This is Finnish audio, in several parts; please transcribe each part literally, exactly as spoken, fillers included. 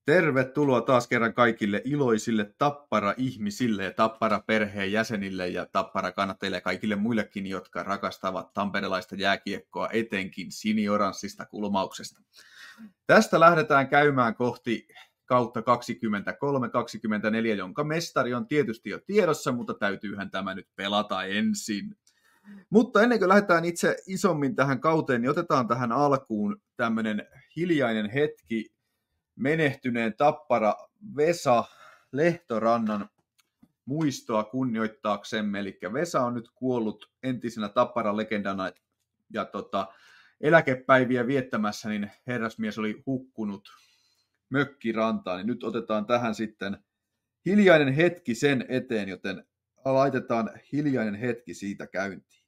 Tervetuloa taas kerran kaikille iloisille Tappara-ihmisille ja Tappara-perheen jäsenille ja Tappara-kannattajille ja kaikille muillekin, jotka rakastavat tamperelaista jääkiekkoa, etenkin sinioranssista kulmauksesta. Tästä lähdetään käymään kohti kautta kaksikymmentäkolme kaksikymmentäneljä, jonka mestari on tietysti jo tiedossa, mutta täytyyhän tämä nyt pelata ensin. Mutta ennen kuin lähdetään itse isommin tähän kauteen, niin otetaan tähän alkuun tämmöinen hiljainen hetki menehtyneen Tappara Vesa Lehtorannan muistoa kunnioittaaksemme. Eli Vesa on nyt kuollut entisenä Tapparan legendana ja tota, eläkepäiviä viettämässä, niin herrasmies oli hukkunut mökkirantaan. Niin nyt otetaan tähän sitten hiljainen hetki sen eteen, joten laitetaan hiljainen hetki siitä käyntiin.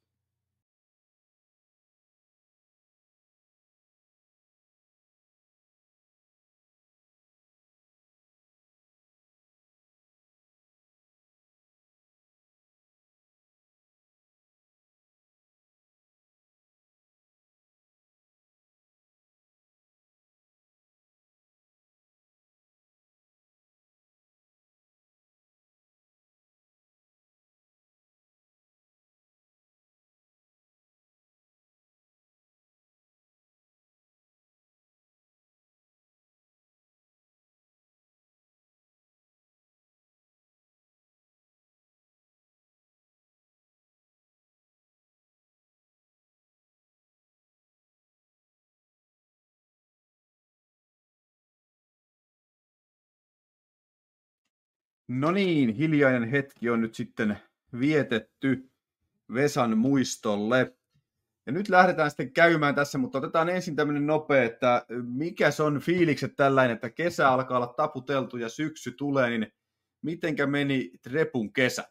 No niin, hiljainen hetki on nyt sitten vietetty Vesan muistolle. Ja nyt lähdetään sitten käymään tässä, mutta otetaan ensin tämmöinen nopea, että mikä on fiilikset tällainen, että kesä alkaa olla taputeltu ja syksy tulee, niin mitenkä meni Trepun kesä?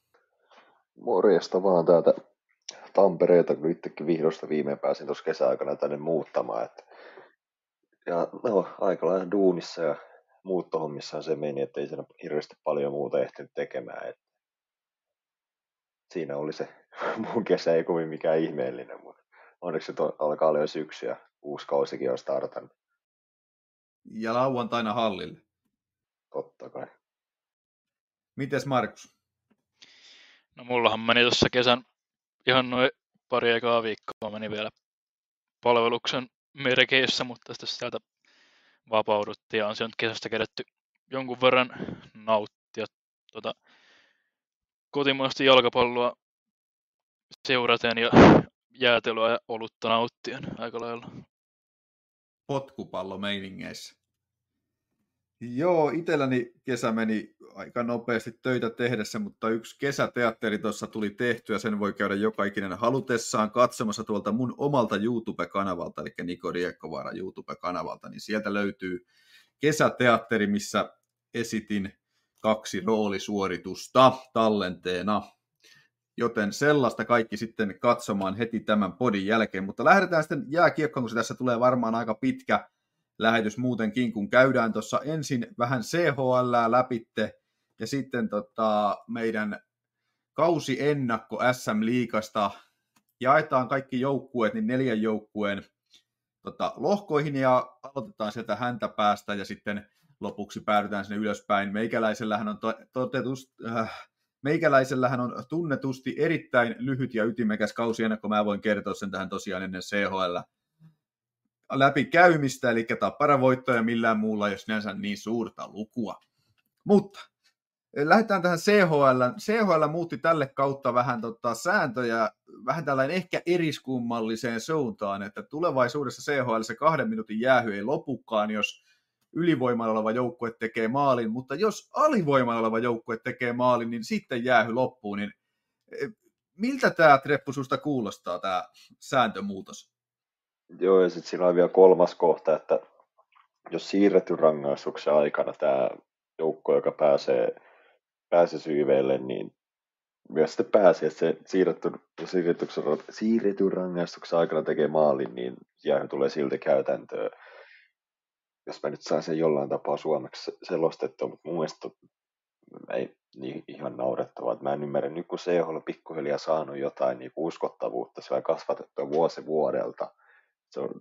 Morjesta vaan täältä Tampereelta, kun itsekin vihdosta viimein pääsin tuossa kesäaikana tänne muuttamaan. Että ja no, aika lailla duunissa ja muuttohommissaan se meni, että ei siinä hirveästi paljon muuta ehtinyt tekemään. Että siinä oli se mun kesä, ei kovin mikään ihmeellinen, mutta onneksi to, alkaa olla jo syksy ja uusi kausikin on startannut. Ja lauantaina hallille. Totta kai. Mites Markus? No mullahan meni tuossa kesän ihan noin pari ekaa viikkoa meni vielä palveluksen merkeissä, mutta sitten sieltä vapauduttiin ja on se nyt kesästä kerätty jonkun verran nauttia tuota kotimaista jalkapalloa seuraten ja jäätelöä ja olutta nauttien aika lailla. Potkupallomeiningeissä. Joo, itselläni kesä meni aika nopeasti töitä tehdessä, mutta yksi kesäteatteri tuossa tuli tehtyä, sen voi käydä joka ikinen halutessaan katsomassa tuolta mun omalta YouTube-kanavalta, eli Niko Riekkovaara YouTube-kanavalta, niin sieltä löytyy kesäteatteri, missä esitin kaksi roolisuoritusta tallenteena, joten sellaista kaikki sitten katsomaan heti tämän podin jälkeen, mutta lähdetään sitten jääkiekkoon, kun se tässä tulee varmaan aika pitkä lähetys muutenkin, kun käydään tuossa ensin vähän C H L läpitte ja sitten tota meidän kausiennakko S M-liigasta. Jaetaan kaikki joukkueet niin neljän joukkueen tota, lohkoihin ja aloitetaan sieltä häntäpäästä ja sitten lopuksi päädytään sinne ylöspäin. Meikäläisellähän on, to, totetus, äh, meikäläisellähän on tunnetusti erittäin lyhyt ja ytimekäs kausiennakko. Mä voin kertoa sen tähän tosiaan ennen C H L läpi käymistä, eli Tappara voittoja millään muulla, jos sinänsä niin suurta lukua. Mutta lähdetään tähän C H L. C H L muutti tälle kautta vähän tota, sääntöjä, vähän tällainen ehkä eriskummalliseen suuntaan, että tulevaisuudessa C H L se kahden minuutin jäähy ei lopukaan, jos ylivoimalla oleva joukkue tekee maalin, mutta jos alivoimalla oleva joukkue tekee maalin, niin sitten jäähy loppuu. Niin, miltä tämä Treppu susta kuulostaa, tämä sääntömuutos? Joo, ja sitten siinä on vielä kolmas kohta, että jos siirretyn rangaistuksen aikana tämä joukko, joka pääsee, pääsee syyveille, niin myös sitten pääsee, että se siirretty, siirretyn rangaistuksen aikana tekee maalin, niin jäähy tulee silti käytäntöön. Jos mä nyt saan sen jollain tapaa suomeksi selostettua, mutta mun mielestä ei niin ihan naurettavaa. Mä en ymmärrä, nyt kun C H L on pikkuhiljaa saanut jotain niin uskottavuutta, se on kasvatettua vuosi vuodelta. Se on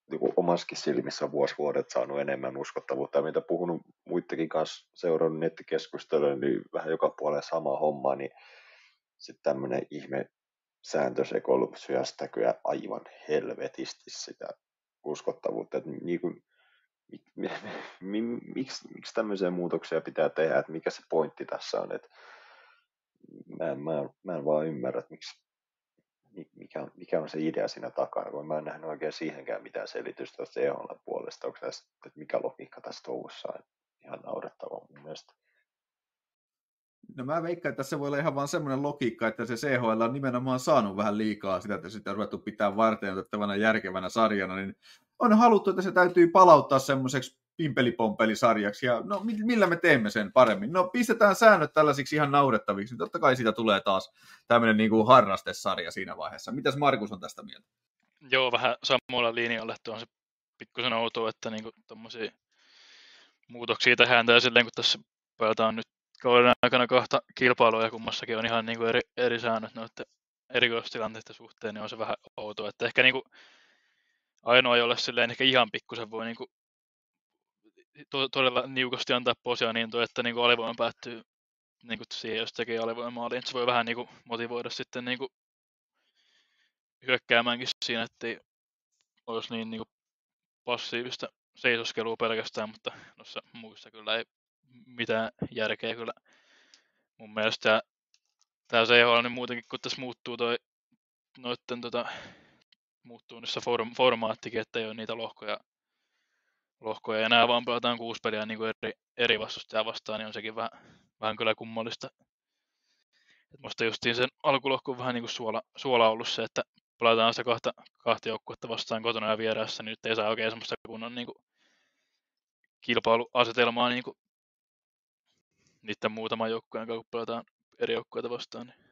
niin omaskin silmissä on vuosi vuodet saanut enemmän uskottavuutta. Ja mitä puhunut muidenkin kanssa seurannut nettikeskusteluja, niin vähän joka puolella sama homma, niin sitten tämmöinen ihme sääntösekoilu syöstä kyllä aivan helvetisti sitä uskottavuutta. Että niin kuin, mi, mi, mi, miksi, miksi tämmöisiä muutoksia pitää tehdä, että mikä se pointti tässä on, että mä en, mä, en, mä en vaan ymmärrä, että miksi, mikä, mikä on se idea siinä takana, kun mä en nähnyt oikein siihenkään mitään selitystä tuosta E H L puolesta, onko tässä, että mikä logiikka tässä touhussa on ihan naurettava mun mielestä. No mä veikkaan, että tässä voi olla ihan vaan semmoinen logiikka, että se C H L on nimenomaan saanut vähän liikaa sitä, että sitä on ruvettu pitää varteenotettavana järkevänä sarjana, niin on haluttu, että se täytyy palauttaa semmoiseksi pimpelipompelisarjaksi, ja no millä me teemme sen paremmin? No pistetään säännöt tällaisiksi ihan naurettaviksi, niin totta kai siitä tulee taas tämmöinen niin kuin harrastesarja siinä vaiheessa. Mitäs Markus on tästä mieltä? Joo, vähän samoilla linjoilla, että on se pikkusen outoa, että niinku tommosia muutoksia tehdään, ja silleen kun tässä pelataan nyt kauden aikana kahta kilpailua ja kummassakin on ihan niinku eri, eri säännöt noiden erikoistilanteiden suhteen, niin on se vähän outoa, että ehkä niinku ainoa, jolle silleen ehkä ihan pikkusen voi niinku to, todella niukasti antaa posia, niin tuo, että niinku alivoima päättyy niinku siihen, jos tekee alivoimaaliin, että se voi vähän niinku motivoida sitten niinku hyökkäämäänkin siinä, ettei olisi niin niinku passiivista seisoskelua pelkästään, mutta noissa muissa kyllä ei mitään järkeä kyllä mun mielestä. Tämä C H L niin muutenkin, kun tässä muuttuu toi noitten tota, muuttuu niissä form, formaattikin, että ei ole niitä lohkoja, lohkoja enää, vaan pelataan kuusi peliä niin kuin eri, eri vastustajaa vastaan, niin on sekin vähän, vähän kyllä kummallista. Et musta justiin sen alkulohko on vähän niin kuin suola, suola ollut se, että pelataan sitä kahta, kahta joukkuetta vastaan kotona ja vieressä, niin nyt ei saa oikein semmoista kunnon niin kuin kilpailuasetelmaa niin kuin niiden muutaman joukkueen kanssa, kun pelataan eri joukkueita vastaan. Niin.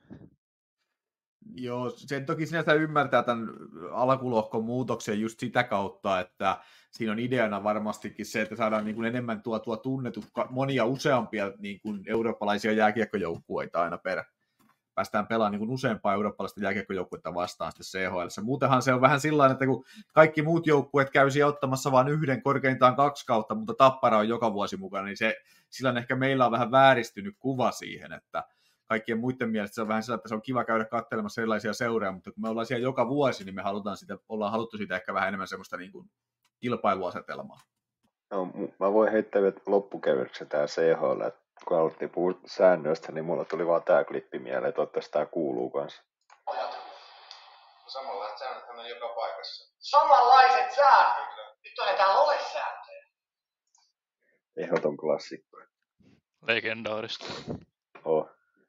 Joo, sen toki sinänsä ymmärtää tämän alkulohkon muutoksen just sitä kautta, että siinä on ideana varmastikin se, että saadaan niin kuin enemmän tuotua tunnetut monia useampia niin kuin eurooppalaisia jääkiekkojoukkueita aina per. Päästään pelaamaan niin kuin useampaa eurooppalaista jääkiekkojoukkuetta vastaan sitten C H L:ssä. Muutenhan se on vähän sillä tavalla, että kun kaikki muut joukkueet käy siellä ottamassa vain yhden, korkeintaan kaksi kautta, mutta Tappara on joka vuosi mukana, niin se, sillä ehkä meillä on vähän vääristynyt kuva siihen, että kaikkien muiden mielestä se on vähän sillä, että se on kiva käydä katselemassa erilaisia seuroja, mutta kun me ollaan siellä joka vuosi, niin me halutaan sitä, ollaan haluttu siitä ehkä vähän enemmän semmoista niin kuin kilpailuasetelmaa. No, mä voin heittää vielä loppukevyksi tämä C H L, että kun aloittiin puhua säännöistä, niin mulla tuli vaan tämä klippi mieleen, että toivottavasti tämä kuuluu kanssa. Samanlaiset säännöt on joka paikassa. Samanlaiset säännöt? Nyt on täällä ole sääntöjä. Ehdoton klassikko. Legendaarista. Oh.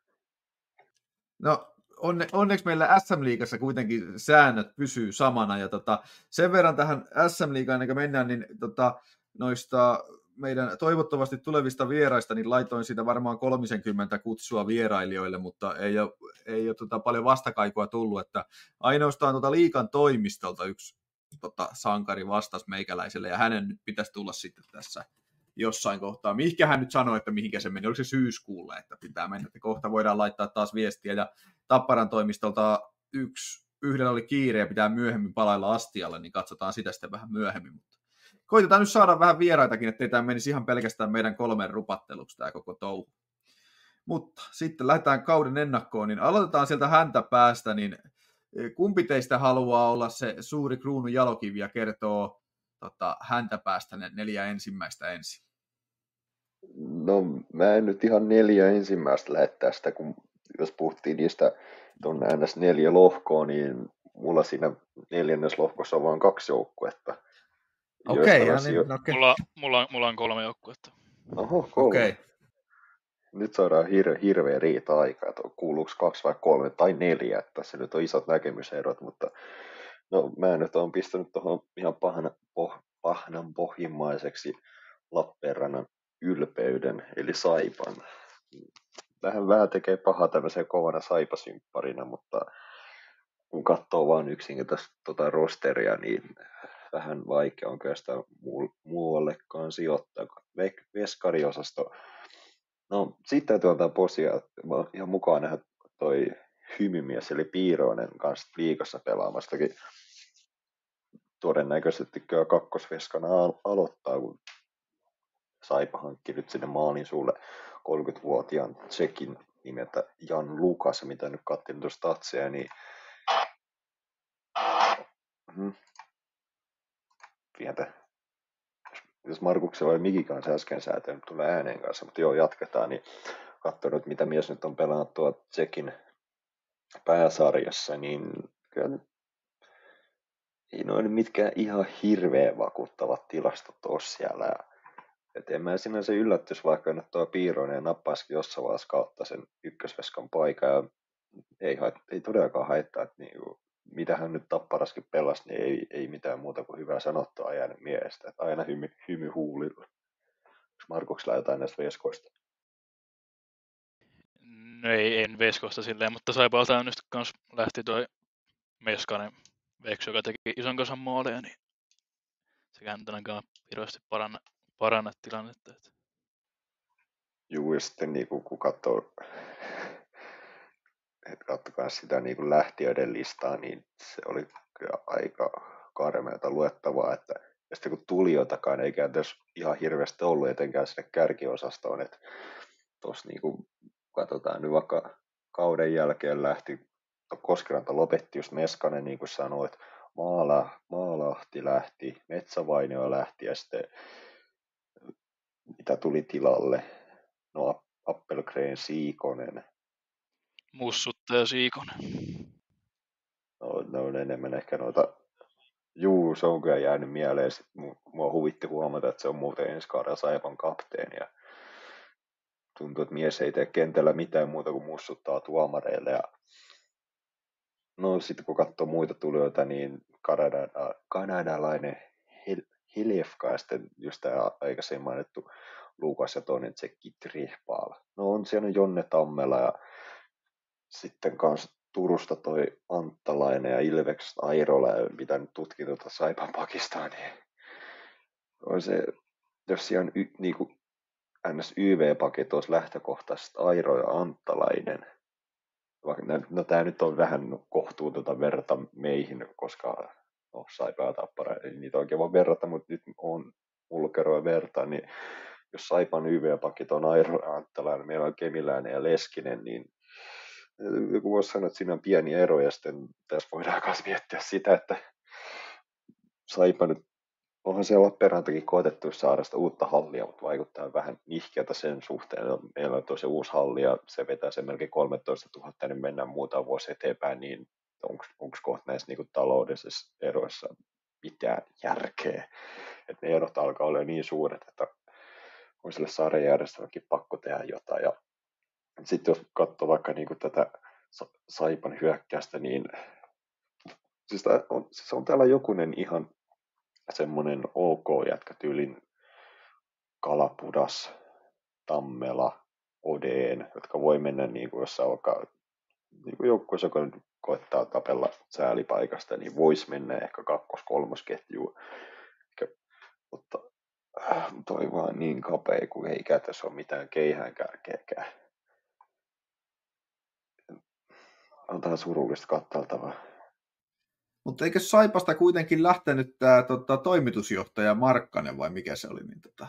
No onne, onneksi meillä S M-liigassa kuitenkin säännöt pysyy samana, ja tota, sen verran tähän S M-liigaan, ennen kuin mennään, niin tota, noista meidän toivottavasti tulevista vieraista, niin laitoin siitä varmaan kolmekymmentä kutsua vierailijoille, mutta ei ole, ei ole tota paljon vastakaikua tullut, että ainoastaan tota liigan toimistolta yksi tota, sankari vastasi meikäläiselle, ja hänen nyt pitäisi tulla sitten tässä jossain kohtaa. Mihinkä hän nyt sanoi, että mihinkä se meni? Oliko se syyskuulle, että pitää mennä, että kohta voidaan laittaa taas viestiä, ja Tapparan toimistolta yksi, yhdellä oli kiire ja pitää myöhemmin palailla astialle, niin katsotaan sitä sitten vähän myöhemmin, mutta koitetaan nyt saada vähän vieraitakin, ettei tämä menisi ihan pelkästään meidän kolmen rupatteluksi tämä koko touhu. Mutta sitten lähdetään kauden ennakkoon, niin aloitetaan sieltä häntä päästä, niin kumpi teistä haluaa olla se suuri kruunun jalokivi ja kertoo tota, häntä päästä ne neljä ensimmäistä ensin? No mä en nyt ihan neljä ensimmäistä lähde tästä, kun jos puhuttiin niistä tuonne N S neljä lohkoa, niin mulla siinä neljännes lohkossa on vain kaksi joukkuetta. Okei, okay, jo... niin, okay. mulla, mulla, mulla on kolme joukkuetta. Oho, kolme. Okay. Nyt saadaan hir- hirveä riita aikaa, että kuuluuko kaksi vai kolme tai neljä, että tässä nyt on isot näkemyserot, mutta no mä nyt oon pistänyt tuohon ihan pahana, poh, pahnan pohjimmaiseksi Lappeenrannan ylpeyden, eli Saipan. Vähän vähän tekee pahaa tämmöisen kovana Saipasympparina, mutta kun katsoo vaan yksinkertaisesti tuota rosteria, niin vähän vaikea on kyllä sitä muuallekaan sijoittaa. Veskariosasto, no siitä täytyy antaa posia, että mä oon ihan mukaan nähdä toi hymymies, eli Piiroinen kanssa liigassa pelaamastakin. todennäköisesti kyllä kakkosveskana al- aloittaa, kun Saipa hankki nyt sinne maalin sulle kolmekymmentävuotiaan tsekin nimeltä Jan Lukas, mitä nyt katselin tuosta statseja, niin hmm. Pientä. Jos Markuksella oli mikin kanssa äsken säätänyt tulee ääneen kanssa, mutta joo, jatketaan, niin katsonut, mitä mies nyt on pelannut tuo tsekin pääsarjassa, niin kyllä nyt ei noin mitkään ihan hirveän vakuuttavat tilastot ole siellä. Et en mä sinänsä yllättyisi, vaikka nyt tuo Piiroinen nappaisikin jossain vaiheessa kautta sen ykkösveskan paikan. Ja ei, ei todellakaan haittaa, että niinku, mitä hän nyt Tapparaskin pelasi, niin ei, ei mitään muuta kuin hyvää sanottua jäänyt mielestä. Et aina hymy, hymy huulilla. Onko Markuksella jotain näistä veskoista? No ei, en veskosta silleen, mutta Saipalta nyt kans lähti toi Meskanen Veksi, joka teki ison kasan maaleja, niin sekään nyt ainakaan hirveästi paranna, paranna tilannetta. Että. Juu, ja sitten niin kun katsoo, katsokaa sitä niin kuin lähtiöiden listaa, niin se oli kyllä aika karmeata luettavaa, että ja sitten kun tulijoitakaan ei käytännössä ihan hirveästi ollut etenkään sinne kärkiosastoon, että tuossa niin kuin katsotaan nyt vaikka kauden jälkeen lähti, Koskeranta lopetti just Meskanen, niin kuin sanoi, että Maala, Maalahti lähti, Metsävainio lähti ja sitten mitä tuli tilalle, no Appelgren, Siikonen. Mussuttaja Siikonen. No, ne on enemmän ehkä noita, juu, se on kyllä jäänyt mieleen. Sitten mua huvitti huomata, että se on muuten ensi kaudella Saipan kapteeni. Ja tuntuu, että mies ei tee kentällä mitään muuta kuin mussuttaa tuomareille. Ja no sitten kun katsoo muita tulijoita, niin kanada, kanadalainen Hiljefka ja sitten just tämä aikaisemmin mainittu Lukas ja toinen tsekki Trihpaal. No on siellä Jonne Tammela ja sitten kanssa Turusta toi Anttalainen ja Ilveks Airola, ja mitä nyt tutkin tuota Saipan Pakistania. On se, jos siellä on y, niinku ns. Y V-paket olisi lähtökohtaisesti Airo ja Anttalainen. No tämä nyt on vähän kohtuutonta verrata meihin, koska no, Saipa ja Tappara ei niitä oikein voi verrata, mutta nyt on ulkeroja verta, niin jos Saipan Y V-pakit on Airo ja Anttalainen, meillä on Kemiläinen ja Leskinen, niin joku voisi sanoa, että siinä on pieni ero, ja sitten tässä voidaan myös miettiä sitä, että Saipa nyt, onhan siellä Lappeenrantakin koetettu saada sitä uutta hallia, mutta vaikuttaa vähän nihkeältä sen suhteen. Meillä on tosi uusi halli, ja se vetää sen melkein kolmetoista tuhatta, niin mennään muutama vuosi eteenpäin, niin onko kohta näissä niinku taloudellisissa eroissa mitään järkeä. Että ne erot alkaa olla niin suuret, että on sille sarjajärjestelmäkin pakko tehdä jotain. Ja sitten jos katsoo vaikka niinku tätä Saipan hyökkäystä, niin siis on, siis on täällä jokunen ihan semmoinen OK-jätkä tyylin Kalapudas, Tammela, Odeen, jotka voi mennä niin kuin jossain alkaa, niin kuin joukkueessa, joka koettaa tapella säälipaikasta, niin voisi mennä ehkä kakkos-kolmosketjuun. Mutta toi vaan niin kapea, kun ei käytännössä ole mitään keihään kärkeäkään. On taas surullista katseltavaa. Mutta eikö Saipasta kuitenkin lähtenyt tämä tota, toimitusjohtaja Markkanen vai mikä se oli? Niin, tota...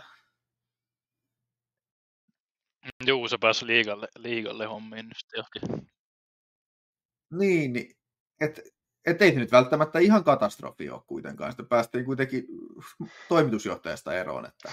Juu, se pääsi liigalle, liigalle hommiin nyt johonkin. Niin, niin että et ei se nyt välttämättä ihan katastrofi ole kuitenkaan. Sitten päästiin kuitenkin toimitusjohtajasta eroon. Että...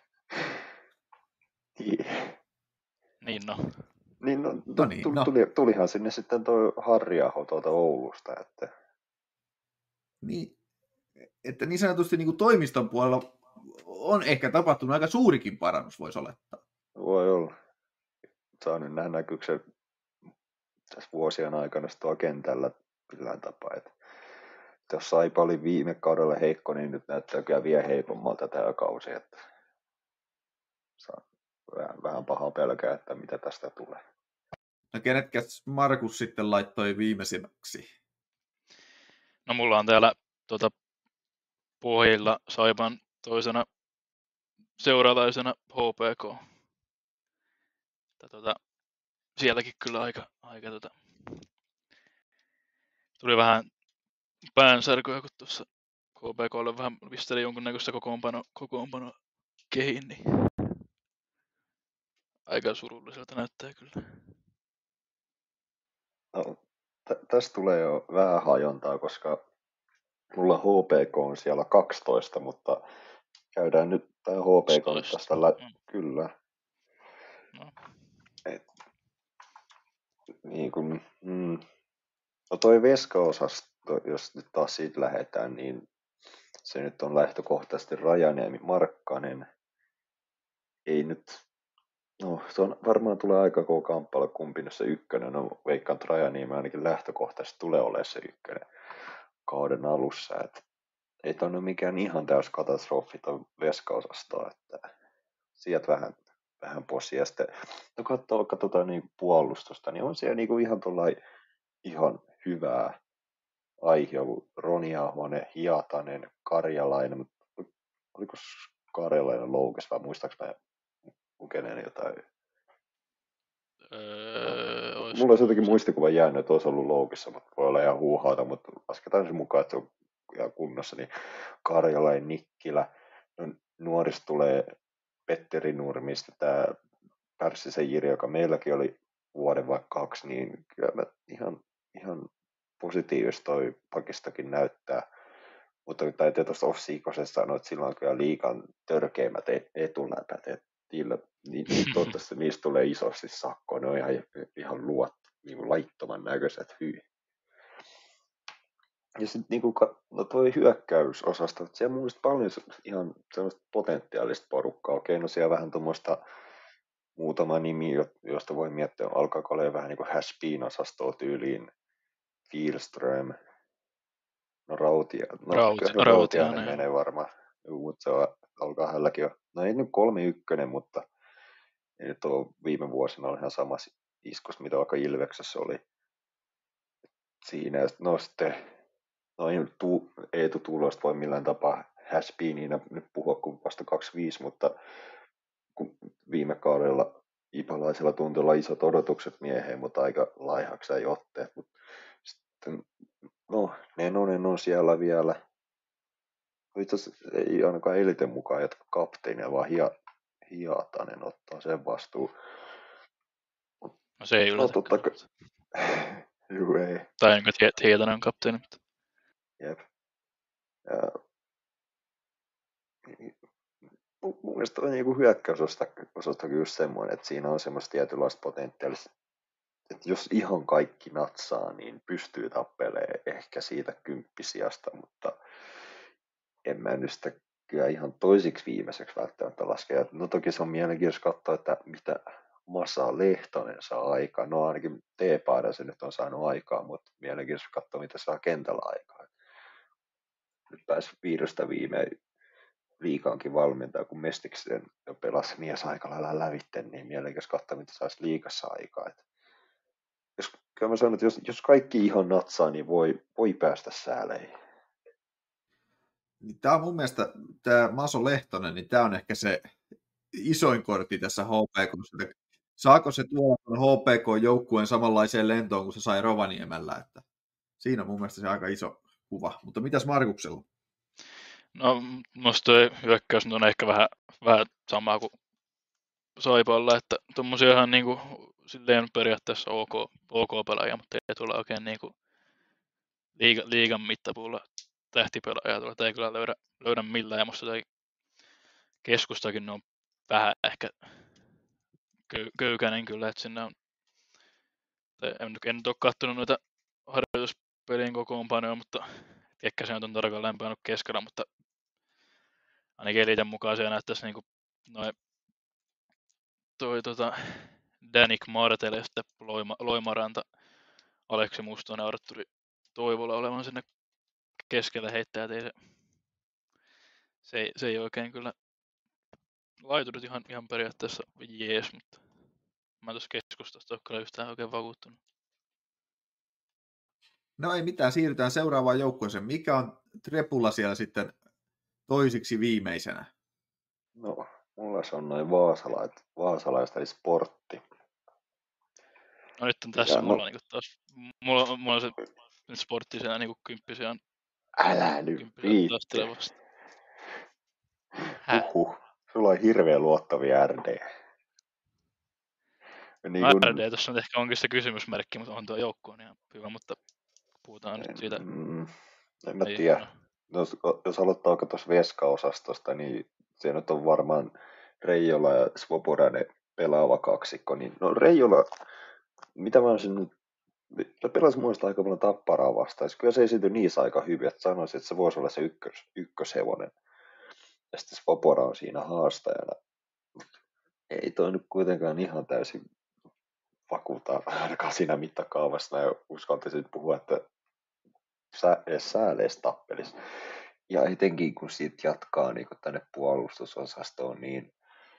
Niin no. Niin, no, no niin, tuli, no. Tuli, tulihan sinne sitten toi Harri Aho tuolta Oulusta. Että... Niin, että niin sanotusti niin kuin toimiston puolella on ehkä tapahtunut aika suurikin parannus, voisi olettaa. Voi olla. Saa nyt nähdä, näkyykö se tässä vuosien aikana tuolla kentällä millään tapaa. Että jos Saipa oli viime kaudella heikko, niin nyt näyttää kyllä vielä heikommalta tämä kausi. Että saa vähän, vähän pahaa pelkää, että mitä tästä tulee. No kenetkäs Markus sitten laittoi viimeisimmäksi? No mulla on täällä tuota, pohjilla Saipan toisena seuraalaisena H P K. Tuota, sieltäkin kyllä aika, aika tuota, tuli vähän päänsärkyä, kun tuossa K P K:lle vähän pisteli jonkunnäköistä kokoonpano, kokoonpano kehiin, niin aika surulliselta näyttää kyllä. No, tä- tästä tulee jo vähän hajontaa, koska mulla H P K on siellä kaksitoista, mutta käydään nyt tämä H P K nyt kaksitoista. tästä lä- Mm. kyllä. No. Et, niin kun, mm, no toi Veska-osasto, jos nyt taas siitä lähdetään, niin se nyt on lähtökohtaisesti Rajaniemi Markkanen. Ei nyt, no se on, varmaan tulee aika kova kamppailu, kumpi nyt se ykkönen on. Veikkaan, että Rajaniemi ainakin lähtökohtaisesti tulee olemaan se ykkönen kauden alussa. Et ei toi ole mikään ihan täys katastrofi toi Veska-osasto, että sieltä vähän, vähän posia. Ja sitten, no katsoo vaikka tota niin puolustusta, niin on siellä niinku ihan tuollain ihan hyvää aiheelu. Roni Ahonen, Hiatanen, Karjalainen, mutta oliko Karjalainen loukes vai muistaaks mä lukeneen jotain? Öö, No, ois- mulla olisi jotenkin muistikuva jäänyt, että olisi ollut loukissa, mutta voi olla ihan huuhaata, mutta lasketaan se mukaan, että se on ihan kunnossa, niin Karjalainen, Nikkilä, no, nuorista tulee Petteri Nurmista, tämä Pärssisen Jiri, joka meilläkin oli vuoden vai kaksi, niin kyllä mä ihan, ihan positiivista toi pakistakin näyttää. Mutta täytyy tuosta Ossi Ikosesta sanoa, että sillä on kyllä liikan törkeimmät e- etuläpät, että niillä, niin, toivottavasti niistä tulee isosti sakkoa, ne on ihan, ihan luot, niin kuin laittoman näköiset hyy. Ja sitten niin no toi hyökkäysosasto, että siellä on mun mielestä paljon ihan sellaista potentiaalista porukkaa. Okei, no siellä vähän tuommoista muutama nimi, josta voi miettiä, alkaako olla vähän niin kuin has-been-osastoa tyyliin, Fielström, no Rautia, no Rauti- kyllä Rautiainen, Rautiainen joo. menee varmaan, Juu, mutta se on, alkaa hänelläkin jo, no ei nyt kolme ykkönen, mutta ei nyt ole viime vuosina ollut ihan samassa iskussa, mitä vaikka Ilveksessä oli siinä. Ja sit, no sitten, no ei nyt tu, Eetu Tuulosta voi millään tapaa has-beeninä nyt puhua kuin vasta kaksikymmentäviisi, mutta kun viime kaudella Ipalaisella tuntui olla isot odotukset mieheen, mutta aika laihaksi ei otteet. Mut sitten, no, Nenonen on siellä vielä. Itse asiassa ei ainakaan Eliten mukaan jatka kapteenia, vaan Hia, Hiatanen ottaa sen vastuun. No se ei No yllätä. totta kyllä. kai. Juu, ei. Tai enkä tie- Hietanen on kapteeni. Mutta... Jep. Ja, mun mun mielestä on niinku hyökkäysosastokin just semmoinen, että siinä on semmoista tietynlaista potentiaalista, että jos ihan kaikki natsaa, niin pystyy tappelemaan ehkä siitä kymppisijasta, mutta en mä nyt sitä kyllä ihan toisiksi viimeiseksi välttämättä laskea. No toki se on mielenkiintoista katsoa, että mitä Masa Lehtonen saa aikaan. No ainakin T-paida se nyt on saanut aikaa, mutta mielenkiintoista katsoa, mitä saa kentällä aikaa. Nyt pääsi viidestä viimein liikaankin valmentaa, kun Mestiksen jo pelasi mies aika lailla lävitte, niin mielenkiintoista katsoa, mitä saisi liigassa aikaa. Et jos, kyllä mä sanon, että jos, jos kaikki ihan natsaa, niin voi, voi päästä sääleihin. Niin tämä on mun mielestä, tämä Maso Lehtonen, niin tämä on ehkä se isoin kortti tässä H P K:ssa. Saako se tuoda H P K-joukkueen samanlaiseen lentoon kuin se sai Rovaniemellä? Että siinä on mun mielestä se aika iso kuva. Mutta mitäs Markuksella? No, musta toi hyökkäys on ehkä vähän, vähän sama kuin Saipalla, että tommosia ihan niinku silleen periaatteessa ok, ok pelaajia, mutta ei tule oikein niinku liiga, liigan mittapuulla tähtipelaajia tuolla. Ei kyllä löydä, löydä millään, ja musta toi keskustakin on vähän ehkä köy, köykäinen kyllä, että sinne on, en, en nyt ole kattonut noita harjoituspelien kokoonpanoja, mutta ehkä se on tarkalleen päänyt keskellä, mutta ainakin Eliten mukaan siellä näyttäisi niinku noin toi tota Danik Martel ja sitten Loima, Loimaranta, Aleksi Mustonen, Artturi Toivola olevan sinne keskelle heittää, että ei se, se, ei, se ei oikein kyllä laiturit ihan, ihan periaatteessa jees, mutta mä tuossa keskustasta ole kyllä yhtään oikein vakuuttunut. No ei mitään, siirrytään seuraavaan joukkueeseen. Mikä on Trepulla siellä sitten toisiksi viimeisenä? No, mulla se on noin vaasalaiset, vaasalaista eli sportti. No nyt on tässä Ja mulla no, niinku taas, mulla, mulla on se nyt sporttisena niinku kymppisiä on Älä nyt Kymppisellä viitti. taistelevasta. Häh? Uhuh. Sulla on hirveän luottavia R D. Niin No kun, R D tuossa nyt ehkä onkin se kysymysmerkki, mutta on tuo joukko on ihan hyvä, mutta puhutaan nyt siitä. mm, en mä Ei, tiedä. no, Jos, jos aloittaa tuossa Veska-osastosta, niin se nyt on varmaan Reijola ja Svobodanen pelaava kaksikko. Niin, no Reijola, mitä mä olisin nyt, se pelasi muista aika paljon Tapparaa vastaan. Kyllä se esiintyi niissä aika hyvin, että sanoisin, että se voisi olla se ykkös, ykköshevonen. Ja sitten Svoboda on siinä haastajana. Ei toi nyt kuitenkaan ihan täysin vakuuta, ainakaan siinä mittakaavassa. Mä uskaltaisin puhua, että sä, edes sääleessä tappelisi. Ja etenkin kun siitä jatkaa niin kun tänne puolustusosastoon, niin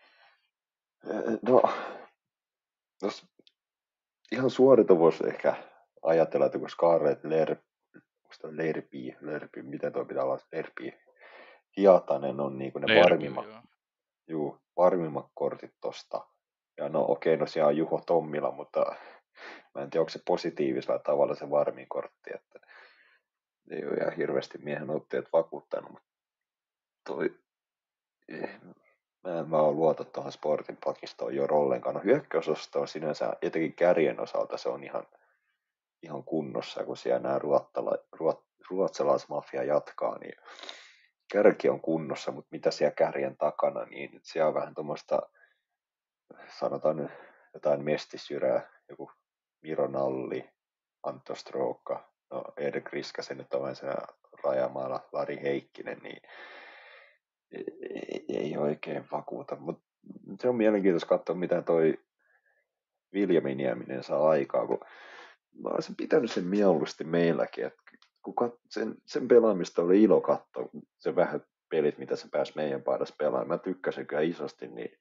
no, jos ihan suorita voisi ehkä ajatella, että kun Scarlett Lerp, Lerpi, Lerpi, miten tuo pitää olla, Lerpi, Hiatanen on niin kuin ne Lerpy, varmimmat, joo. juu, varmimmat kortit tosta. Ja no okei, no siellä on Juho Tommila, mutta mä en tiedä, onko se positiivisella tavalla se varmin kortti, että ei ole ihan hirveästi miehen otteet vakuuttanut, mutta toi, mä en mä luota tuohon Sportin pakistoon jo ollenkaan. No hyökkäysosasto on sinänsä, etenkin kärjen osalta se on ihan, ihan kunnossa, kun siellä nämä ruottala, ruot, ruotsalaismafia jatkaa, niin kärki on kunnossa, mutta mitä siellä kärjen takana, niin siellä on vähän tuommoista, sanotaan nyt jotain mestisyrää, joku Miro Nalli, Antto Strookka, no Ede Kriskasen nyt on vain siinä rajamaalla Lari Heikkinen, niin ei, ei oikein vakuuta, mutta se on mielenkiintoista katsoa, mitä toi Viljami Nieminen saa aikaa, kun mä olisin pitänyt sen mieluusti meilläkin, että kun kat- sen, sen pelaamista oli ilo katsoa, se vähän pelit, mitä se pääsi meidän paidassa pelaamaan, mä tykkäsin kyllä isosti, niin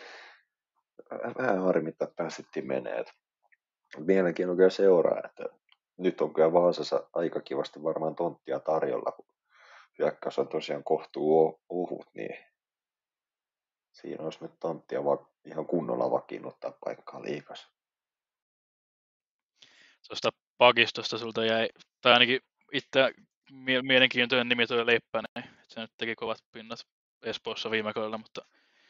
vähän harmittaa, että pääsittiin menee. Mielenkiinnolla kyllä seuraa, että nyt on kyllä Vaasassa aika kivasti varmaan tonttia tarjolla, kun hyökkäys on tosiaan kohtuu ohut, niin siinä olisi nyt tonttia va- ihan kunnolla vakiinnuttaa paikkaa liikas. Tuosta pakistosta sulta jäi, tai ainakin itse mie- mielenkiintoinen nimi tuo Leppänen, että se nyt teki kovat pinnat Espoossa viime kaudella, mutta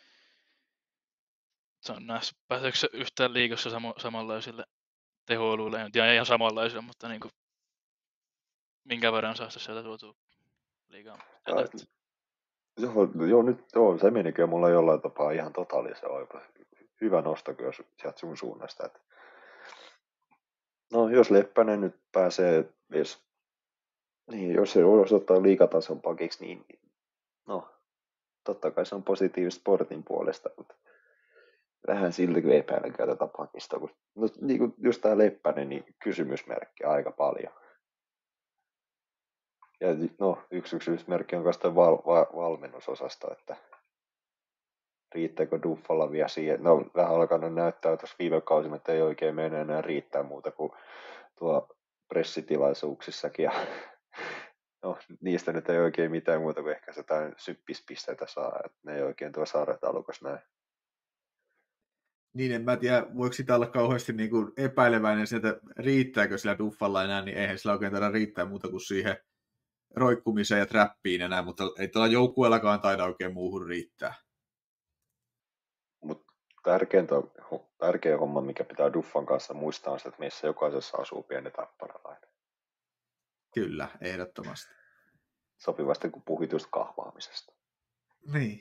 se on näissä, pääseekö se yhtään liigassa samo, samanlaisille tehoiluille, en tiedä ihan samanlaisille, mutta niin kuin, minkä verran saa sieltä tuotua liigaan. Ja, joo, joo, nyt joo, se meni kyllä mulla jollain tapaa ihan totaalisen oiva. Hyvä nosto kyllä sieltä sun suunnasta. Että no, jos Leppänen nyt pääsee edes, niin jos se osoittaa liigatason pakiksi, niin no, totta kai se on positiivista Sportin puolesta, mutta vähän silti epäilen kyllä tätä pakista. Kun, no, niin kuin just tää Leppänen, niin kysymysmerkki aika paljon. Ja no, yksi kysymysmerkki on myös toi val, val, valmennusosasta, että riittääkö Duffalla vielä siihen. No, vähän alkanut näyttää tuossa viime kausina, että ei oikein mene enää riittää muuta kuin tuo pressitilaisuuksissakin. Ja, no, niistä nyt ei oikein mitään muuta kuin ehkä jotain syppispisteitä saa. Että ne ei oikein tuo sarjataulukas näin. Niin, en mä tiedä, voiko sitä olla kauheasti niin kuin epäileväinen sieltä, riittääkö sillä Duffalla enää, niin eihän sillä oikein taida riittää muuta kuin siihen roikkumiseen ja trappiin enää, mutta ei tällä joukkueellakaan taida oikein muuhun riittää. Mutta tärkeintä, tärkein homma, mikä pitää Duffan kanssa muistaa, on se, että meissä jokaisessa asuu pieni tapparalainen. Kyllä, ehdottomasti. Sopivasti kuin puhitusta kahvaamisesta. Niin.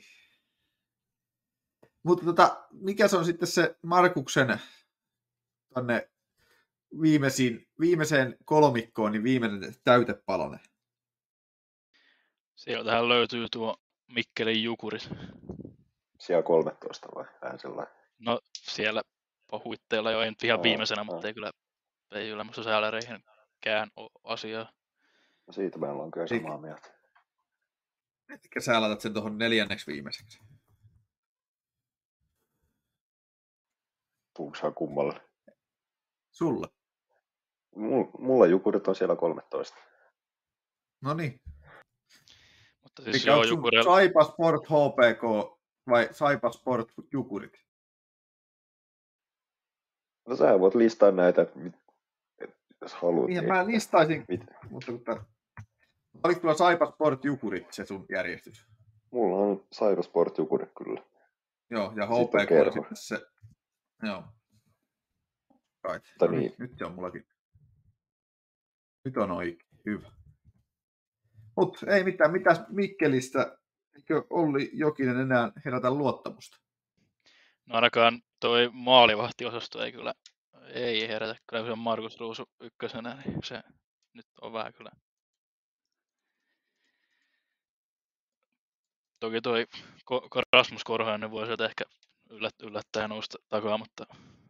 Mutta tota, mikä se on sitten se Markuksen tonne viimeisiin, viimeiseen kolmikkoon, niin viimeinen täytepalonen? Sieltähän löytyy tuo Mikkelin Jukurit. Siellä kolmetoista vai vähän sellainen? No siellä pahuitteilla jo, ei nyt ihan Aa, viimeisenä, aa. mutta ei kyllä ei ylemmässä sääläreihinkään ole asiaa. No siitä meillä on kyllä samaa mieltä. Eli sä laitat sen tuohon neljänneksi viimeiseksi. Puhuksaan kummalle? Sulla. Mulla Jukurit on siellä kolmetoista. No niin. Mutta siis Mikä joo, on sun Jukurilla, Saipa Sport H P K vai Saipa Sport Jukurit? No sä voit listaa näitä, että mit, et, jos haluat. Niin, niin, mä listaisin, mit, mutta kun tää... Oliko sulla Saipa Sport Jukuri se sun järjestys? Mulla on Saipa Sport Jukuri kyllä. Joo, ja Sitten on H P K oli kerho. sitten se. Joo. Right. Mutta No niin, niin. nyt se on mullakin. Nyt on oikein. Hyvä. Mut ei mitään. Mitäs Mikkelistä? Eikö Olli Jokinen enää herätä luottamusta? No ainakaan toi maalivahtiosasto ei kyllä, ei herätä. Kyllä se on Markus Ruusu ykkösenä, niin se nyt on vähän kyllä. Toki toi Ko- Ko- Rasmus Korhonen voi sieltä ehkä yllät, yllättää ja nousta takaa, mutta,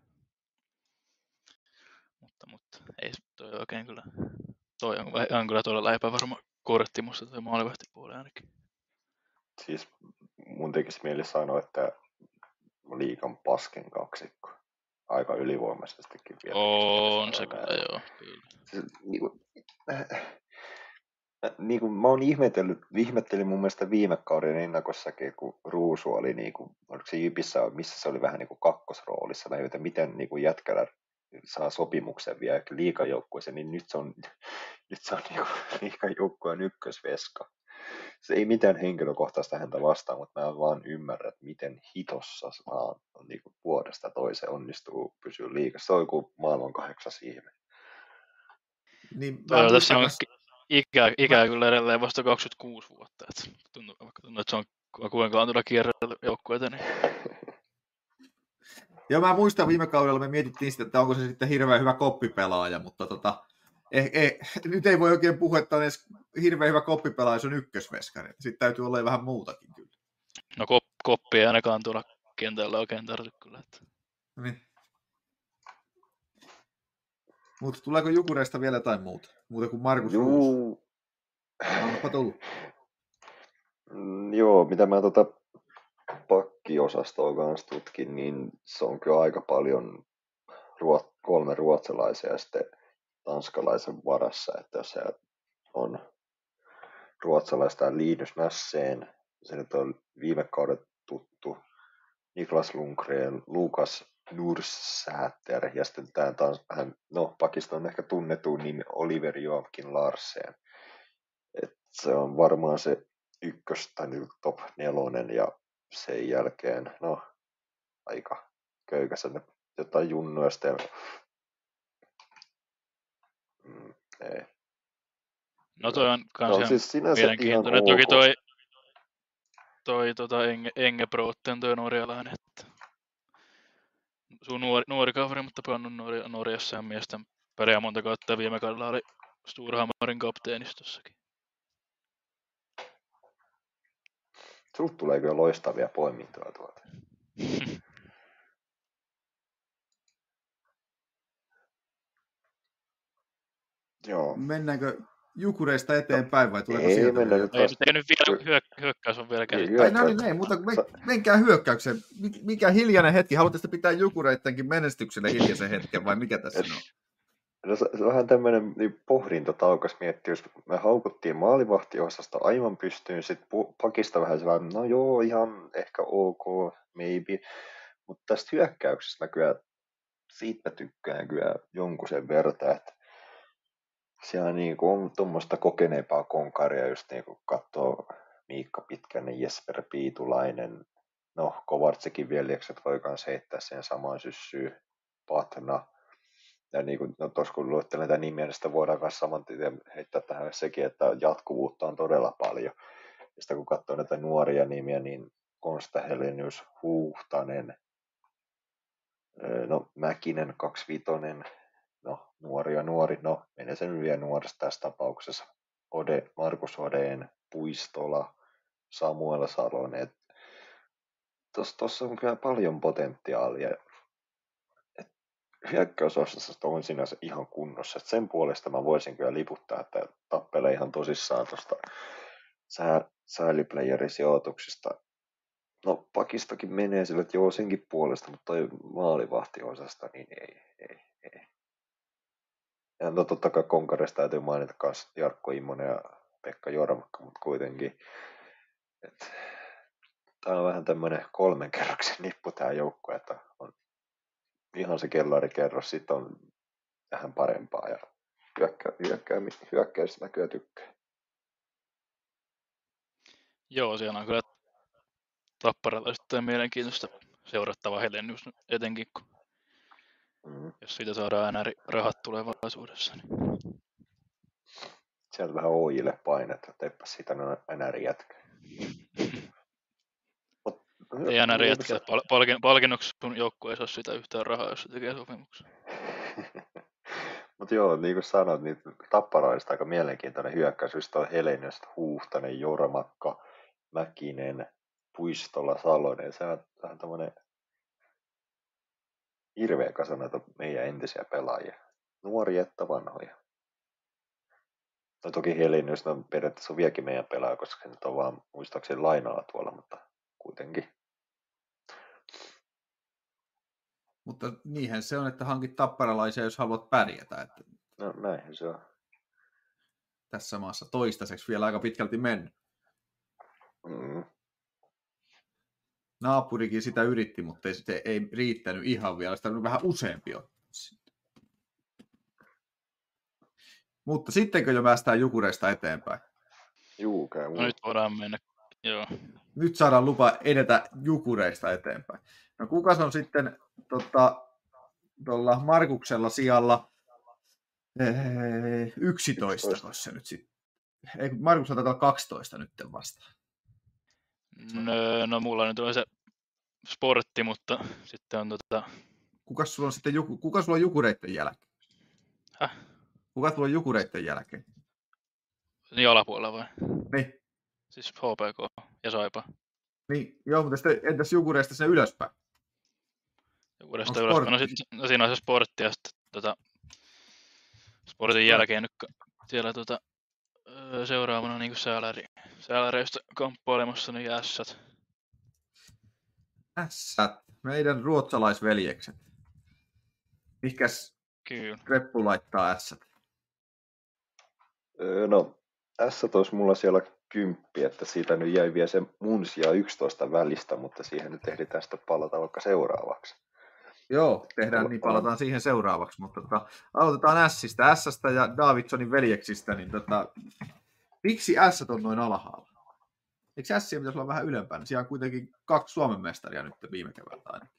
mutta, mutta ei se toi oikein kyllä. Toi on, on kyllä todella epävarma kortti musta toi maalivahtipuoli ainakin. Siis mun tekisi mieli sanoa, että liigan pasken kaksikko. Aika ylivoimaisestikin vielä. On se kyllä, joo. Kyllä. Siis, niin kuin, äh, niin kuin mä oon ihmetellyt, ihmettelin mun mielestä viime kauden ennakossakin, kun Ruusu oli, niin kuin, oliko se Jypissä, missä se oli vähän niin kuin kakkosroolissa, näin, että miten niin kuin jätkällä saa sopimuksen vielä liigajoukkueeseen, niin nyt se on, nyt se on niin liigajoukkueen ykkösveska. Se ei mitään henkilökohtaista häntä vastaan, mutta mä en vaan ymmärrä, että miten hitossa vaan niin kuin vuodesta toiseen onnistuu pysyä liigassa. Se on joku maailman kahdeksas ihme. Niin, Toi on, tässä on kas... ikä, ikä kyllä edelleen vasta kaksikymmentäkuusi vuotta. Että tuntuu, tuntuu, että se on kuinka on tuolla kierrellä joukkueita. Niin... Joo, mä muistan viime kaudella me mietittiin sitä, että onko se sitten hirveän hyvä koppipelaaja, mutta tota, eh, eh, nyt ei voi oikein puhua, että on edes hirveän hyvä koppipelaaja, se on ykkösveskari. Sitten täytyy olla vähän muutakin kyllä. No kop, koppi ei ainakaan tuolla kentällä oikein tarvitse kyllä. Että... Niin. Mutta tuleeko Jukureista vielä jotain muuta? Muuta kuin Markus Ruus? Annapa tullut. Mm, joo, mitä mä tota pakkiosastoa kanssa tutkin, niin se on kyllä aika paljon ruot, kolme ruotsalaisia ja sitten tanskalaisen varassa, että jos se on ruotsalaista Linus Nasseen, se nyt on viime kauden tuttu Niklas Lundgren, Lukas Nursäter ja sitten tämä taas vähän, no pakista on ehkä tunnettu nimi Oliver Joakim Larsen. Et se on varmaan se ykkös tai top nelonen ja sen jälkeen, no aika köykäisen jotain junnuista ja mm, ei. No toi on kans no, ihan siis mielenkiintoinen. Toki toi, toi tota Enge, Engebrotten toi norjalainen, että sun nuori, nuori kaveri, mutta pannut Norja, Norjassa ja miesten pärjää monta kautta. Viime kaudella oli Sturhamarin kapteenistossakin. Sulta tulee kyllä loistavia poimintoja tuolta. Joo. Mennäänkö Jukureista eteenpäin vai tuleeko ei, sieltä mennä vielä? nyt Ei, vasta... ei nyt vielä hyök, hyökkäys on vielä käsittää. Ai, no niin, ei, mutta men, menkää hyökkäykseen. Mikä hiljainen hetki? Haluatte pitää Jukureittenkin menestykselle hiljaisen hetken vai mikä tässä on? No, se, se vähän tämmöinen niin pohdintataukas miettii, jos me haukuttiin maalivahtiosasta aivan pystyyn, sitten pakista vähän sellainen, no joo, ihan ehkä ok, maybe, mutta tästä hyökkäyksestä mä kyllä, siitä mä tykkään kyllä jonkun sen verta, että siellä niin kuin on tuommoista kokeneempaa konkaria, just niin kuin katsoo Miikka Pitkänen, Jesper Piitulainen, no Kovartsekin veljekset voi kanssa heittää sen samaan syssyyn, Patna. Ja niin kuin, no tuossa kun luettelen näitä nimiä, niin sitä voidaan myös saman tien heittää tähän sekin, että jatkuvuutta on todella paljon. Ja sitten kun katsoo näitä nuoria nimiä, niin Konsta Helenius, Huhtanen, no Mäkinen, kaksivitonen, no nuori ja nuori, no menee sen vielä nuorista tässä tapauksessa. Ode, Markus Odeen, Puistola, Samuel Salonen. Tuossa on kyllä paljon potentiaalia. Hyökkäysosassa on sinänsä ihan kunnossa. Et sen puolesta mä voisin kyllä liputtaa, että tappelee ihan tosissaan tuosta sää, sääliplayerisijoituksista. No pakistakin menee sille, että joo senkin puolesta, mutta toi maalivahtiosasta, niin ei, ei, ei. Ja no totta kai Konkaresta täytyy mainita myös Jarkko Immonen ja Pekka Jormakka, mutta kuitenkin. Tämä on vähän tämmöinen kolmen kerroksen nippu tämä joukko, että on ihan se kellarikerros, sitten on vähän parempaa ja hyökkä, hyökkä, hyökkäystä mä kyllä tykkään. Joo, siellä on kyllä Tapparalla sitten mielenkiintoista seurattava Helenius etenkin, kun Mm. jos siitä saadaan enää ri- rahat tulevaisuudessa. Niin. Sieltä vähän Oijille painetta, että eipä siitä enää jätkä. Ei enää Niin jätkä, että pal- palkin, palkinnoksi sun joukkue ei saa sitä yhtään rahaa, jos se tekee sopimuksen. Mutta joo, niin kuin sanoit, niin Tapparaista aika mielenkiintoinen hyökkäys. Just on Helenius, Huhtanen, Jormakka, Mäkinen, Puistola, Salonen. Se on vähän tämmöinen hirveä kasa näitä meidän entisiä pelaajia. Nuoria että vanhoja. No toki Helenius on periaatteessa vieläkin meidän pelaaja, koska se nyt on vaan muistaakseni lainalla tuolla, mutta kuitenkin. Mutta niinhän se on, että hankit tapparalaisia, jos haluat pärjätä. Että No näinhän se on. tässä maassa toistaiseksi vielä aika pitkälti mennyt. Mm. Naapurikin sitä yritti, mutta ei, se ei riittänyt ihan vielä. Sitä on vähän useampi ottaa. Mutta sittenkö jo päästään Jukureista eteenpäin? Juu, käy No nyt voidaan mennä, joo. Nyt saadaan lupa edetä Jukureista eteenpäin. No kukas on sitten tota, tuolla Markuksella sijalla yksitoista, koska se nyt sitten. Ei, Markus on taitaa kaksitoista nyt vasta. No, no mulla nyt on se sportti, mutta sitten on tota... Kukas sulla on sitten juku, kuka sulla on Jukureitten jälkeen? Häh? Kuka sulla on Jukureitten jälkeen? Niin alapuolella vai? Niin. Siis H P K ja Saipa. Niin, joo, mutta sitten, entäs Jukureista sinne ylöspäin? Jukuresta Onko ylöspäin. No, sportti? sit, no siinä on se sportti ja sitten tota, sportin jälkeen nyt siellä tota, öö, seuraavana niin säläri, säläreistä kamppailemassa niin ässät. Ässät, meidän ruotsalaisveljekset. Mikäs Kyllä. Reppu laittaa ässät? Öö, no, tässä olisi mulla siellä kymppi, että siitä nyt jäi vielä se mun sija yksitoista välistä, mutta siihen nyt ehditään sitten palata vaikka seuraavaksi. Joo, tehdään niin, palataan siihen seuraavaksi, mutta tota, aloitetaan Ässistä, Ässästä ja Davidsonin veljeksistä, niin tota, miksi Ässät on noin alhaalla? Eikö Ässiä pitäisi olla vähän ylempänä? Siellä on kuitenkin kaksi Suomen mestaria nyt viime keväältä ainakin.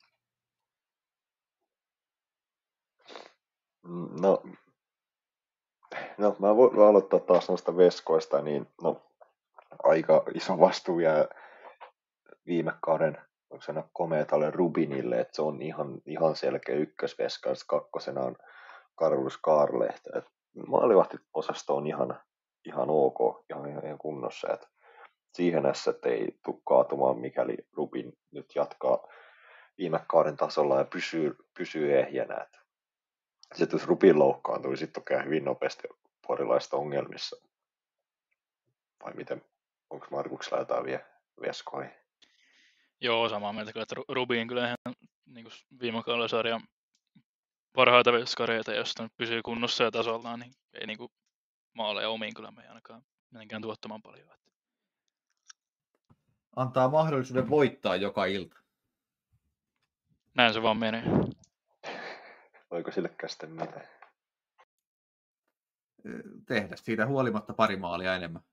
No, no mä voin aloittaa taas noista veskoista, niin no, aika iso vastuu jää viime kauden onko se Komeetalle Rubinille, että se on ihan, ihan selkeä ykkösveska, ja kakkosena on Carlos Carlehto. Maalivahti-osasto on ihan, ihan ok, ihan, ihan, ihan kunnossa. Et siihen näissä ei tule kaatumaan, mikäli Rubin nyt jatkaa viime kauden tasolla ja pysyy, pysyy ehjänä. Et sitten jos Rubin loukkaantuu, niin sitten käy hyvin nopeasti porilaista ongelmissa. Vai miten, onko Markuksella jotain vielä veskoja? Joo, samaa mieltä kyllä, että Rubin kyllä ihan niin kuin viime kaudella sarjan parhaita veskareita, jos nyt pysyy kunnossa ja tasollaan, niin ei niin kuin maaleja omiin kyllä me ei ainakaan mitenkään tuottamaan paljon. Antaa mahdollisuuden voittaa joka ilta. Näin se vaan menee. Voiko sillekään sitten mitään? Tehdä siitä huolimatta pari maalia enemmän.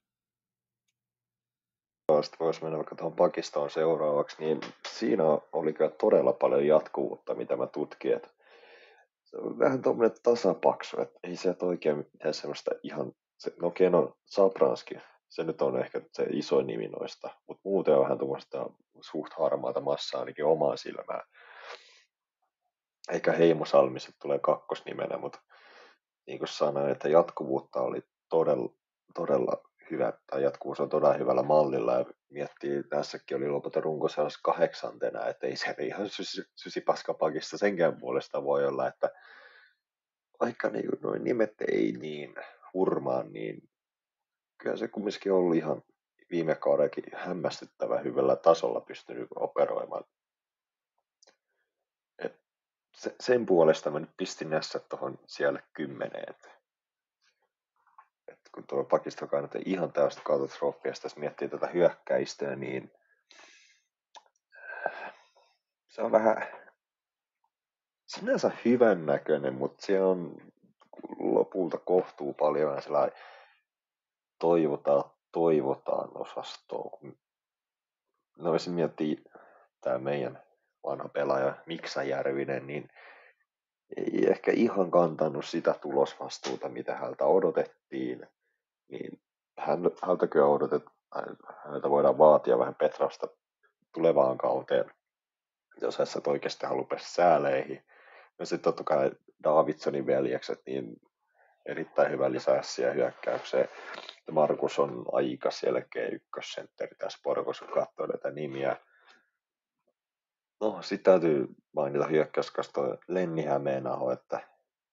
Sitten voisi mennä vaikka tuohon Pakistoon seuraavaksi, niin siinä oli kyllä todella paljon jatkuvuutta, mitä mä tutkin. Että se on vähän tuommoinen tasapaksu, että ei se oikein mitään semmoista ihan, se, no okei, no Sapranski, se nyt on ehkä se isoin nimi noista, mutta muuten on vähän tuommoista suht harmaata massaa ainakin omaan silmään. Eikä Heimo Salmi sitten tulee kakkosnimenä, mutta niin kuin sanoin, että jatkuvuutta oli todella, todella hyvä, tai jatkuvuus on todella hyvällä mallilla, ja miettii, tässäkin oli lopulta runkosarjassa kahdeksantena, että ei se ihan sysipaskapakista senkään puolesta voi olla, että vaikka niin, noin nimet ei niin hurmaa, niin kyllä se kumminkin ollut ihan viime kaudellakin hämmästyttävän hyvällä tasolla pystynyt operoimaan. Et sen puolesta mä nyt pistin näissä tuohon siellä kymmeneen. Et kun tuo Pakistan kannat ihan täysin katastrofia, jos miettii tätä hyökkäistöä, niin se on vähän sinänsä hyvän näköinen, mutta se on lopulta kohtuu paljon sellainen toivotaan, toivotaan osastoa, kun no jos miettii tämä meidän vanha pelaaja Miksa Järvinen, niin ei ehkä ihan kantanut sitä tulosvastuuta, mitä häneltä odotettiin. Niin hän, häneltä kyllä odotet, häneltä voidaan vaatia vähän Petrasta tulevaan kauteen, jos hän oikeasti haluaa päästä sääleihin. Ja sitten totta kai Davidsonin veljekset, niin erittäin hyvä lisässä hyökkäykseen. Markus on aika selkeä ykkössentteri tässä Porkossa, kun katsoo näitä nimiä. No, sitten täytyy mainita hyökkäyskasto Lenni Hämeenaho, että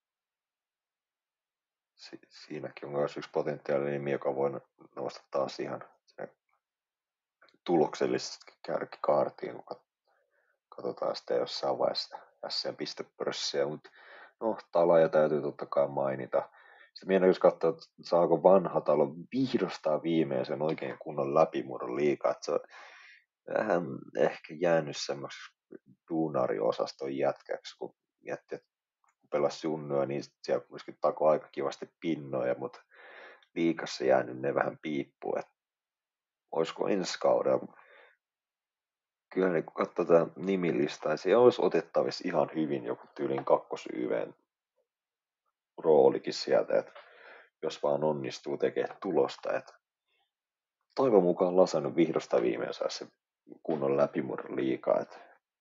si- siinäkin on myös yksi potentiaalinen nimi, joka voi nousta taas ihan tuloksellisesti kärkikaartiin, kun katsotaan sitten jossain vaiheessa S C:n pistepörssiä, mutta no, Talaja täytyy totta kai mainita. Sitten mieleen, jos katsoo, että saako vanha talo vihdostaan viimeisen oikein kunnon läpimurron liikaa, että se on vähän ehkä jäänyt semmoiseksi duunariosaston jätkäksi, kun miettii, että kun pelasi junnuja, niin siellä myöskin takoi aika kivasti pinnoja, mutta liikassa jäänyt ne vähän piippuun, että olisiko ensi kaudella. Kyllä niin kun katsotaan nimilistaa, niin siellä olisi otettavissa ihan hyvin joku tyylin kakkosyyveen roolikin sieltä, että jos vaan onnistuu tekemään tulosta. Että toivon mukaan Lasannut vihdosta viimein saa se kunnon läpimurron liikaa. Että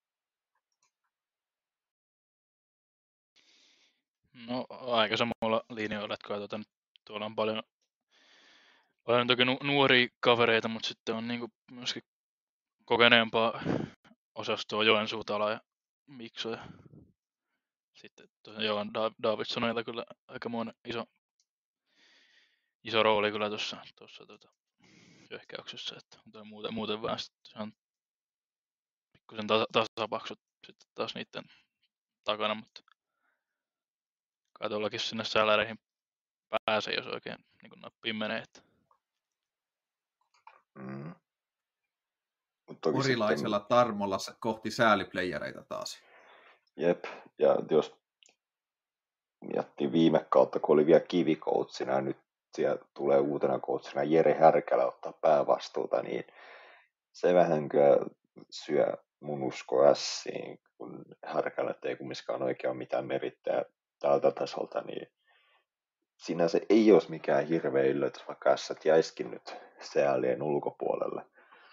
No aika samalla linjoilla, että katsotaan, tuolla on paljon, paljon toki nu- nuoria kavereita, mutta sitten on niinku myöskin kokeneempaa osastoa Joensuu, Tala ja Mikso. Ja sitten tosiaan Johan Da- Davidsonilla kyllä aikamoinen iso, iso rooli kyllä tuossa tuossa tota, hyökkäyksessä, että mutta muuten, muuten vähän sitten ihan pikkusen tasa, tasapaksut sitten taas niiden takana, mutta kai tuollakin sinne säläreihin pääsee, jos oikein niin nappiin menee. Että. mm. Mut toki Porilaisella sitten, Tarmolla se kohti sääliplayereita taas. jep, ja jos miettii viime kautta, kun oli vielä kivikoutsina ja nyt siellä tulee uutena koutsina Jere Härkälä ottaa päävastuuta, niin se vähän kyllä syö mun usko ässiin, kun Härkälä ei kumminkaan oikein ole mitään merittää tältä tasolta, niin sinänsä ei olisi mikään hirveä yllätys, vaikka ässät jäiskin nyt säälien ulkopuolelle.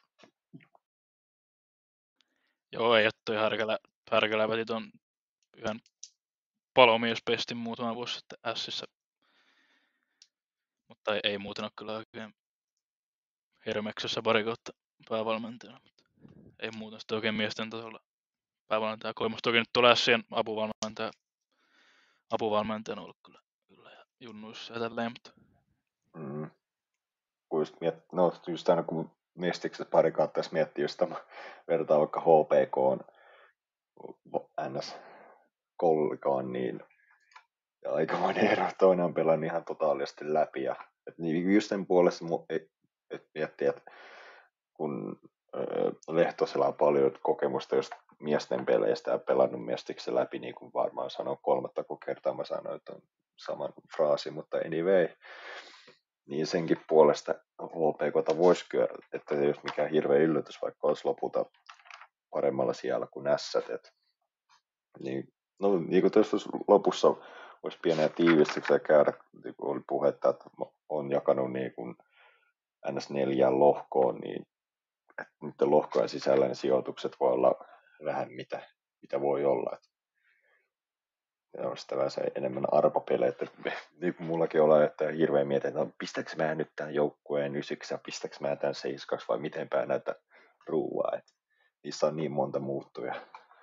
Joo, ei ole toi Härkälä, Härkälä veti ton yhden palomiespestin muutama vuosi sitten Ässissä. Mutta ei, ei muuten ole kyllä oikein Hermeksessä pari kautta päävalmentajana. Mutta ei muuten sitten oikein miesten tasolla päävalmentaja. Koimus toki nyt tuolla Ässien apuvalmentaja, apuvalmentajana ollut kyllä, kyllä ja junnuissa ja tälleen. Mutta Mm. Kun just miet, no just aina kun Mestikset pari kautta jos miettii, jos tämä vertaa vaikka H P K on N S kollikaan, niin aikamoinen ero. Toinen on pelannut ihan totaalisesti läpi. Ja, et just sen puolesta et, et miettii, että kun ö, Lehtosella on paljon kokemusta just miesten peleistä ja pelannut Mestiksen läpi, niin kuin varmaan sanoin kolmatta kertaa, mä sanoin, että on saman fraasi, mutta anyway, niin senkin puolesta H P K:ta voisi kyllä, että ei olisi mikään hirveä yllätys, vaikka olisi lopulta paremmalla siellä kuin Ässät. Et, niin, no, niin kuin tuossa lopussa olisi pieniä tiivistyksiä käydä, niin kuin oli puhetta, että on jakanut niin kuin N S neljään lohkoon, niin että niiden lohkojen sisällä ne sijoitukset voi olla vähän mitä, mitä voi olla. Että ne on sitä vähän se enemmän arpapelejä, että niin kuin mullakin on, että hirveän mietin, että no, pistäkö mä nyt tämän joukkueen ysiksi ja pistäkö mä tämän seiskaksi vai mitenpä näitä ruuvaa. Että niissä on niin monta muuttuja.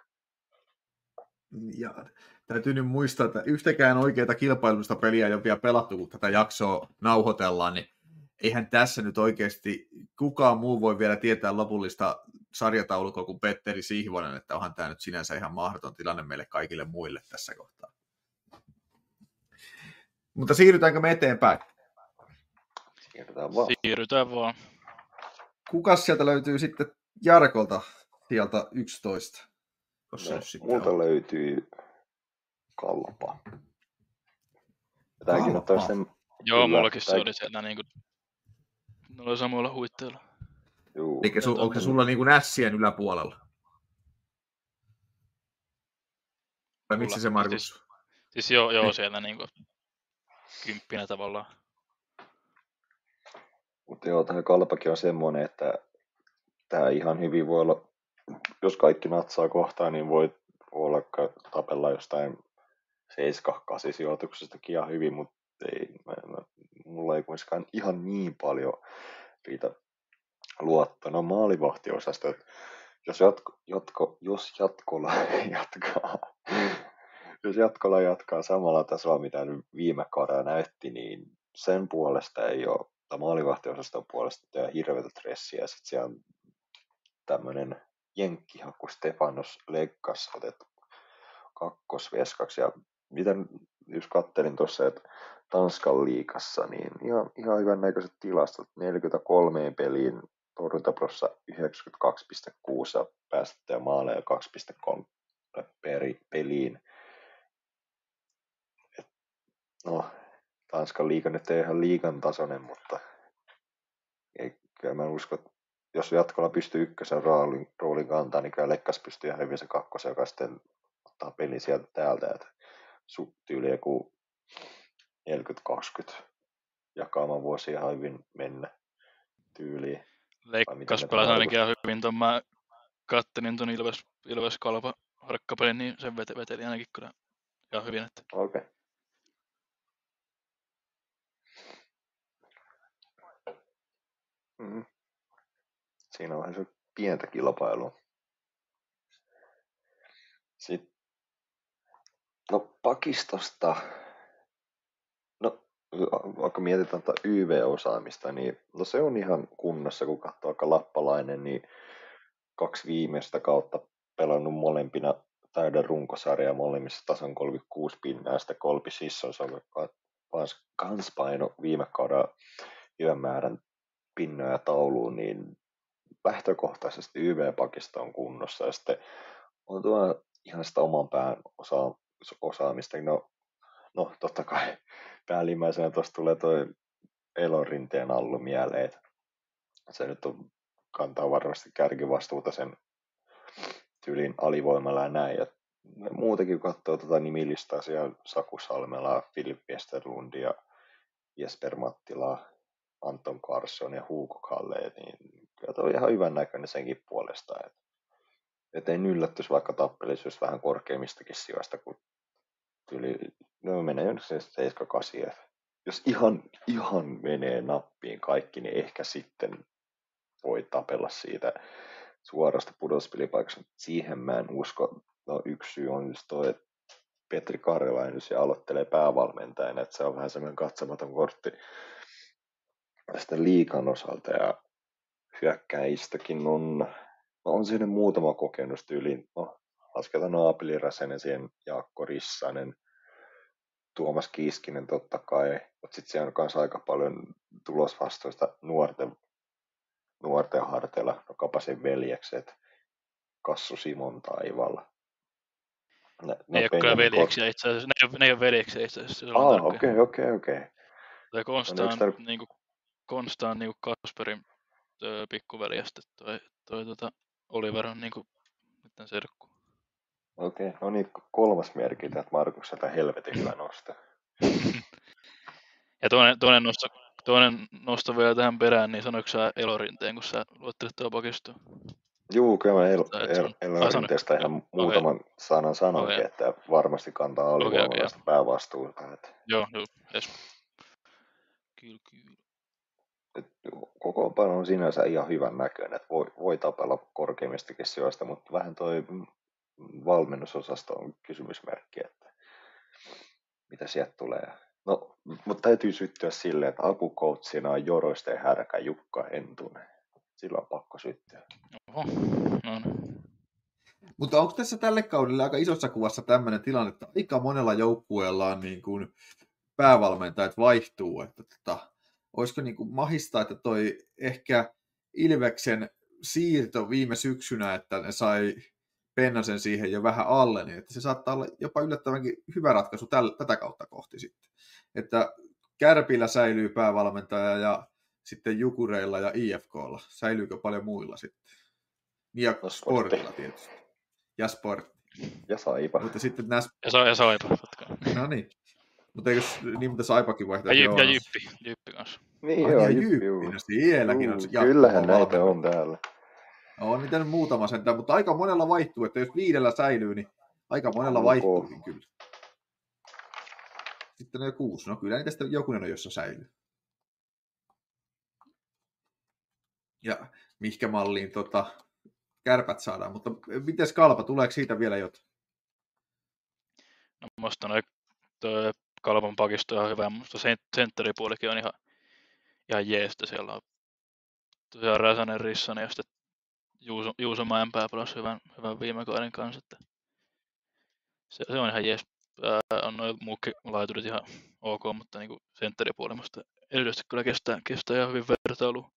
Ja täytyy nyt muistaa, että yhtäkään oikeaa kilpailullista peliä ei ole vielä pelattu, kun tätä jaksoa nauhoitellaan, niin eihän tässä nyt oikeasti kukaan muu voi vielä tietää lopullista sarjataulukkoa kuin Petteri Sihvonen, että onhan tämä nyt sinänsä ihan mahdoton tilanne meille kaikille muille tässä kohtaa. Mutta siirrytäänkö me eteenpäin? Siirrytään vaan. siirrytään vaan. Kukas sieltä löytyy sitten Jarkolta sieltä yksitoista? No, multa on. löytyy Kalpa. Tämäkin on toisten... Joo, kyllä, mullakin se tää... oli siellä niin kuin noilla samoilla huitteilla. Juu. Eli su, onko se sulla niin kuin ässien yläpuolella? Vai miksi se, Markus? Siis, siis joo, joo siellä niin kuin kymppinä tavallaan. Mutta joo, tämä kalpakin on semmoinen, että tämä ihan hyvin voi olla, jos kaikki natsaa kohtaan, niin voi, voi olla tapella jostain seitsemän kahdeksan sijoituksestakin ihan hyvin, mutta ei, mä, mä, mulla ei kuitenkaan ihan niin paljon riitä luottoa. No maalivahtiosasto, että jos, jatko, jatko, jos jatkolla jatkaa, jos jatkolla jatkaa samalla tasolla, mitä nyt viime kaudella näytti, niin sen puolesta ei ole, tai maalivahtiosaston puolesta tehdään hirveätä stressiä. Sitten siellä on tämmöinen jenkkihaku Stefanos Leggas otettu kakkosveskaksi. Ja miten, jos kattelin tuossa, että Tanskan liigassa, niin ihan, ihan hyvän näköiset tilastot. neljäkymmentäkolme peliin, torjuntaprossa yhdeksänkymmentäkaksi pilkku kuusi ja päästettyjä maaleja kaksi pilkku kolme peliin. Et, no, Tanskan liiga nyt ei ihan liigan tasoinen, mutta ei, kyllä mä uskon, että jos jatkolla pystyy ykkösen roolin, roolin kantaa, niin kyllä Lekkas pystyy ihan hyvin se kakkosen, joka sitten ottaa pelin sieltä täältä, että tyyli joku neljäkymmentä kaksikymmentä jakaamaan vuosia ihan hyvin mennä tyyliin. Lekkas pelasi ainakin ihan hyvin, tuon mä kattelin tuon Ilves, Ilves Kalpa harkkapelin, niin sen vete, veteli ainakin kyllä ihan hyvin. Että... Okei. Okay. Mm. Siinä on se pientä kilpailua. Sitten, no pakistosta, no vaikka mietitään tuota Y V-osaamista, niin no se on ihan kunnossa, kun katsoo vaikka Lappalainen, niin kaksi viimeistä kautta pelannut molempina täyden runkosarjaa, molemmissa tasan kolmekymmentäkuusi pinnaa, ja sitten Kolbi Sissons on kans paino viime kaudella hyvän määrän pinnoja tauluun, niin lähtökohtaisesti Y V-pakisto on kunnossa, ja sitten on tuo ihan sitä oman pään osa- osaamista. No, no totta kai päällimmäisenä tuossa tulee toi Elorinteen Allu mieleen, että se nyt on, kantaa varmasti kärkivastuuta sen tyylin alivoimalla ja näin. Ja muutenkin kun katsoo tuota nimilistaa siellä Saku Salmela, Filip Westerlund ja Jesper Mattila, Anton Carson ja Hugo Kalle, niin kyllä toi on ihan hyvän näköinen senkin puolesta. Et, et en yllättyisi vaikka tappelisi just vähän korkeammistakin sijoista, kun tyyli, no menee jo se seitsemän kahdeksan. Jos ihan, ihan menee nappiin kaikki, niin ehkä sitten voi tapella siitä suorasta pudotuspelipaikasta. Siihen mä en usko. No, yksi syy on just toi, että Petri Karjalainen ja aloittelee päävalmentajana, että se on vähän semmoinen katsomaton kortti tästä liigan osalta, ja hyökkäistäkin on, no on siinä muutama kokenus tyyliin, no lasketaan Aapeli Räsänen, siihen Jaakko Rissanen, Tuomas Kiiskinen totta kai, mutta sitten siellä on myös aika paljon tulosvastoista nuorten, nuorten harteilla, no Kapasen veljekset, Kassu Simon Taivalla. Ne, ne ei ole kyllä veljeksiä itse asiassa, ne ei ole, ne ei ole veljeksiä itse asiassa. Ah, okei, okei, okei. Tai Konstaan, no, tar... niinku, Konstaan niinku Kasperin öö, pikkuveljestä, toi, toi tota, Oliver on niinku miten serkku. Okei, okay, no niin, kolmas merkintä, että Markukselta helvetin hyvä nosto. Ja toinen, toinen, nosto, toinen nosto vielä tähän perään, niin sanoiko sä Elorinteen, kun sä luottelit tuo pakistoon? Juu, kyllä mä El, El, Elorinteesta ihan okay. muutaman sanan sanonkin, okay. Että varmasti kantaa alivoimalaista okay, okay, päävastuuta. Että... Joo, joo, jes. Kyllä, kyllä. Kokoonpano on sinänsä ihan hyvän näköinen, että voi, voi tapella korkeimmistakin sijoista, mutta vähän toi valmennusosasto on kysymysmerkki, että mitä sieltä tulee. No, mutta täytyy syttyä silleen, että apukoutsina on Joroisten härkä Jukka Hentunen. Sillä on pakko syttyä. Oho, no. Mutta onko tässä tälle kaudelle aika isossa kuvassa tämmöinen tilanne, että aika monella joukkueella on niin kuin päävalmentajat vaihtuu, että tota, olisiko niin kuin mahista, että toi ehkä Ilveksen siirto viime syksynä, että ne sai Pennasen siihen jo vähän alle, niin että se saattaa olla jopa yllättävänkin hyvä ratkaisu täl, tätä kautta kohti sitten. Että Kärpillä säilyy päävalmentaja ja sitten Jukureilla ja I F K:lla? Säilyykö paljon muilla sitten? Ja No, Sportilla tietysti. Ja Sport. Ja Saipa. Mutta sitten nämä... Ja, sa- ja Saipa. No niin. Mutta eikö niin, mutta Saipakin Ja, vaihtaisi? jy- Joo, ja no. Jyppi. Jyppi kanssa. Niin Ai joo, niin, Jyppi, Jyppi. juu. No sielläkin on Juu, jatkuva kyllähän näitä valmennus. on täällä. On niitä nyt muutama sentään, mutta aika monella vaihtuu, että jos viidellä säilyy, niin aika monella Onko? vaihtuukin kyllä. Sitten on jo kuusi. No kyllä niitä sitten jokunen on, jossa säilyy. Ja mihkä malliin tota, Kärpät saadaan, mutta miten Kalpa, tuleeko siitä vielä jotain? No musta noi toi Kalpan pakisto on ihan hyvä. Musta sent- sentteripuolikin on ihan, ihan jeestä. Siellä on tosiaan Räsänen, Rissanen ja sitten Juuso, Juuso Mäenpää pelasi hyvän, hyvän viime kauden kanssa. Että se, se on ihan jees. Ää, on noin muukin laiturit ihan ok, mutta niinku sentteripuoli musta erityisesti kyllä kestää, kestää ihan hyvin vertailua.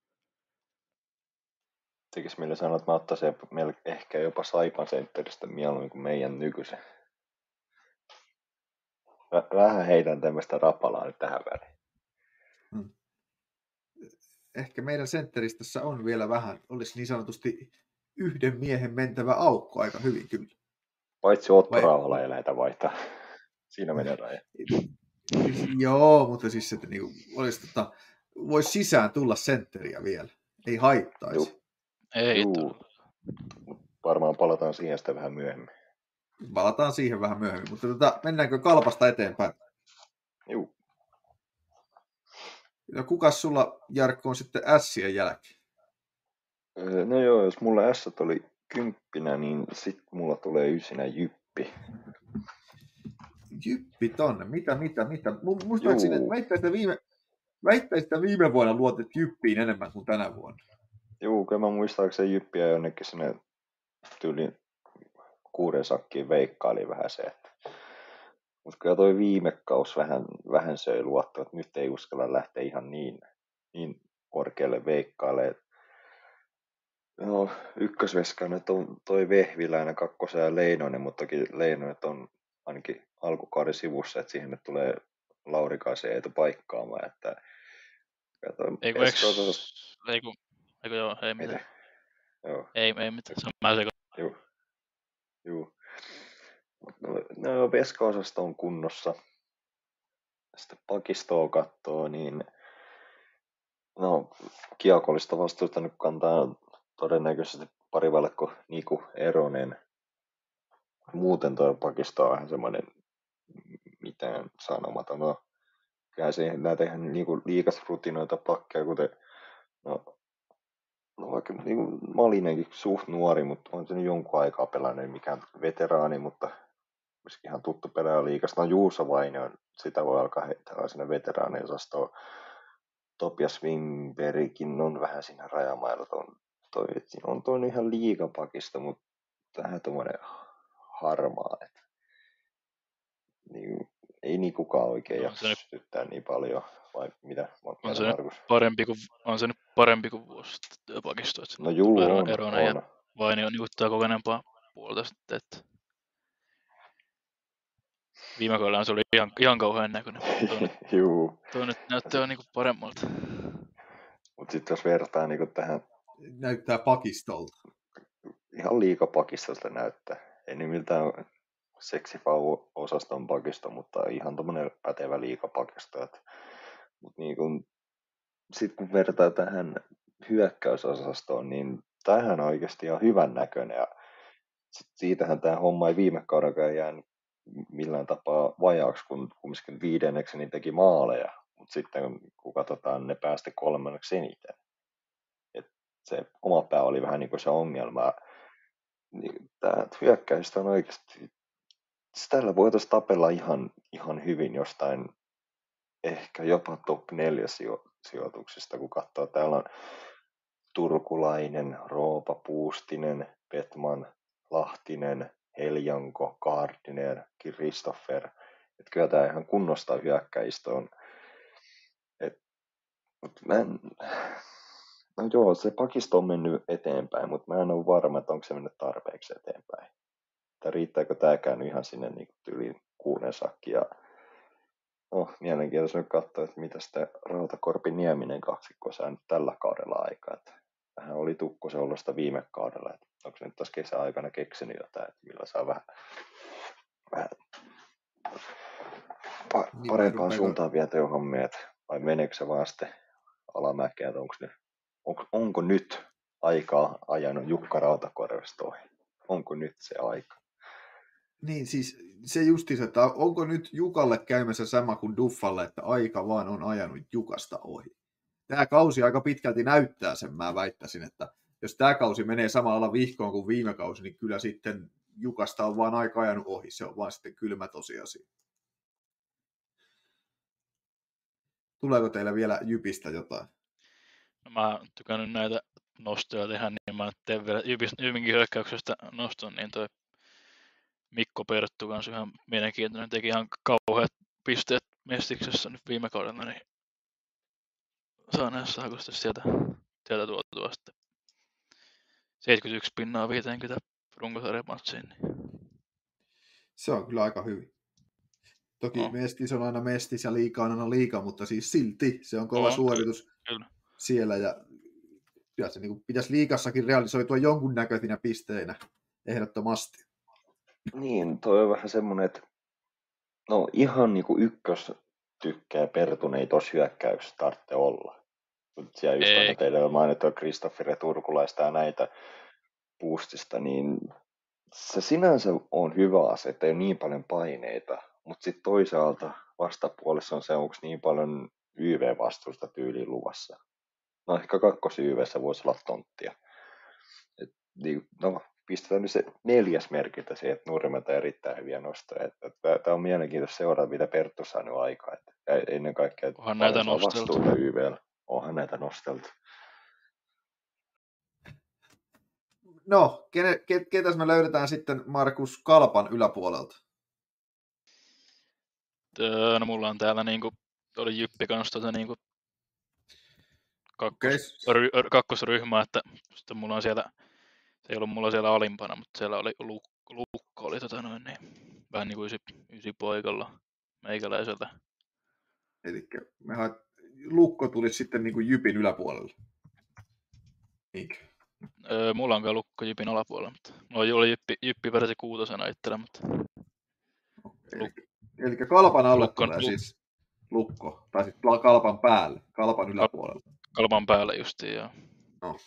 Tekis meille sanoa, että mä ottaisin mel- ehkä jopa Saipan sentteristä mieluummin kuin meidän nykyisen. Vä- vähän heitän tämmöistä rapalaa nyt tähän väliin. Hmm. Ehkä meidän sentteristössä on vielä vähän, olisi niin sanotusti yhden miehen mentävä aukko aika hyvin kyllä. Paitsi Otto Vai- Rauhala ei lähdetä vaihtaa. Siinä menee raja. Joo, mutta siis että niinku, olisi, tota, voisi sisään tulla sentteriä vielä. Ei haittaisi. Juu. Ei Juu. todella. Varmaan palataan siihen sitä vähän myöhemmin. Palataan siihen vähän myöhemmin, mutta tota, mennäänkö Kalpasta eteenpäin? Juu. No kukas sulla, Jarkko, on sitten Ässien jälkeen? Öö, No joo, jos mulla S oli kymppinä, niin sit mulla tulee ysinä Jyppi. Jyppi tonne, mitä, mitä, mitä? Mu- Muistaakseni, Juu. väittäisit viime, väittäisit viime vuonna luotit Jyppiin enemmän kuin tänä vuonna. Juu, kyllä mä muistaakseni Jyppiä jonnekin sinne tyyliin kuuden sakkiin veikkaili vähän se, että mutta kyllä toi viime kaus vähän, vähän söi luottoa, että nyt ei uskalla lähteä ihan niin, niin korkealle veikkailemaan. No, ykkösveskana on toi Vehviläinen, kakkosen ja Leinonen, mutta toki Leinonen on ainakin alkukauden sivussa, että siihen nyt tulee Laurikaisen Eetu paikkaamaan. Että, ja toi Eiku, eks, Esko-osastos- eiku, eiku joo, ei mitään. Mitä? Joo, Ei, ei mitään, se on mä sekaan. juu, juu. No, no Veska-osasto on kunnossa. Sitten pakistoa katsoo, niin no, kiekollista vastuuta nyt kantaa todennäköisesti parivalkko Niku Eronen. Muuten tuo pakisto on vähän semmoinen mitään sanomaton. No, kyllä siihen näitä ihan niinku liikas rutinoita pakkeja, kuten no, no vaikka niinku Malinenkin suht nuori, mutta on se nyt jonkun aikaa pelannut, ei mikään veteraani, mutta myöskin ihan tuttu pelaaja liikasta. No Juuso Vainio, sitä voi alkaa heittää sinne veteraaniosastoon. Topias Wimbergkin on vähän siinä rajamailla. Toi, toi, on toi ihan liigapakista, mutta tähän tuommoinen harmaa. Et, niin, ei niin kukaan oikein On se jaksa sytyttää niin paljon. Vai mitä? On se, Markus? nyt parempi kuin, on se nyt parempi kuin vuosi sitten työpakisto. Että No juu, tulee on, Eronen ja on. Vainio niuttaa kokeneempaa puolta sitten. Että viime kaudella se oli ihan, ihan kauhean näköinen. Tuo nyt, Juu, tuo nyt näyttää jo niinku paremmalta. mutta sitten jos vertaa niinku tähän Näyttää pakistolta. ihan liigapakistolta näyttää. Ei niin miltään seksifau-osaston pakisto, mutta ihan tommonen pätevä liigapakisto. Mutta niin kun, sit kun vertaa tähän hyökkäysosastoon, niin tähän on oikeasti ihan hyvän näköinen. Ja sit siitähän tämä homma ei viime kaudellakaan jäänyt millään tapaa vajaaksi, kun kumminkin viidenneksi niin teki maaleja. Mutta sitten kun katsotaan, ne päästi kolmanneksi eniten. Et se oma pää oli vähän niin kuin se ongelma. Niin tämä hyökkäystä on oikeasti, tällä voitaisiin tapella ihan, ihan hyvin jostain ehkä jopa top neljä sijo- sijoituksista, kun katsoo. Täällä on Turkulainen, Roopa, Puustinen, Petman, Lahtinen, Heljanko, Gardiner, Christopher. Että kyllä tämä ihan kunnosta hyökkäistä on. Et, mut mä en, no joo, se pakisto on mennyt eteenpäin, mutta mä en ole varma, että onko se mennyt tarpeeksi eteenpäin. Tai riittääkö tämäkään ihan sinne niin tyyliin kuuden sakki. Ja oh, mielenkiintoista nyt katsoa, että mitä sitä Rautakorpi-Nieminen kaksikko saa nyt tällä kaudella aikaa. Että vähän oli tukkosen ollosta viime kaudella, että onko se nyt tässä kesäaikana keksinyt jotain, että millä saa vähän, vähän pa- Niin, vai parempaan rupeeko- suuntaan vietyä hommia, että vai meneekö se vaan sitten alamäkeä, että onko, nyt, onko, onko nyt aikaa ajanut Jukka Rautakorvesta ohi? Onko nyt se aika? Niin, siis se justiinsa, että onko nyt Jukalle käymässä sama kuin Duffalle, että aika vaan on ajanut Jukasta ohi. Tämä kausi aika pitkälti näyttää sen, mä väittäisin, että jos tämä kausi menee samalla vihkoon kuin viime kausi, niin kyllä sitten Jukasta on vaan aika ajanut ohi. Se on vaan sitten kylmä tosiasia. Tuleeko teillä vielä Jypistä jotain? No, mä oon tykännyt näitä nostoja tehdä, niin mä teen vielä Jypis- Jypinkin hyökkäyksestä noston, niin toi Mikko Perttu kanssa ihan mielenkiintoinen, teki ihan kauheat pisteet Mestiksessä nyt viime kaudella, niin saa nähdä, saako sitten sieltä, sieltä tuotua sitten seitsemänkymmentäyksi pinnaa viisikymmentä runkosarjamatsiin. Niin. Se on kyllä aika hyvin. Toki No. Mestis on aina Mestis ja liiga on aina liiga, mutta siis silti se on kova On, suoritus kyllä. siellä. Ja kyllä se niin kuin pitäisi liigassakin realisoitua jonkunnäköisinä pisteinä ehdottomasti. Niin, toi on vähän semmoinen, että no ihan niinku ykkös tykkää Pertun ei tossa hyökkäyksessä tarvitse olla. Mut siellä just Ei. aina teille on mainittu Kristoffer Turkulaista ja näitä boostista, niin se sinänsä on hyvä asia, että ei ole niin paljon paineita, mutta sitten toisaalta vastapuolessa on se, onko niin paljon Y V-vastuusta tyyliin luvassa. No ehkä kakkos Y V:ssä voisi olla tonttia. Et, niin, no, pistetään nyt se neljäs merkintä siihen, että Nurmelta erittäin hyviä nostoja. Tämä on mielenkiintoista seurata, mitä Perttu saa nyt aikaa. Et, ennen kaikkea, että Onhan paljon näitä saa nosteltu. vastuuta Y V:llä. Onhan näitä nosteltu. No, kene, ke, ketäs me löydetään sitten Markus Kalpan yläpuolelta? Öö, no mulla on täällä niinku, oli Jyppi kanssa tota niinku kakkos, Okei. ry, kakkosryhmä, että sitten mulla on siellä, se ei ollut mulla siellä alimpana, mutta siellä oli luk, Lukko oli tota noin niin, vähän niinku ysi, ysi poikalla meikäläiseltä. Eli mehän Lukko tuli sitten niin kuin Jypin yläpuolelle. Niinkö? Öö, mulla on kyllä Lukko Jypin alapuolella, mutta mulla oli Jyppi, Jyppi versi kuutosena itsellä, mutta Eli, eli Kalpan alle Lukko- tulee Luk- siis Lukko, tai sitten Kalpan päälle, Kalpan yläpuolella. Kalpan päällä justiin, joo. No.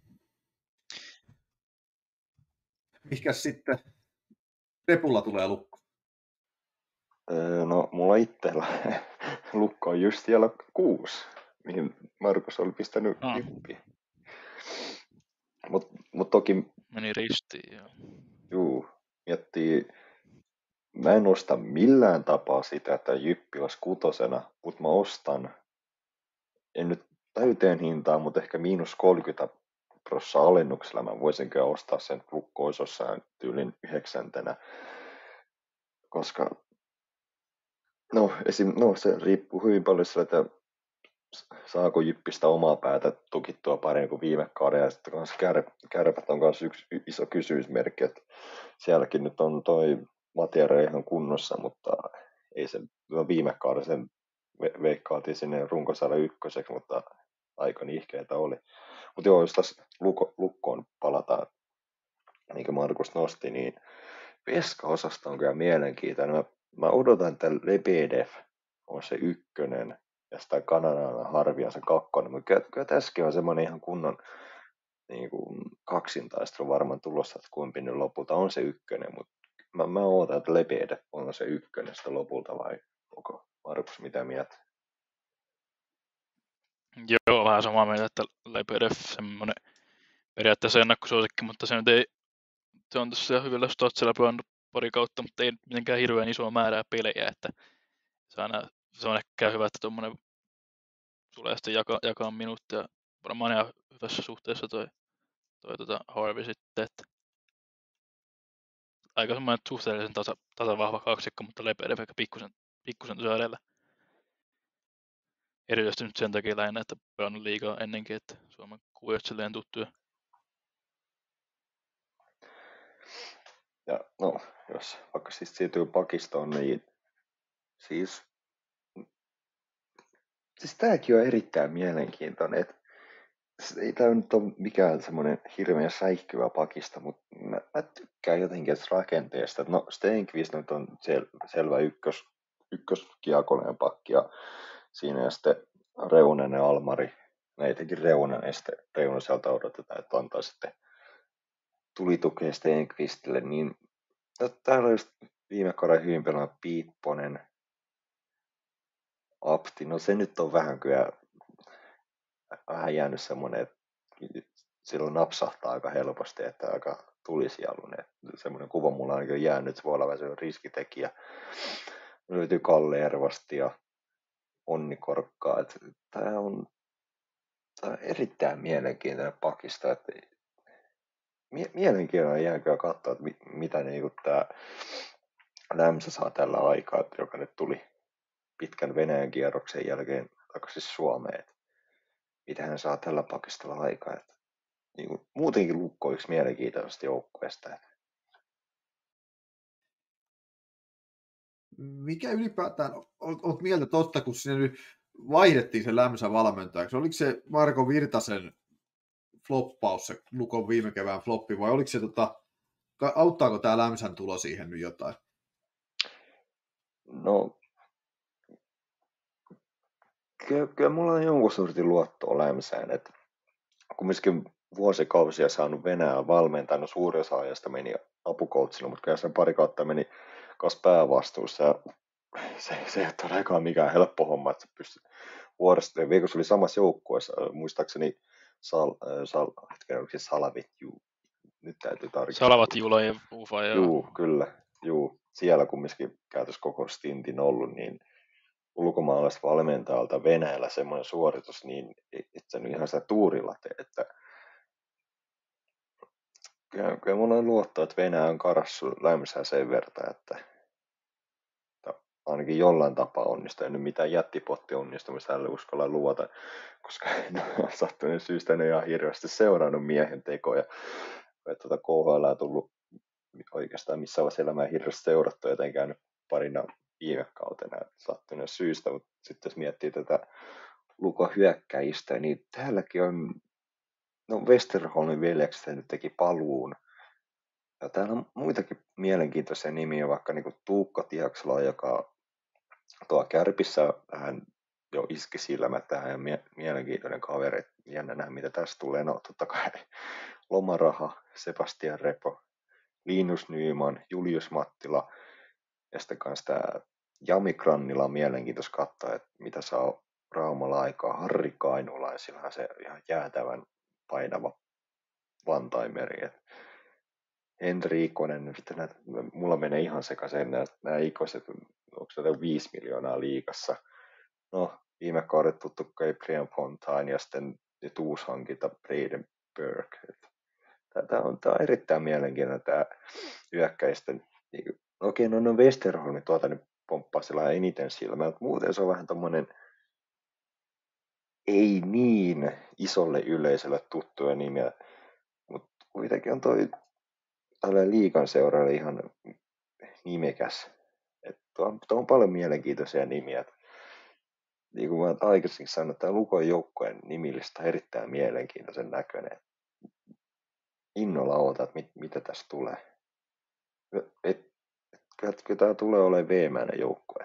Mikäs sitten Repulla tulee Lukko? Öö, no, mulla itsellä Lukko on just siellä kuusi, mihin Markus oli pistänyt Ah. Jyppiä. Mutta mut toki, Meni ristiin, joo. juu, miettii, mä en osta millään tapaa sitä, että Jyppi olisi kutosena, mutta mä ostan, en nyt täyteen hintaan, mutta ehkä miinus kolmekymmentä prosenttia alennuksella mä voisin kyllä ostaa sen, että Lukko olisi jossain tyylin yhdeksäntenä, koska no, esim, no se riippuu hyvin paljon sillä, että saako Jyppistä omaa päätä tukittua paremmin kuin viime kauden, ja sitten kanssa kär, Kärpät on myös yksi iso kysymysmerkki, että sielläkin nyt on toi Matiere ihan kunnossa, mutta ei se viime kauden sen ve- veikkaatiin sinne runkosarjan ykköseksi, mutta aika nihkeitä oli. Mutta joo, jos tässä Lukko, Lukkoon palataan, niin kuin Markus nosti, niin Veska-osasta on kyllä mielenkiintoinen. Mä, mä odotan, että Lebedev on se ykkönen, ja sitä Kanadan Harvi on se kakkonen, mutta kyllä, kyllä tässäkin on semmoinen ihan kunnon niin kuin kaksintaistelu varmaan tulossa, että kuinka nyt lopulta on se ykkönen, mutta mä, mä ootan, että Lebedev on se ykkönen sitä lopulta, vai onko Markus mitä mieltä? Joo, vähän samaa mieltä, että Lebedev semmoinen periaatteessa ennakkosuosikki, mutta se nyt ei, se on tässä hyvillä statsilla pelannut pari kautta, mutta ei mitenkään hirveän isoa määrää pelejä, että se, aina, se on ehkä hyvä, että tuommoinen tulee sitten jakaa, jakaa minuuttia. Varmaan ihan hyvässä suhteessa toi, toi tota Harvey sitten, että aika semmoinen suhteellisen tasa, tasavahva kaksikko, mutta Lebedev ehkä pikkusen, pikkusen tuossa edellä. Erityisesti nyt sen takia lähinnä, että pelannut liigaa ennenkin, että Suomen kuvioit silleen tuttuja. Ja no, jos vaikka siis siirtyy pakistoon, niin siis siis tämäkin on erittäin mielenkiintoinen, että ei tämä nyt ole mikään semmoinen hirveän säihkyvä pakista, mutta mä, mä tykkään jotenkin että rakenteesta. No Stenqvist nyt on sel, selvä ykkös, ykköskiekollinen pakki ja siinä ja sitten Reunanen ja Almari. Meitäkin Reunanen sitten Reunaselta odotetaan, että antaa sitten tulitukea Stenqvistille. Niin, täällä on just viime kauden hyvin pelannut Piipponen, Apti. No se nyt on vähän kyllä vähän jäänyt semmoinen, että silloin napsahtaa aika helposti, että aika tulisijaluinen. Semmoinen kuva mulla on ainakin jäänyt, että se voi olla vähän semmoinen riskitekijä. Löytyy Kalle Ervasti ja Onni Korkkaa. Tämä on, tää on erittäin mielenkiintoinen pakista. Että mie- mielenkiintoinen jää kyllä katsoa, että mi- mitä niin tämä Lämsä saa tällä aikaa, joka nyt tuli pitkän Venäjän kierroksen jälkeen takaisin Suomeen. Että mitä hän saa tällä pakistalla aikaa. Että niin kuin, muutenkin Lukko on yksi mielenkiintoisesta joukkueesta. Mikä ylipäätään, olet, olet mieltä totta, kun sinne nyt vaihdettiin se Lämsä valmentajaksi? Oliko se Marko Virtasen floppaus, se Lukon viime kevään floppi, vai oliko se, tota, auttaako tämä Lämsän tulo siihen nyt jotain? No, kyllä, kyllä mulla on jonkun sortin luottoa Lämsään, että kumminkin vuosikausia saanut Venäjää valmentaa, no suuri osa ajasta meni apukoutsilla, mutta kyllä sen pari kautta meni kanssa päävastuussa, ja se, se ei ole todellakaan mikään helppo homma, että pystyt vuodesta, ja kun se oli samassa joukkueessa, muistaakseni Sal, Sal, hetken, oliko se Salavit, juu, nyt täytyy tarkistaa. Salavat Jula ja Ufa, joo. Juu, kyllä, juu, siellä kumminkin käytössä koko stintin ollut, niin ulkomaalaista valmentajalta Venäjällä semmoinen suoritus, niin et sä nyt ihan sitä tuurilla tee, että kyllä, kyllä mulla on luottoa, että Venäjä on karassut Lämsää sen verran, että, että ainakin jollain tapaa onnistuu. En nyt mitään jättipotti onnistumista tälle uskalla luota, koska en ole sattunut syystä en ole ihan hirveästi seurannut miehen tekoja. Että tuota K H L on tullut oikeastaan missä vaiheessa elämää hirveästi seurattu, joten käynyt parina viime kautena sattunut syystä, mutta sitten jos miettii tätä Lukon hyökkäistä, niin täälläkin on, no Westerholmin veljekset nyt teki paluun. Ja täällä on muitakin mielenkiintoisia nimiä, vaikka niin kuin Tuukka Tiaksala, joka tuo Kärpissä vähän jo iski silmät tähän ja mie- mielenkiintoinen kaveri. Jännä nähdä, mitä tästä tulee. No totta kai Lomaraha, Sebastian Repo, Linus Nyman, Julius Mattila ja sitten kanssa tämä Jami Grannila on mielenkiintoista katsoa, että mitä saa Raumalla aikaa. Harri Kainula ja sillähän se ihan jäätävän painava one-timeri. Et Henri Ikonen, näitä, mulla menee ihan sekaisin nämä, nämä ikoiset, onko se viisi miljoonaa liigassa. No, viime kaudet tuttu Gabriel Fontaine ja sitten nyt uusi hankinta Braden Burke. Tämä on, tämä on erittäin mielenkiintoinen tämä hyökkäisten. Okei, okay, no, no Westerholmin tuota nyt pomppaa sillä eniten silmää, mutta muuten se on vähän tommonen ei niin isolle yleisölle tuttuja nimiä, mutta kuitenkin on toi tälle liigan seuraajalle ihan nimekäs. Että tuo, tuo on paljon mielenkiintoisia nimiä. Niin kuin mä aikaisemmin sanoin, tämä Lukon joukkueen nimillistä on erittäin mielenkiintoisen näköinen. Innolla odotan, että mit, mitä tässä tulee. Et, et, kyllä, kyllä tämä tulee olemaan veemäinen joukkue.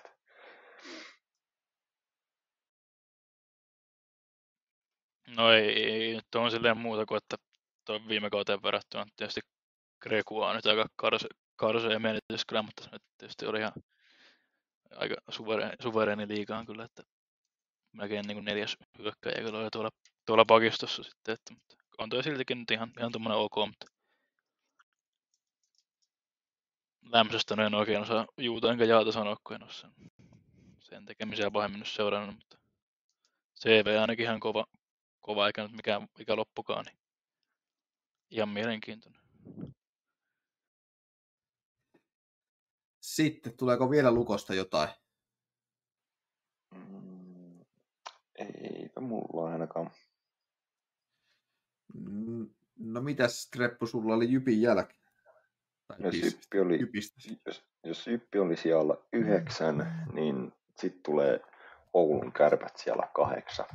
No ei, ei nyt on silleen muuta kuin, että tuo viime kauteen verrattuna tietysti Grekua on nyt aika karse, karse ja menetys kyllä, mutta se nyt tietysti oli ihan aika suvereeni, suvereeni liigaan kyllä, että melkein niin kuin neljäs hyökkäjä kyllä oli tuolla, tuolla pakistossa sitten, että mutta on tuo siltikin nyt ihan, ihan tommonen ok, mutta Lämsästä en oikein osaa juuta enkä jaata sanoa, kun en ole sen, sen tekemisiä pahemmin nyt seurannut, mutta C V ainakin ihan kova, kova eikä nyt mikään mikä loppukaan, niin ihan mielenkiintoinen. Sitten, tuleeko vielä Lukosta jotain? Mm, eipä mulla ainakaan. No mitäs Treppu, sulla oli Jypin jälkeen? Jos Jyppi oli, jos, jos Jyppi oli siellä yhdeksän, niin sitten tulee Oulun Kärpät siellä kahdeksan.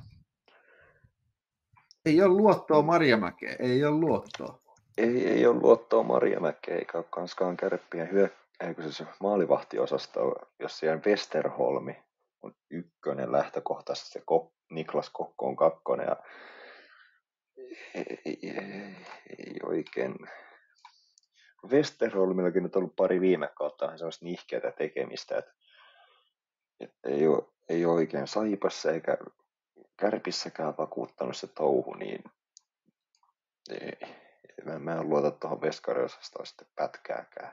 Ei ole luottoa Marjamäkeen, ei ole luottoa. Ei, ei ole luottoa Marjamäkeen, eikä ole kanskaan Kärppien hyö... eikö se maalivahtiosasto, jos siellä Westerholmi on ykkönen lähtökohtaisesti, se Kok... Niklas Kokko on kakkonen, ja ei, ei, ei, ei oikein. Westerholmillakin nyt on ollut pari viime kautta vähän sellaista nihkeätä tekemistä, että, että ei, ole, ei ole oikein Saipassa eikä Kärpissäkään vakuuttanut se touhu, niin ei, mä, mä en luota tuohon veskariosastoon sitten pätkääkään.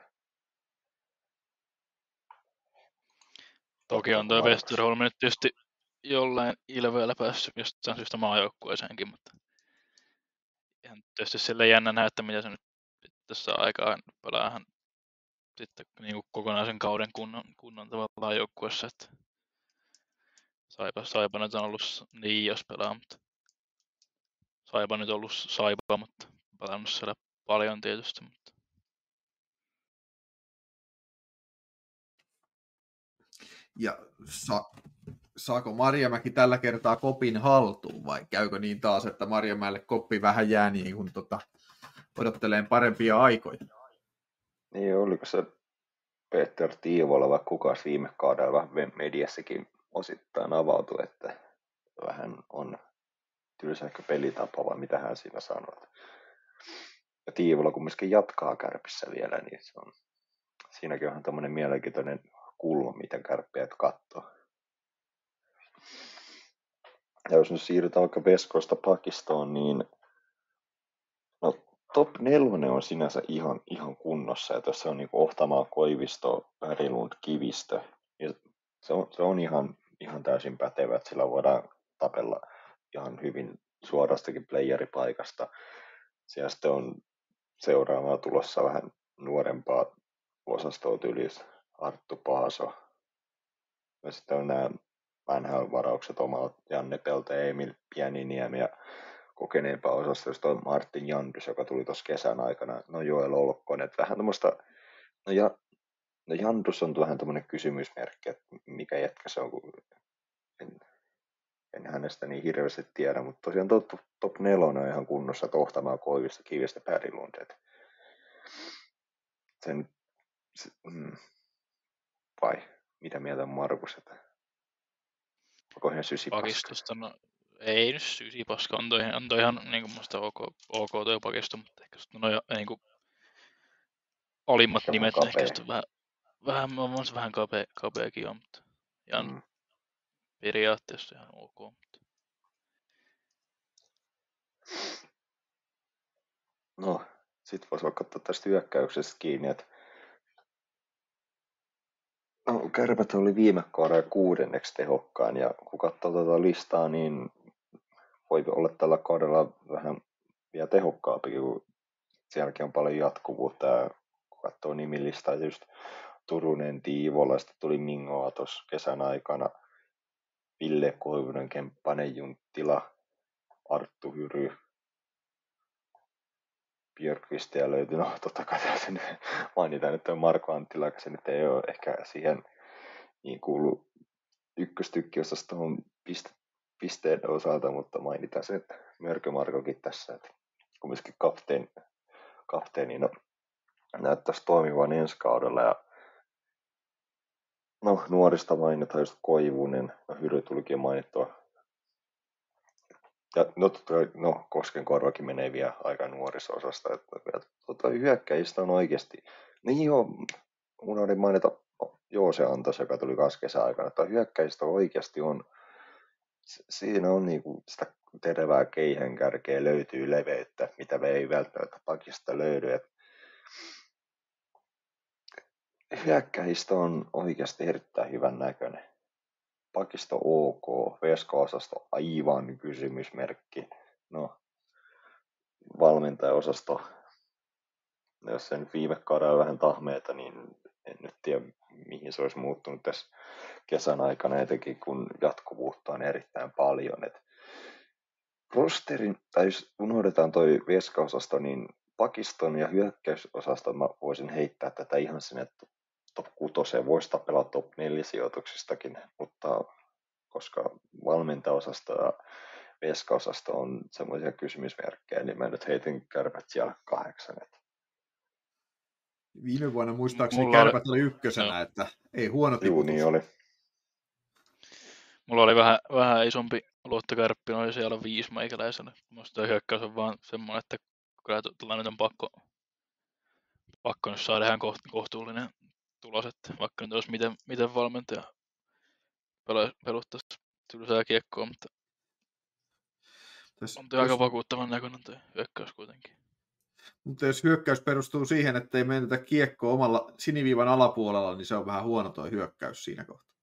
Toki on tuo Westerholm nyt tietysti jollain ilveellä päässyt jostain syystä maajoukkueeseenkin, mutta ihan tietysti sille jännä näyttää, mitä se nyt tässä aikaa pelaahan sitten niin kuin kokonaisen kauden kunnon, kunnon tavallaan joukkueessa, että Saipa, Saipa nyt on ollut niin, jos pelaa, mutta Saipa nyt on ollut Saipa, mutta pelannut siellä paljon tietysti, mutta Ja sa- saako Marjamäki tällä kertaa kopin haltuun vai käykö niin taas, että Marjamäelle koppi vähän jää niin kuin tota, odotteleen parempia aikoja? Niin, oliko se Peter Tiivola vai kukas viime kaudella vähän mediassakin osittain avautui, että vähän on tylsähkö pelitapa vai mitä hän siinä sanoi. Ja Tiivola kumminkin jatkaa Kärpissä vielä, niin se on, siinäkin on tämmöinen mielenkiintoinen kulma, miten Kärppiä katsoo. Ja jos nyt siirrytään vaikka Veskoista Pakistoon, niin no, top nelonen on sinänsä ihan, ihan kunnossa. Että jos se on niin Ohtamaa, Koivisto, Pärilund, Kivistö, niin se on, se on ihan, ihan täysin pätevä, että sillä voidaan tapella ihan hyvin suorastakin playeripaikasta. Siellä sitten on seuraavaa tulossa vähän nuorempaa osastoa tyylistä Arttu Paaso. Ja sitten on nämä N H L-varaukset omalta Janne Peltä ja Emil Pieniniemi ja kokeneempaa osasta, josta on Martin Jandus, joka tuli tuossa kesän aikana. No Joel Olkkonen, että vähän tämmöistä, no, ja, no Jandus on vähän tämmöinen kysymysmerkki, että mikä jätkä se on, kun en, en hänestä niin hirveästi tiedä, mutta tosiaan top, top nelonen on ihan kunnossa, Ohtamaa, Koivista, Kivistä, Pärilund. Sen, se, mm, vai mitä mieltä on Markus, että onko ihan sysipaska? pakistosta, no ei nyt sysipaska, on toi, on toi ihan niin kuin musta ok, ok toi pakisto, mutta ehkä sitten no niin kuin olimmat Ehkä nimet, vähän ehkä kapea. sitten vähän, vähän, vähän, vähän kapea, kapeakin on, mutta ihan Mm. periaatteessa ihan ok. Mutta No, sit vois vaikka ottaa tästä hyökkäyksestä kiinni, että no, Kärpät oli viime kaudella kuudenneksi tehokkaan, ja kun katsoo tuota listaa, niin voi olla tällä kaudella vähän vielä tehokkaampikin, kun sielläkin on paljon jatkuvuutta, ja kun katsoo nimilistaa, just Turunen, Tiivola, sitten tuli Mingoa tuossa kesän aikana, Ville Koivunen, Kemppanen, Junttila, Arttu Hyry, Björkvistiä löytyi, no totta kai täytyy mainitaan, että on Marko Anttila, se nyt ei ole ehkä siihen niin kuulu ykköstykkiosastoon piste, pisteen osalta, mutta mainitaan se Mörkö Markokin tässä, että kumminkin kapteeni, kapteeni no, näyttäisi toimivan ensi kaudella. Ja no, nuorista mainitaan just Koivunen, no Hyry tulikin mainittua. Ja no, no Koskenkorvakin menee vielä aika nuorissa osasta, että tota, hyökkäjistä on oikeasti, niin joo, unohdin mainita Joose Antos, joka tuli kaksi kesäaikana, että hyökkäjistä oikeasti on, siinä on niinku sitä tervää keihänkärkeä, löytyy leveyttä, mitä me ei välttämättä pakista löydy. Et hyökkäjistä on oikeasti erittäin hyvän näköinen. Pakisto ok, Veska-osasto aivan kysymysmerkki. No, valmentajaosasto, jos se nyt viime kaudella vähän tahmeita, niin en nyt tiedä, mihin se olisi muuttunut tässä kesän aikana, etenkin kun jatkuvuutta on erittäin paljon. Et rosterin, tai jos unohdetaan toi Veska-osasto, niin pakiston ja hyökkäysosasto mä voisin heittää tätä ihan sinne top kutoseen. Voisi tapella top neljä sijoituksistakin, mutta koska valmentaosasto ja veskaosasto on semmoisia kysymysmerkkejä, niin mä nyt heitin Kärpät siellä kahdeksan. Että Viime vuonna muistaakseni Mulla oli- Kärpät oli ykkösenä, Joo. että ei huono juu, tiputus. niin oli. Mulla oli vähän, vähän isompi luottokärppi, oli siellä viisi meikäläisellä. Musta toi hyökkäys on vaan semmoinen, että kyllä tuolla nyt on pakko, pakko nyt saada ihan koht, kohtuullinen tulos, että vaikka nyt olisi miten, miten valmentaja pela- peluttaisi tylsää kiekkoa, mutta Tässä- on toi aika jos- vakuuttavan näköinen toi hyökkäys kuitenkin. Mutta jos hyökkäys perustuu siihen, että ei menetä kiekkoa omalla siniviivan alapuolella, niin se on vähän huono tuo hyökkäys siinä kohtaa.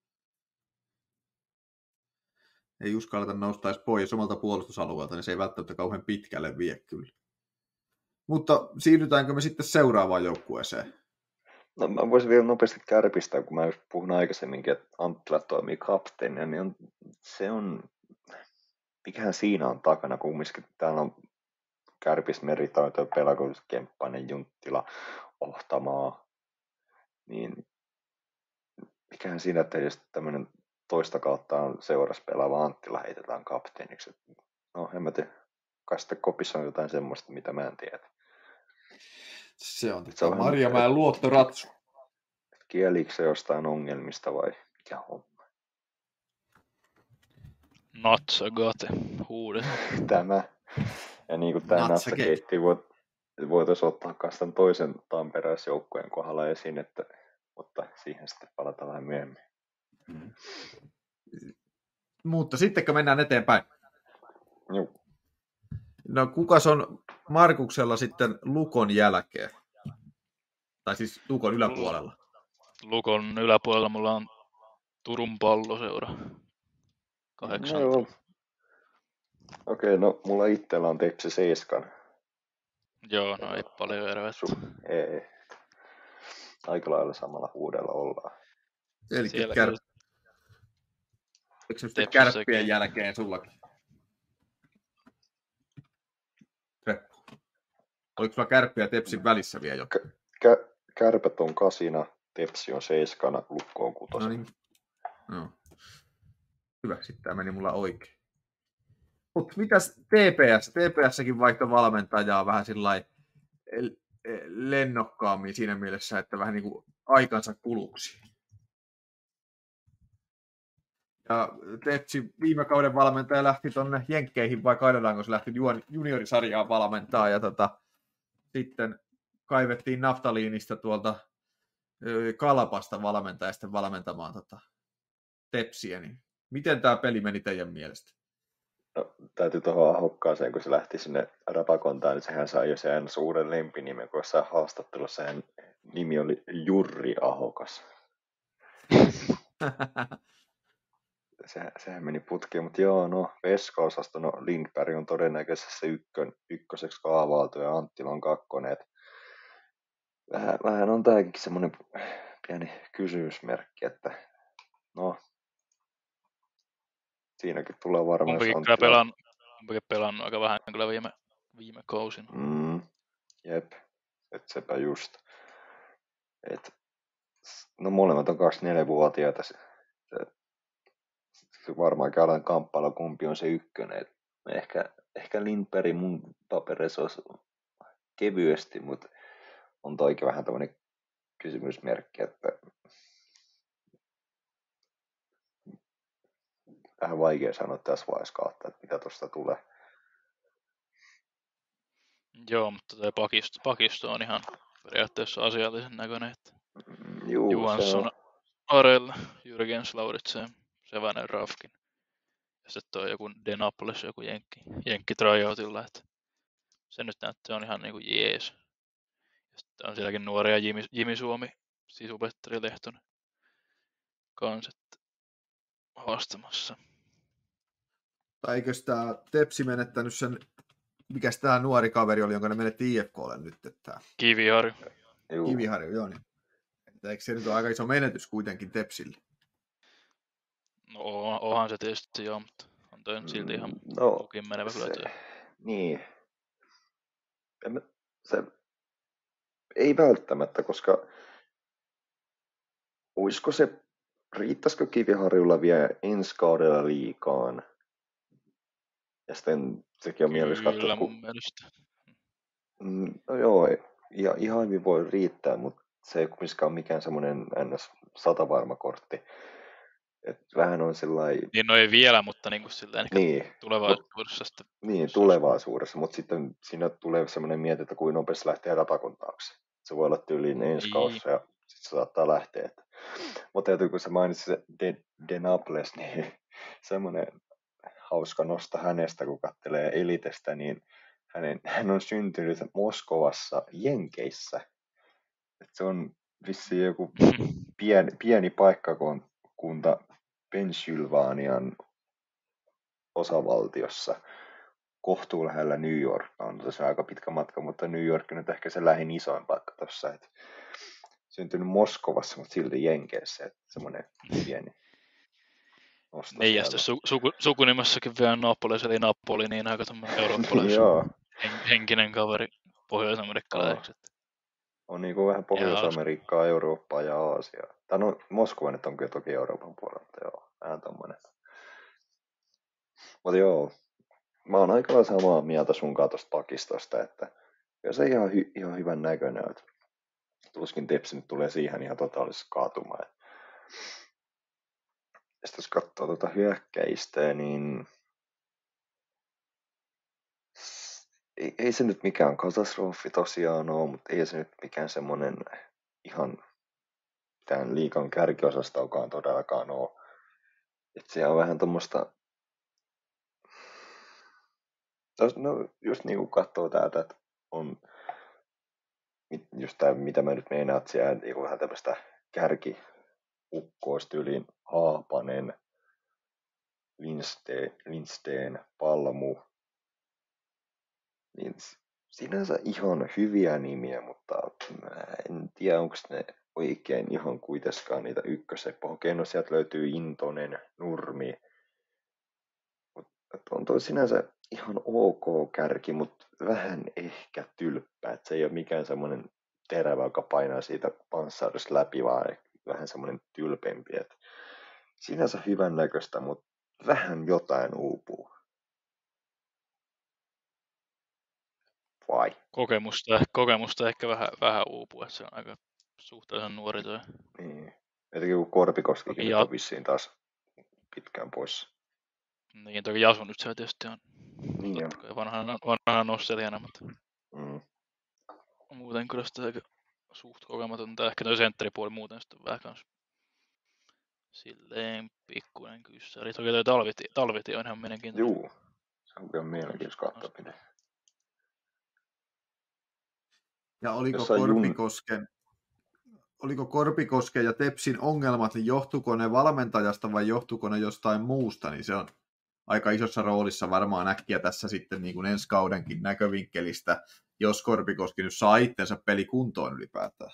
Ei uskalleta nousta edes pois omalta puolustusalueelta, niin se ei välttämättä kauhean pitkälle vie kyllä. Mutta siirrytäänkö me sitten seuraavaan joukkueeseen? No, mä voisin vielä nopeasti Kärpistä, kun mä puhun aikaisemminkin, että Anttila toimii kapteenina, niin on, se on, mikähän siinä on takana, kumminkin täällä on Kärpis, Meritaito, Pelakos, Kemppainen, Junttila, Ohtamaa, niin mikähän siinä, että jos tämmöinen toista kautta on seurassa pelaava Anttila heitetään kapteeniksi. No, en mä tiedä. Kai sitten kopissa on jotain semmoista, mitä mä en tiedä. Se on Se on vähän- Marjamäen luottoratsu. Kielikö se jostain ongelmista vai mikä homma? Natsa Gate, huudet. Tämä. Ja niin kuin tämä Natsagate. natsakeitti voitaisiin ottaa myös tämän toisen tamperelaisjoukkueen kohdalla esiin, että, mutta siihen sitten palataan vähän myöhemmin. Mutta sittenkö mennään eteenpäin? Joo. No kukas on Markuksella sitten Lukon jälkeen? Tai siis Lukon yläpuolella. Lukon yläpuolella mulla on Turun Palloseura. Kahdeksan. No joo. Okei, no mulla itsellä on Tepsi seiskan. Joo, no ei paljon eroa. Ei. Aika lailla samalla huudella ollaan. Eli Siellä kär... kyllä Eikö se sitten Tepsissäkin. Kärppien jälkeen sullakin? Reppu. Oliko sulla Kärppi ja Tepsin välissä vielä jotain? Kä- Kärpät on kasina, Tepsi on seiskana, Lukko on No kutosena. niin. No. Hyvä, sitten tämä meni mulla oikein. Mutta mitäs T P S? T P S:kin vaihto valmentajaa vähän sillai lennokkaammin siinä mielessä, että vähän niin kuin aikansa kuluksi. Ja Tepsi viime kauden valmentaja lähti tuonne Jenkkeihin, vai Kanadaan, se lähti juniorisarjaan valmentaa, ja tota, sitten kaivettiin naftaliinista tuolta ö, Kalpasta valmentajasta valmentamaan tota, Tepsiä. Niin miten tämä peli meni teidän mielestä? No, täytyy tuohon Ahokkaaseen, kun se lähti sinne Rapakontaan, niin sehän sai jo sen suuren lempinimen, kun jossain haastattelussa sen nimi oli Jurri Ahokas. Se, sehän meni putkeen, mutta joo, no veska-osasto, no Lindberg on todennäköisesti se ykkön, ykköseksi kaavailtu ja Anttila on kakkonen. Et vähän, vähän on tämäkin semmoinen pieni kysymysmerkki, että no siinäkin tulee varmaan Kumpikin kyllä pelan, kumpikin pelannut aika vähän kyllä viime, viime kausina. Mm, jep, et sepä just. Et, no molemmat on kaksikymmentäneljä-vuotiaita. Se, se, se varmaan käydään kamppailla, kumpi on se ykkönen. Et ehkä, ehkä Lindberg mun papereissa olisi kevyesti, mutta on toikin vähän tämmöinen kysymysmerkki, että vähän vaikea sanoa tässä vaiheessa kautta, että mitä tuosta tulee. Joo, mutta toi pakisto, pakisto on ihan periaatteessa asiallisen näköinen, että Mm, Juu, Johansson, Arel, Jürgens, Lauritsen, Sevänen, Rafkin. Ja sitten toi joku Denapolis, joku jenkki, jenkki tryoutilla, että se nyt näyttää on ihan niinku jees. Ja sitten on sielläkin nuoria Jimi, Jimi Suomi, siis Petteri Lehtonen kans, että haastamassa. Tai eikö tämä Tepsi menettänyt sen, mikä tämä nuori kaveri oli, jonka ne menetti I F K:lle nyt, että Kiviharju. Juu. Kiviharju, joo niin. Että eikö se nyt ole aika iso menetys kuitenkin Tepsille? No onhan se tietysti joo, mutta on toi nyt silti ihan no, lukin menevä kyllä toi. Niin. En mä, se ei välttämättä, koska olisiko se riittäisikö Kiviharjulla vielä ensi kaudella liigaan? Ja sitten sekin on mielessä katsoa, Kyllä kun... mun mielestä. Mm, no joo, ja ihan hyvin voi riittää, mutta se ei kuitenkaan ole mikään semmoinen ns. Satavarma kortti. Et vähän on sellainen... Niin no ei vielä, mutta niin kuin silleen ehkä Niin, mut, tulevaisuudessa sitten. niin se tulevaisuudessa, mutta sitten siinä tulee semmoinen mieti, että kuinka nopeasti lähtee ratakon taakse. Se voi olla tyyliin ensi Niin. kaussa ja sitten se saattaa lähteä. Mutta täytyy, kun sä mainitsit se De, Denables, niin semmoinen hauska nosto hänestä, kun katselee Elitestä, niin hänen, hän on syntynyt Moskovassa, Jenkeissä. Et se on vissiin joku pieni, pieni paikkakunta Pennsylvanian osavaltiossa, kohtuu lähellä New York. On tosiaan aika pitkä matka, mutta New York on nyt ehkä se lähin isoin paikka tuossa. Syntynyt Moskovassa, mutta silti Jenkeissä. Että semmoinen pieni nosto Niin, ja siellä. sitten su, suku, sukunimessäkin vielä Napolis, eli Napoli, niin aika tämmöinen eurooppalais Joo. hen, henkinen kaveri pohjois-amerikkalaiseksi. Oh. On niin kuin vähän Pohjois-Amerikkaa, Eurooppaa ja Aasiaa. Tai no, Moskova nyt on kyllä toki Euroopan puolelta, joo. Vähän tommonen. Mutta joo, mä oon aika lailla samaa mieltä sun tuosta pakistosta, että kyllä se ihan, hy, ihan hyvän näköinen, että tuskin Tepsi nyt tulee siihen ihan totaalisesti kaatumaan. Ja sitten jos katsoo tuota hyökkäistä, niin ei, ei se nyt mikään katastrofi tosiaan ole, mutta ei se nyt mikään semmoinen ihan tämän liigan kärkiosastokaan todellakaan ole. Että se on vähän tuommoista, no just niin kuin katsoo täältä, että on just tämä, mitä mä nyt meinaan, että siellä niin vähän tämmöistä kärkiukkoostyylin Haapanen, Lindsten, Lindsten, Palmu, niin sinänsä ihan hyviä nimiä, mutta mä en tiedä, onko ne oikein ihan kuitenkaan niitä ykköseppoja. Okei, no sieltä löytyy Intonen, Nurmi, mutta on toi sinänsä ihan ok kärki, mutta vähän ehkä tylppää, että se ei ole mikään semmoinen terävä, joka painaa siitä panssarista läpi, vaan vähän semmoinen tylpempi, että sinänsä hyvän näköistä, mutta vähän jotain uupuu. Vai? Kokemusta, kokemusta ehkä vähän, vähän uupuu, että se on aika suhteellisen nuori toi. Niin. Etenkin kun Korpikoskikin Ja- nyt on vissiin taas pitkään pois. Niin, toki Jasu nyt se tietysti on Niin on. vanhana, vanhana nostelijana, mutta Mm. muuten kyllä sitä aika suht kokematonta. Ehkä toi sentteripuoli muuten sitten on vähän kans silleen pikkuinen kyssäri. Toki toi talviti, talviti on ihan mielenkiintoinen. Juu, se on kyllä mielenkiintoista katsoa pitää. Ja oliko Jossain jun- Korpikosken, oliko Korpikosken ja Tepsin ongelmat, niin johtuiko ne valmentajasta vai johtuiko ne jostain muusta, niin se on aika isossa roolissa varmaan äkkiä tässä sitten niin kuin ensi kaudenkin näkövinkkelistä, jos Korpikoski nyt saa itsensä peli kuntoon ylipäätään.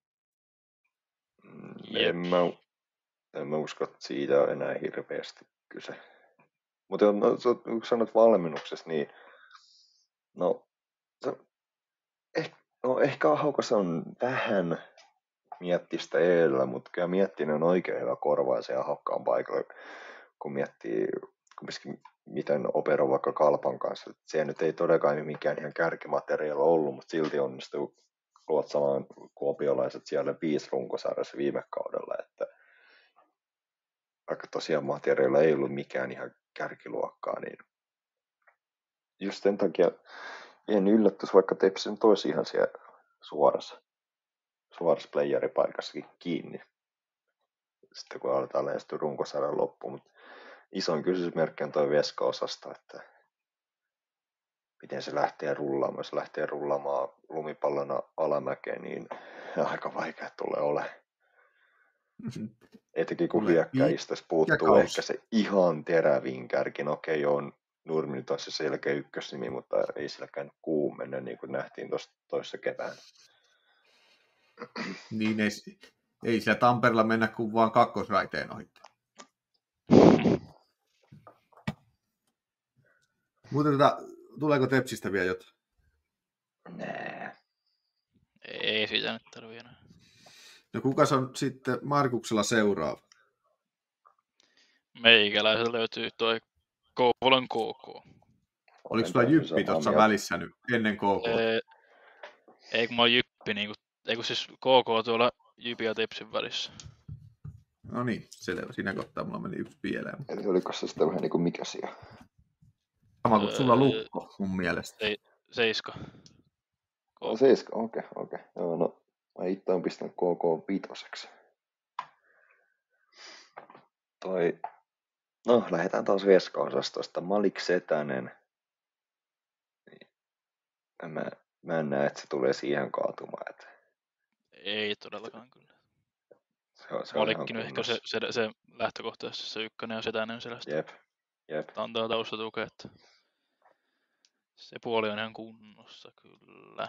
Mm, Jep. En mä, en mä usko, että siitä on enää hirveästi kyse. Mutta no, kun sanot valmennuksessa, niin no, se, eh, no ehkä Ahaukas on vähän Miettistä edellä, mutta kyllä Miettinen on oikein hyvä korvaa se Ahokkaan paikalla, kun miettii kumminkin, miten operoi vaikka Kalpan kanssa. Se nyt ei todellakaan mikään ihan kärkimateriaali ollut, mutta silti onnistuu luotsamaan kuopiolaiset siellä viisi runkosarjassa viime kaudella, että vaikka tosiaan materiaalilla ei ollut mikään ihan kärkiluokkaa, niin just sen takia en yllättyisi, vaikka Tepsi nyt olisi ihan siellä suorassa, suorassa playeripaikassakin kiinni, sitten kun aletaan lähestyä runkosarjan loppuun, mutta isoin kysymysmerkki on tuo Veska-osasto, että miten se lähtee rullaamaan, jos lähtee rullaamaan lumipallona alamäkeen, niin aika vaikea tulee olemaan. Etenkin kun hyökkäistä puuttuu kausi. ehkä se ihan terävin kärki. No okei, joo, Nurmi nyt on se selkeä ykkösnimi, mutta ei silläkään kuun mennä, niin kuin nähtiin tuossa toissa kevään. Niin ei, ei siellä Tampereella mennä kuin vaan kakkosraiteen ohi. Mutta tota, tuleeko Tepsistä vielä jotain? Nää. Ei siitä nyt tarvii enää. No kukas on sitten Markuksella seuraava? Meikäläiseltä löytyy toi Kouvolan K K. Oliko Olen sulla täysin Jyppi samaa tuossa mieltä. välissä nyt ennen K K? Ee, ei kun mä oon Jyppi niinku, ei kun siis K K tuolla Jypin ja Tepsin välissä. No niin, selvä. Siinä kohtaa mulla meni yksi pieleen. Eli oliko se sitten vähän niin kuin mikä siellä? Sama kuin sulla Öö, Lukko mun mielestä. Se, seiska. Oh, seiska, okei, okay, okei. Okay. Joo, no mä itse olen pistänyt K K vitoseksi. Toi, no lähdetään taas Veska-osastosta. Malik Setänen. Mä, mä en näe, että se tulee siihen kaatumaan. Että Ei todellakaan kyllä. se on, se on ihan Malikkin on ehkä kunnossa. se, se, se lähtökohtaisesti se ykkönen ja Setänen sellaista. Jep, jep. Antaa taustatukea, että se puoli on ihan kunnossa kyllä.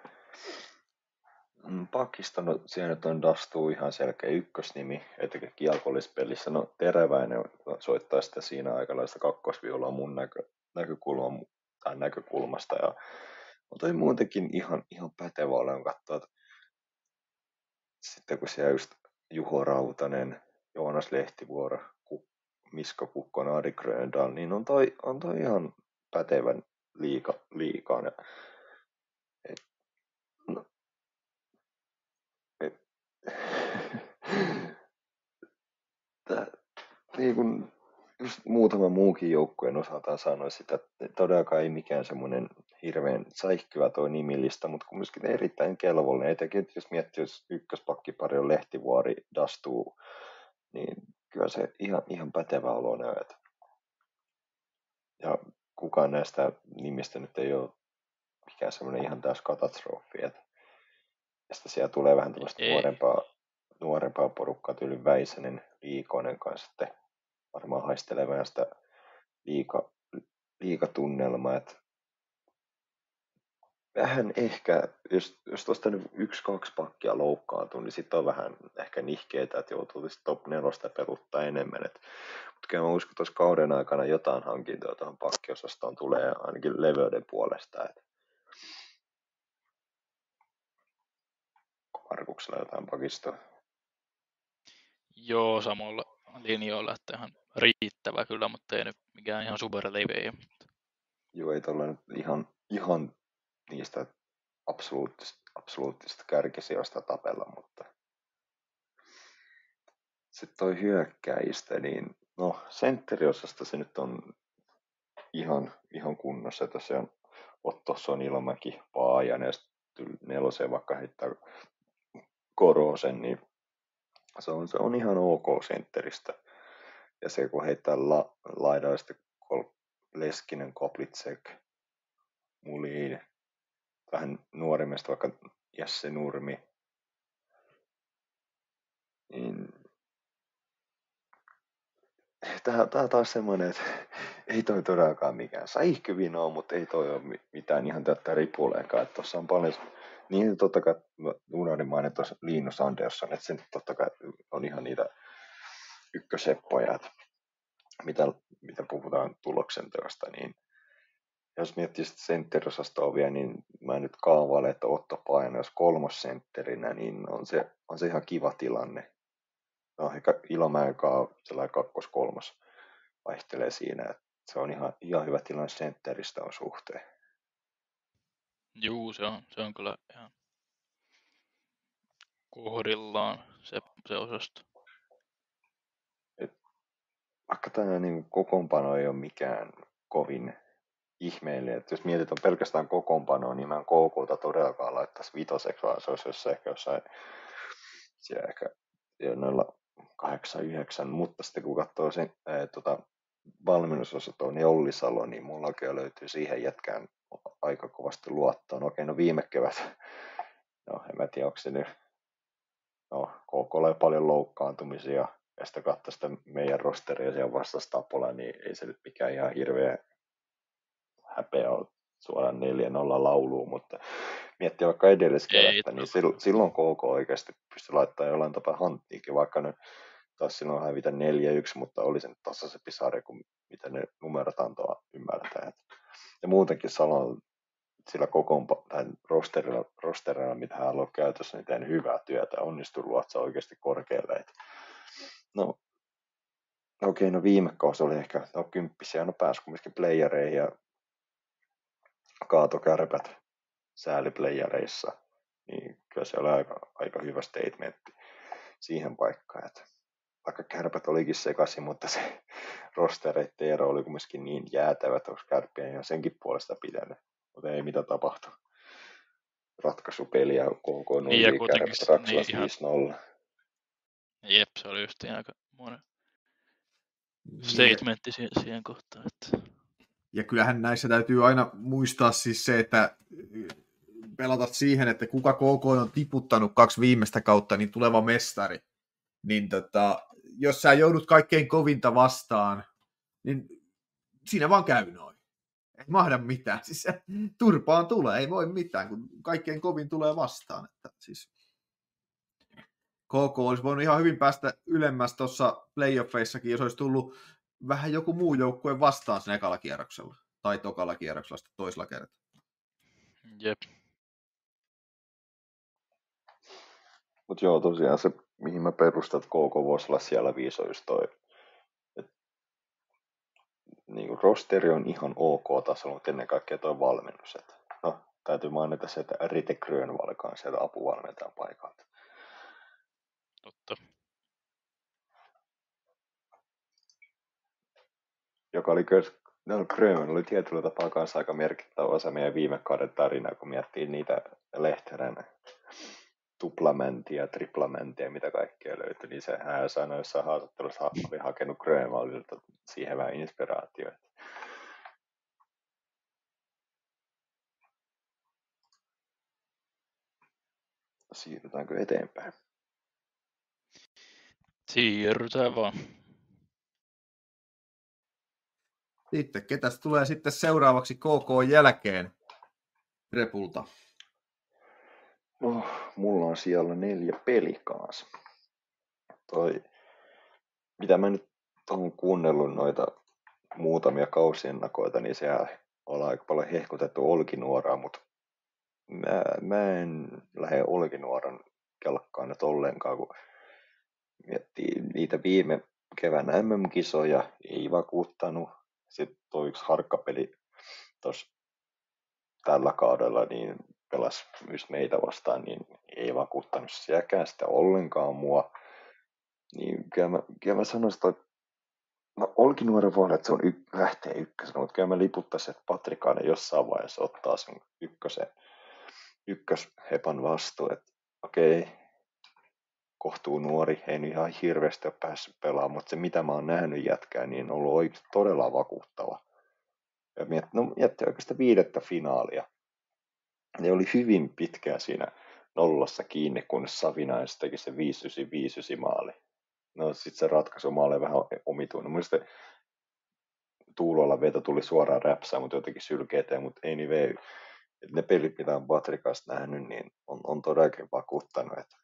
Mm, Pakisto, no siellä nyt on Dastu ihan selkeä ykkösnimi, etenkin kiekollispelissä. No Teräväinen soittaa sitä siinä aikalaista kakkosviulaa mun näkö, näkökulma, tai näkökulmasta. Ja, mutta toi muutenkin ihan, ihan pätevä olen katsoa, että sitten kun siellä just Juho Rautanen, Joonas Lehtivuoro, Kuk, Misko Kukkonen, Adi Gröndal, niin on toi, on toi ihan pätevän liiga, liigaan. Ja, et, no, et, tää, niin kun just muutama muukin joukkueen osaltaan sanoi sitä, että todellakaan ei mikään semmoinen hirveän säihkyvä toi nimilista, mutta kumminkin erittäin kelvollinen. Etenkin jos miettii, jos ykköspakkipari on Lehtivuori, Dastuu, niin kyllä se ihan, ihan pätevä oloinen. Ja kukaan näistä nimistä nyt ei ole mikään semmoinen ihan täys katastrofi. Että sitten siellä tulee vähän tämmöistä nuorempaa, nuorempaa porukkaa, tyyli Väisänen, Liikonen kanssa sitten varmaan haistelee vähän sitä liika, liikatunnelmaa. Että vähän ehkä, jos, jos tuosta nyt yksi, kaksi pakkia loukkaantuu, niin sitten on vähän ehkä nihkeitä, että joutuu top nelosta peluttaa enemmän. Et, mutta kyllä mä uskon, että tuossa kauden aikana jotain hankintoja tuohon pakkiosastoon tulee ainakin leveyden puolesta. Et Markuksella jotain pakistoa. Joo, samoilla linjoilla, että ihan riittävä kyllä, mutta ei nyt mikään ihan superleveä. Joo, ei tuolla nyt ihan, ihan niistä absoluuttisista, absoluuttisista kärkisijoista tapella, mutta sitten toi hyökkäistä, niin no sentteriosasta se nyt on ihan, ihan kunnossa. Tosiaan Otto Sonilomäki, Paajanen ja sitten neloseen vaikka heittää Korosen, niin se on, se on ihan ok sentteristä. Ja se kun heittää la, laidalla sitten Leskinen, Koplitsek, Mulin, vähän nuorimmista vaikka Jesse Nurmi, niin Tämä, tämä on taas semmoinen, että ei toi todellakaan mikään säihkyvinoa, mutta ei toi ole mitään ihan täyttä ripuleekaan. Tuossa on paljon, niin totta kai unohdin mainita Linus Andersson, että se nyt totta kai on ihan niitä ykköseppoja, että mitä, mitä puhutaan tuloksen teosta, niin jos miettii sitten sentteriosastoa vielä, niin mä nyt kaavailen, että Otto Paajanen olisi kolmosentterinä, niin on se, on se ihan kiva tilanne. No ehkä Ilomäenkaan sellainen kakkos-kolmos vaihtelee siinä, että se on ihan, ihan hyvä tilanne sentteristä on suhteen. Juu, se on, se on kyllä ihan kohdillaan se, se osasto. Et vaikka tämä niin kokoonpano ei ole mikään kovin ihmeellinen, että jos mietitään pelkästään kokoonpanoa, niin mä en K K:ta todellakaan laittaisi vitoseksi, vaan se olisi jossain ehkä jossain siellä ehkä noilla kahdeksan yhdeksän, mutta sitten kun katsoo sen ää, tota, valmennusosastoa, niin Olli Salo, niin mulla oikein löytyy siihen jätkään aika kovasti luottoon. Okei, no viime kevät, no en mä tiedä, onko se nyt, no K K:lla on paljon loukkaantumisia, ja sitten katsoo sitä meidän rosteria siellä vastastapolla, niin ei se nyt mikään ihan hirveä häpeä ole suoraan neljä nolla lauluun, mutta miettii vaikka edelliskevättä, niin silloin K K oikeasti pystyi laittamaan jollain tapaa hanttiinkin, vaikka ne taas silloin hävitä neljä yksi, mutta oli se nyt tossa se pisari, kun mitä ne numerot antaa ymmärtää. Ja muutenkin Salon sillä kokoonpa, tai rosterilla, rosterilla, mitä hän on ollut käytössä, niin tehnyt hyvää työtä, onnistuu luotsaa oikeasti korkealle. No, okei, no viime kausi oli ehkä no, kymppisiä, no pääsi kumminkin playereihin ja kaato Kärpät sääliplayereissa. Niin kyllä se oli aika, aika hyvä statementti siihen paikkaan, että vaikka Kärpät olikin sekaisin, mutta se rostereiden ero oli kumminkin niin jäätävä, että onko Kärppien ihan senkin puolesta pitänyt. Mutta ei mitä tapahtui. Ratkaisupeliä K K Niin ja noin kuitenkin Kärpät s- Raksalas niin ihan, viisi nolla. jep, se oli just aika monen Niin, statementti siihen, siihen kohtaan. Että... ja kyllähän näissä täytyy aina muistaa siis se, että pelata siihen, että kuka K K on tiputtanut kaksi viimeistä kautta, niin tuleva mestari. Niin tota, jos sä joudut kaikkein kovinta vastaan, niin siinä vaan käy noin. Ei mahda mitään. Siis se turpaan tulee, ei voi mitään, kun kaikkein kovin tulee vastaan. Että siis K K olisi voinut ihan hyvin päästä ylemmäs tuossa playoffeissakin, jos olisi tullut vähän joku muu joukkue vastaan sen ekalla kierroksella. Tai tokalla kierroksella sitten toisella kertaa. Jep. Mutta joo, tosiaan se, mihin mä perustan, että K K voisi olla siellä viisi, on just toi, että niin rosteri on ihan ok-tasolla, mutta ennen kaikkea tuo valmennus. Että, no, täytyy mainita se, että Rite Grönvalka on sieltä apuvalmentajan paikalta. Totta. Joka oli kyllä, no Grönman oli tietyllä tapaa kanssa aika merkittävä osa meidän viime kauden tarinaa, kun miettii niitä Lehterän tuplamäntiä, triplamentia, mitä kaikkea löytyi, niin se hän sanoi jossain haastattelussa oli hakenut Grönvaldilta siihen vähän inspiraatioita. Siirrytäänkö eteenpäin? Siirrytään vaan. Sitten, ketäs tulee sitten seuraavaksi K K jälkeen Repulta? No, mulla on siellä neljä Pelicans. Toi, mitä mä nyt oon kuunnellut noita muutamia kausiennakoita, niin sehän ollaan aika paljon hehkutettu Olkinuoraa, mutta mä, mä en lähde Olkinuoran kelkkaan nyt ollenkaan, kun miettii niitä viime keväänä M M-kisoja, ei vakuuttanut. Sitten tuo yksi harkkapeli tuossa tällä kaudella niin pelasi myös meitä vastaan, niin ei vakuuttanut sielläkään sitä ollenkaan mua. Niin kyllä mä, kyllä mä sanoisin, että no Olkinuoren voi olla, että se on y- lähtee ykkösenä, mutta kyllä mä liputtaisin, että Patrikainen jossain vaiheessa ottaa sen ykkösen, ykköshepan vastuun, että okei, kohtuu nuori, ei nyt ihan hirveästi ole päässyt pelaamaan, mutta se mitä mä oon nähnyt jätkää, niin on ollut oikeasti todella vakuuttava. Ja miettii, no miettii oikeastaan viidettä finaalia. Ne oli hyvin pitkään siinä nollassa kiinni, kunnes Savinainen teki se viisi yhdeksän viisi yhdeksän maali. No sit se ratkaisumaali on vähän omituinen. Mielestäni Tuulolla veto tuli suoraan räpsään, mutta jotenkin sylkeeteen, mutta anyway, että ne pelit, mitä on Patrikasta nähnyt, niin on, on todellakin vakuuttanut. Että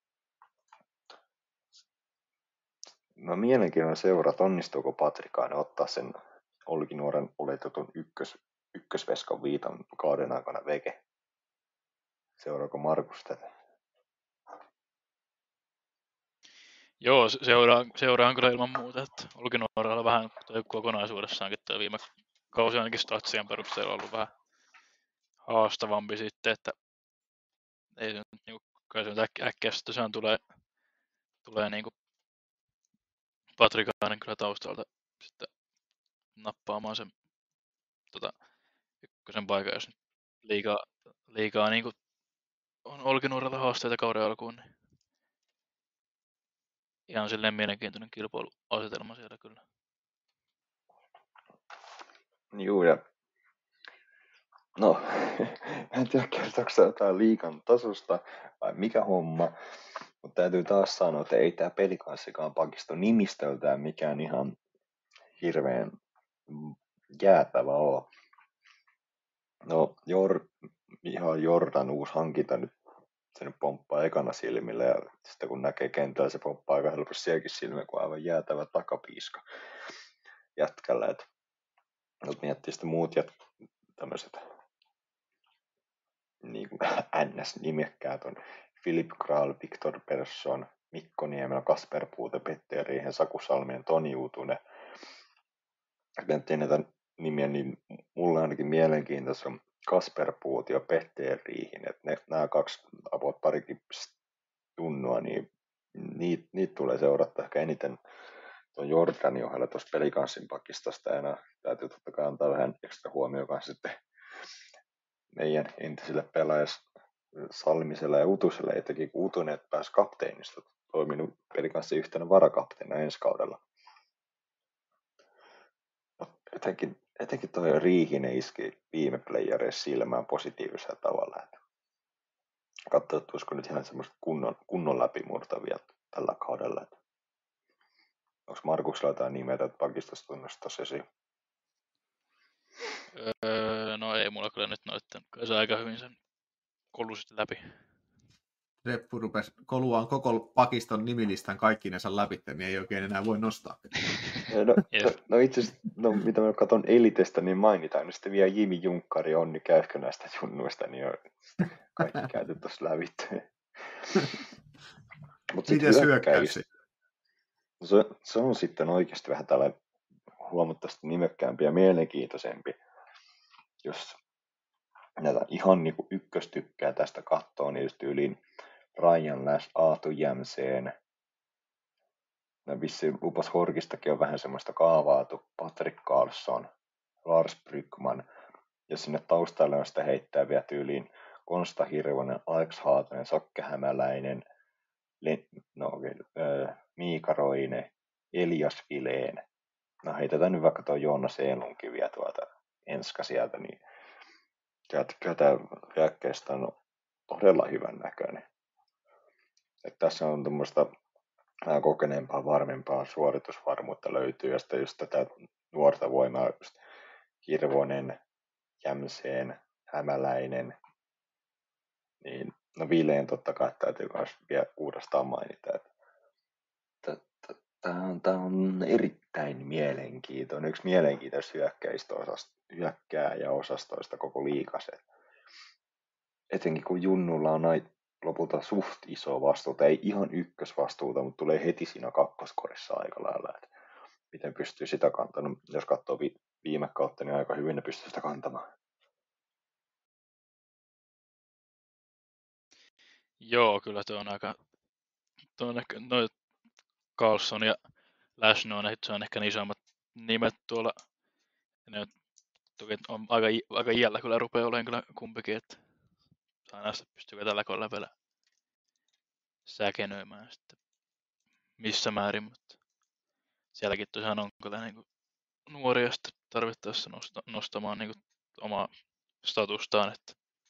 no mielenkiintoinen seurata, onnistuuko Patrikainen ottaa sen Olkinuoren oletetun ykkös, ykkösveskan viitan kauden aikana veke. Seuraako Markus tätä? Joo, se- seuraan, seuraan kyllä ilman muuta, että Olkinuoralla vähän toi kokonaisuudessaankin tuo viime kausi ainakin statsien perusteella ollut vähän haastavampi sitten, että ei se nyt niinku, kai se nyt äk- äkkiä sitten tosiaan tulee, tulee niinku Patrikainen kyllä taustalta sitten nappaamaan sen tota, ykkösen paikan, jos nyt liikaa, liikaa niinku on Olkinuorella haasteita kauden alkuun, niin ihan silleen mielenkiintoinen kilpailuasetelma siellä kyllä. Juu, ja no, en tiedä kertooko se jotain liigan tasosta vai mikä homma, mutta täytyy taas sanoa, että ei tämä Pelikanssikaan pakisto nimistöltään mikään ihan hirveän jäätävä ole. No, Jor, ihan Jordan uusi hankinta nyt, se nyt pomppaa ekana silmillä ja sitten kun näkee kentällä, se pomppaa aika helposti sielläkin silmiä, kun aivan jäätävä takapiiska jätkällä. Et, jos miettii sitten muut jät, tämmöiset niin kuin N S-nimekkäät on Philip Kral, Victor Persson, Mikko Niemelä, Kasper Puute, Petteri Riihen, Saku Salminen, Toni Utunen. En tiedä näitä nimiä, niin mulle ainakin mielenkiintoista on Kasper Puut ja Petteri Riihin. Että ne, nämä kaksi about parikin tunnua, niin niitä niit tulee seurata ehkä eniten tuon Jordanin ohella tuossa Pelikanssin pakistosta. Ja nämä täytyy totta kai antaa vähän ekstra huomioon kanssa sitten meidän entisille pelaajille Salmisella ja Utusella, etenkin kun Utunen pääsi kapteenista, toiminut Pelikanssin yhtenä varakapteenina ensi kaudella. Etenkin, etenkin tuo Riihinen iski viime playereissa silmään positiivisella tavalla. Että katsotaan, että olisiko nyt ihan semmoista kunnon, kunnon läpimurtavia tällä kaudella. Että onko Markuksella jotain nimeä, että pakistosta tunnustaisi esiin? Öö, no ei mulla kyllä nyt noitten. Kyllä se aika hyvin sen kolusit läpi. Reppu rupesi koluaan koko pakiston nimilistan kaikkinensa läpi, niin ei oikein enää voi nostaa. No, no, no itse asiassa, no, mitä mä katson Elitestä, niin mainitaan sitten vielä Jimi Junkkari, Onni Käyhkö näistä junnuista, niin on kaikki käyty tuossa läpi. Miten hyökkäyksi? Se, se on sitten oikeasti vähän tällainen huomattavasti nimekkäämpi ja mielenkiintoisempi, jos näitä ihan niin kuin ykköstykkää tästä kattoo, niin just yliin Ryan Lash, Aatu Jämseen. No vissiin lupas Horkistakin on vähän semmoista kaavaatu. Patrick Carlson, Lars Brygman. Ja sinne taustalle on sitä heittää vielä tyyliin Konsta Hirvonen, Alex Haatanen, Sakke Hämäläinen, Le- no, äh, Miika Roine, Elias Vileen. No heitetään nyt vaikka tuo Joona Seelunkin vielä tuolta enska sieltä, niin kyllä tämä hyökkäistä on todella hyvän näköinen. Että tässä on tuommoista vähän kokeneempaa, varmempaa suoritusvarmuutta löytyy, ja sitten just tätä nuorta voimaa, just Hirvonen, Jämseen, Hämäläinen, niin no Vileen totta kai täytyy myös vielä uudestaan mainita, että tämä on, tämä on erittäin mielenkiintoinen, yksi mielenkiintoista hyökkääjäosastoista koko liigassa. Etenkin kun Junnulla on näin lopulta suht iso vastuuta, ei ihan ykkösvastuuta, mutta tulee heti siinä kakkoskorissa aika lailla, että miten pystyy sitä kantamaan. Jos katsoo vi- viime kautta, niin aika hyvin ne pystyy sitä kantamaan. Joo, kyllä tuo on aika... Tuo on ehkä, noi Carlson ja Lash, ne on, se on ehkä ne isommat nimet tuolla. Ne toki on aika, aika iällä kyllä rupeaa olemaan kyllä kumpikin, että saa näistä pystyykö tällä kohdalla vielä säkenöimään sitten missä määrin, mutta sielläkin tosiaan on kyllä niin kuin nuoria sitten tarvittaessa nosta, nostamaan niin kuin omaa statustaan. Että.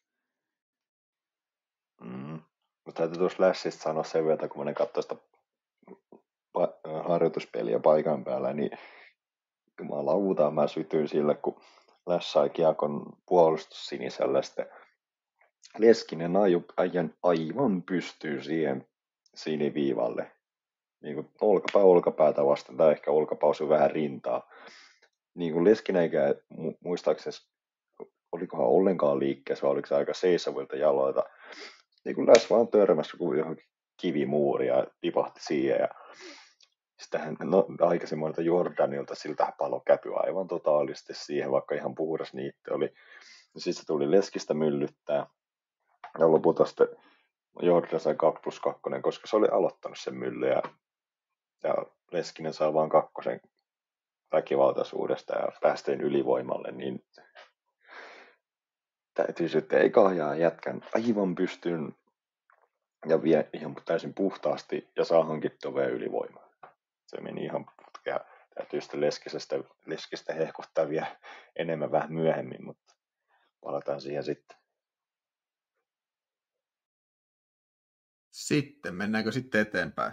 Mm. Mutta täytyy tuossa Lashista sanoa sen verran, kun mä katsoin sitä pa- harjoituspeliä paikan päällä, niin jumalauta mä sytyin sille, kun Lash sai kiekon puolustussinisellä, sitten Leskinen ajan aivan pystyy siihen siniviivalle. Niin kuin olkapää olkapäätä vasten, tai ehkä olkapää osui vähän rintaa. Niin kuin Leskinen eikä mu- muistaakseni, olikohan ollenkaan liikkeessä, vai oliko se aika seisovilta jaloilta. Niin kuin Lash vaan törmäsi kuin johonkin kivimuuria ja tipahti siihen. Ja sitähän no, aikaisemmalta Jordanilta siltä palo käpy aivan totaalisesti siihen, vaikka ihan puhdas niitti oli. Sitten se tuli Leskistä myllyttää. Ja lopulta sitten Jordan sai kaksi plus kaksi, koska se oli aloittanut sen mylly. Ja, ja Leskinen saa vaan kakkosen väkivaltaisuudesta ja päästiin ylivoimalle. Niin täytyy sitten ei kahjaa jätkän aivan pystyyn ja vie ihan täysin puhtaasti ja saa hankittua vielä ylivoimaa. Se meni ihan putkea. Täytyy sitten Leskisestä, Leskistä hehkuttaa vielä enemmän vähän myöhemmin, mutta palataan siihen sitten. Sitten, mennäänkö sitten eteenpäin?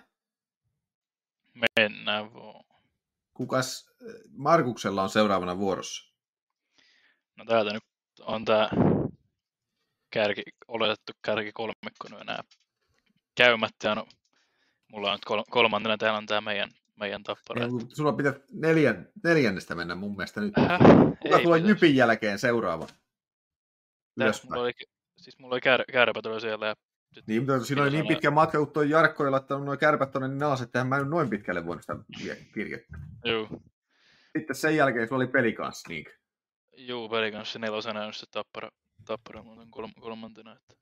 Mennään vaan. Kukas Markuksella on seuraavana vuorossa? No täältä nyt on tää kärki, oletettu kärki kolmikko nyt enää käymättä. Ja no, mulla on nyt kol- kolmantena täällä on tää meidän, meidän tappara. Sulla pitää neljän, neljännestä mennä mun mielestä nyt. Häh? Kuka Ei tuo pitäisi. Jypin jälkeen seuraava? Mulla oli, siis mulla oli kär, kärpät oli siellä ja Sit Niin, mutta siinä oli pitäisi niin aina- pitkä matka, kun tuo Jarkko ei laittanut noin kärpät tuonne niin alas, että mä en noin pitkälle voinut sitä vie- kirjoittaa. Juu, Sitten sen jälkeen sulla oli peli kanssa sneak. juu, peli kanssa nelosena ja sitten tappara, tappara muuten kolm, kolmantena. Että.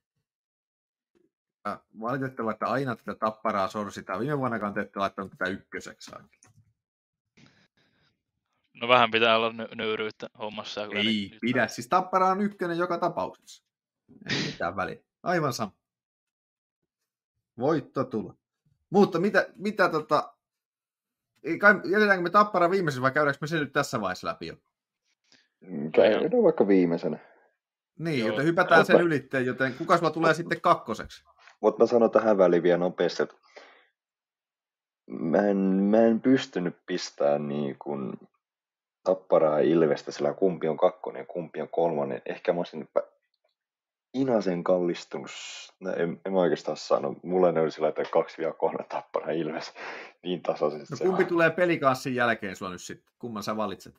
Ja valitettavaa, että aina tätä tapparaa sorsitaan. Viime vuonnakaan te ette laittanut tätä ykköseksi ainakin. No vähän pitää olla ny- nöyryyttä hommassa. Kyllä Ei nyt, pidä. Siis tappara on ykkönen joka tapauksessa. Ei mitään väliä. Aivan sama. Voitto tulla. Mutta mitä, mitä tota... Ei kai, jätetäänkö me tappara viimeisenä vai käydäänkö me sen nyt tässä vaiheessa läpi jo? Käydään vaikka viimeisenä. Niin, Joo. joten hypätään Ota. sen ylitteen, joten kuka sulla tulee sitten kakkoseksi? Mutta mä sanon tähän väliin vielä nopeasti, että mä en, mä en pystynyt pistämään niin kuin Tapparaa ja Ilvestä, sillä kumpi on kakkonen ja kumpi on kolmonen. Ehkä mä olisin inasen kallistunut, no, en, en mä oikeastaan sano, mulle ne oli sillä, että kaksi kolme Tappara ja Ilves niin tasaisesti. No se- kumpi tulee pelikanssin jälkeen sulla nyt sitten? Kumman sä valitset?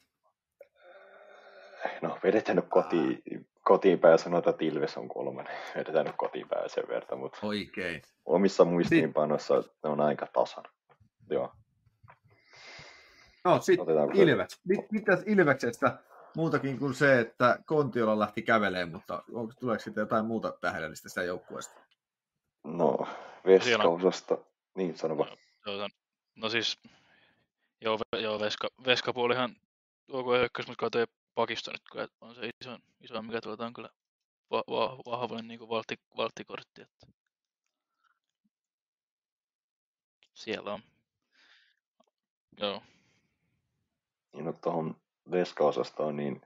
No, vedetään nyt kotiin, kotiin päin ja sanotaan, että Ilves on kolmonen. Vedetään nyt kotiin päin sen verran, mutta Oikein. omissa muistiinpanoissa ne on aika tasan. Joo. No sitten Otetaanko se- Ilves. Mit, mitäs Ilveksestä muutakin kuin se, että Kontiola lähti kävelemään, mutta onko, tuleeko sitten jotain muuta tähdellistä sitä joukkueesta? No, Veska-osasta, niin sano vaan. Tuota, no siis, joo, ve- joo Veska, Veskapuolihan OK ykkös, mutta toi pakisto nyt kyllä on se iso, iso mikä tuolta on kyllä va, va, vahvoin niin valtti, valttikortti. Että. Siellä on. Joo. Niin no tuohon Veska-osastoon, niin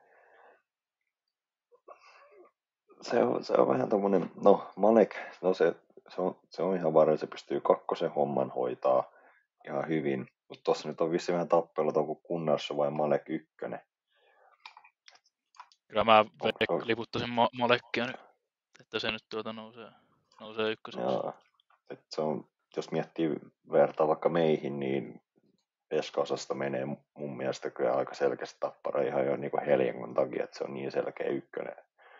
se on, se on vähän tommonen, no Malek, no se, se, on, se on ihan varma, se pystyy kakkosen homman hoitaa ihan hyvin. Mutta tossa nyt on vissiin vähän tappelu, että onko Kunnassa vai Malek ykkönen. Kyllä mä Onko se- ve- liputtaisin mo- molekkia nyt, että se nyt tuota nousee, nousee ykköseksi. Joo, et se on, jos miettii vertaa vaikka meihin, niin Veska-osasta menee mun mielestä kyllä aika selkeästi Tappara ihan jo niinku Heljengon takia, että se on niin selkeä ykkönen.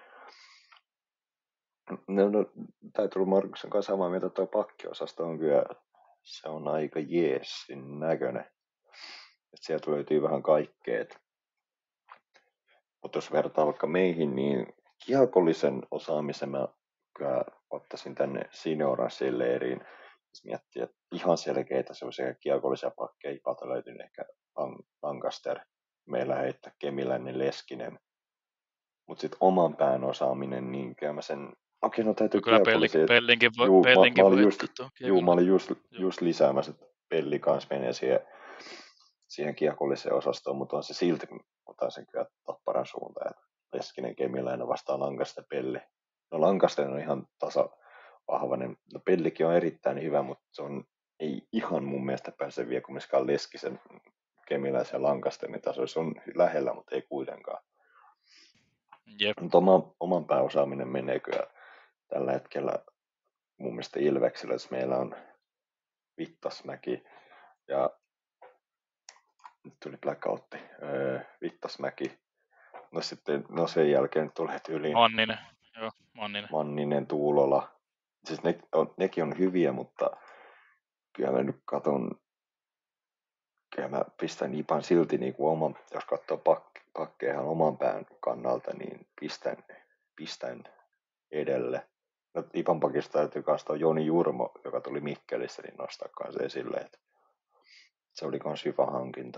No, no täytyy olla Markuksen kanssa samaa mieltä, että tuo pakkiosasto on kyllä, se on aika jeesin näköinen. Et sieltä löytyy vähän kaikkea. Mutta jos vertaa vaikka meihin, niin kiekollisen osaamisen mä kyllä ottaisin tänne Sinioranssiin leiriin. Jos miettii, että ihan selkeitä sellaisia kiekollisia pakkeja, Ipalta löytyy ehkä Lancaster, meillä heittää Kemiläinen, Leskinen. Mutta sitten oman pään osaaminen, niin kyllä mä sen, okei no täytyy Kyllä kiekollisia. Pellinkin, Pellinkin voi, Juu, mä- Pellinkin mä olin voi just- ottaa tuon Juu, mä olin just, Joo. just lisäämässä, että Pelli kanssa menee siihen, siihen kiekolliseen osastoon, mutta on se silti, kun otan sen kyllä Tapparan suuntaan, että Leskinen, Kemiläinen vastaan Lancaster, Pelli. No Lancaster on ihan tasa vahvainen, no Pellikin on erittäin hyvä, mutta se on ei ihan mun mielestä pääse vie, kun myöskään Leskisen, Kemiläisen ja Lancasterin taso, se on lähellä, mutta ei kuitenkaan. Jep. Mutta oman, oman pääosaaminen menee kyllä tällä hetkellä mun mielestä Ilveksellä, jos meillä on Vittasmäki ja nyt tuli blackoutti, öö, Vittasmäki, no sitten no sen jälkeen tulee tyyliin Manninen. Joo, Manninen. Manninen, Tuulola, siis ne, on, nekin on hyviä, mutta kyllä mä nyt katon, kyllä mä pistän Ipan silti niin kuin oman, jos katsoo pak, pakkeja ihan oman pään kannalta, niin pistän, pistän edelle. No, Ipan pakista täytyy kastaa Joni Jurmo, joka tuli Mikkelissä, niin nostaa kanssa esille, että se oli kans hyvä hankinta.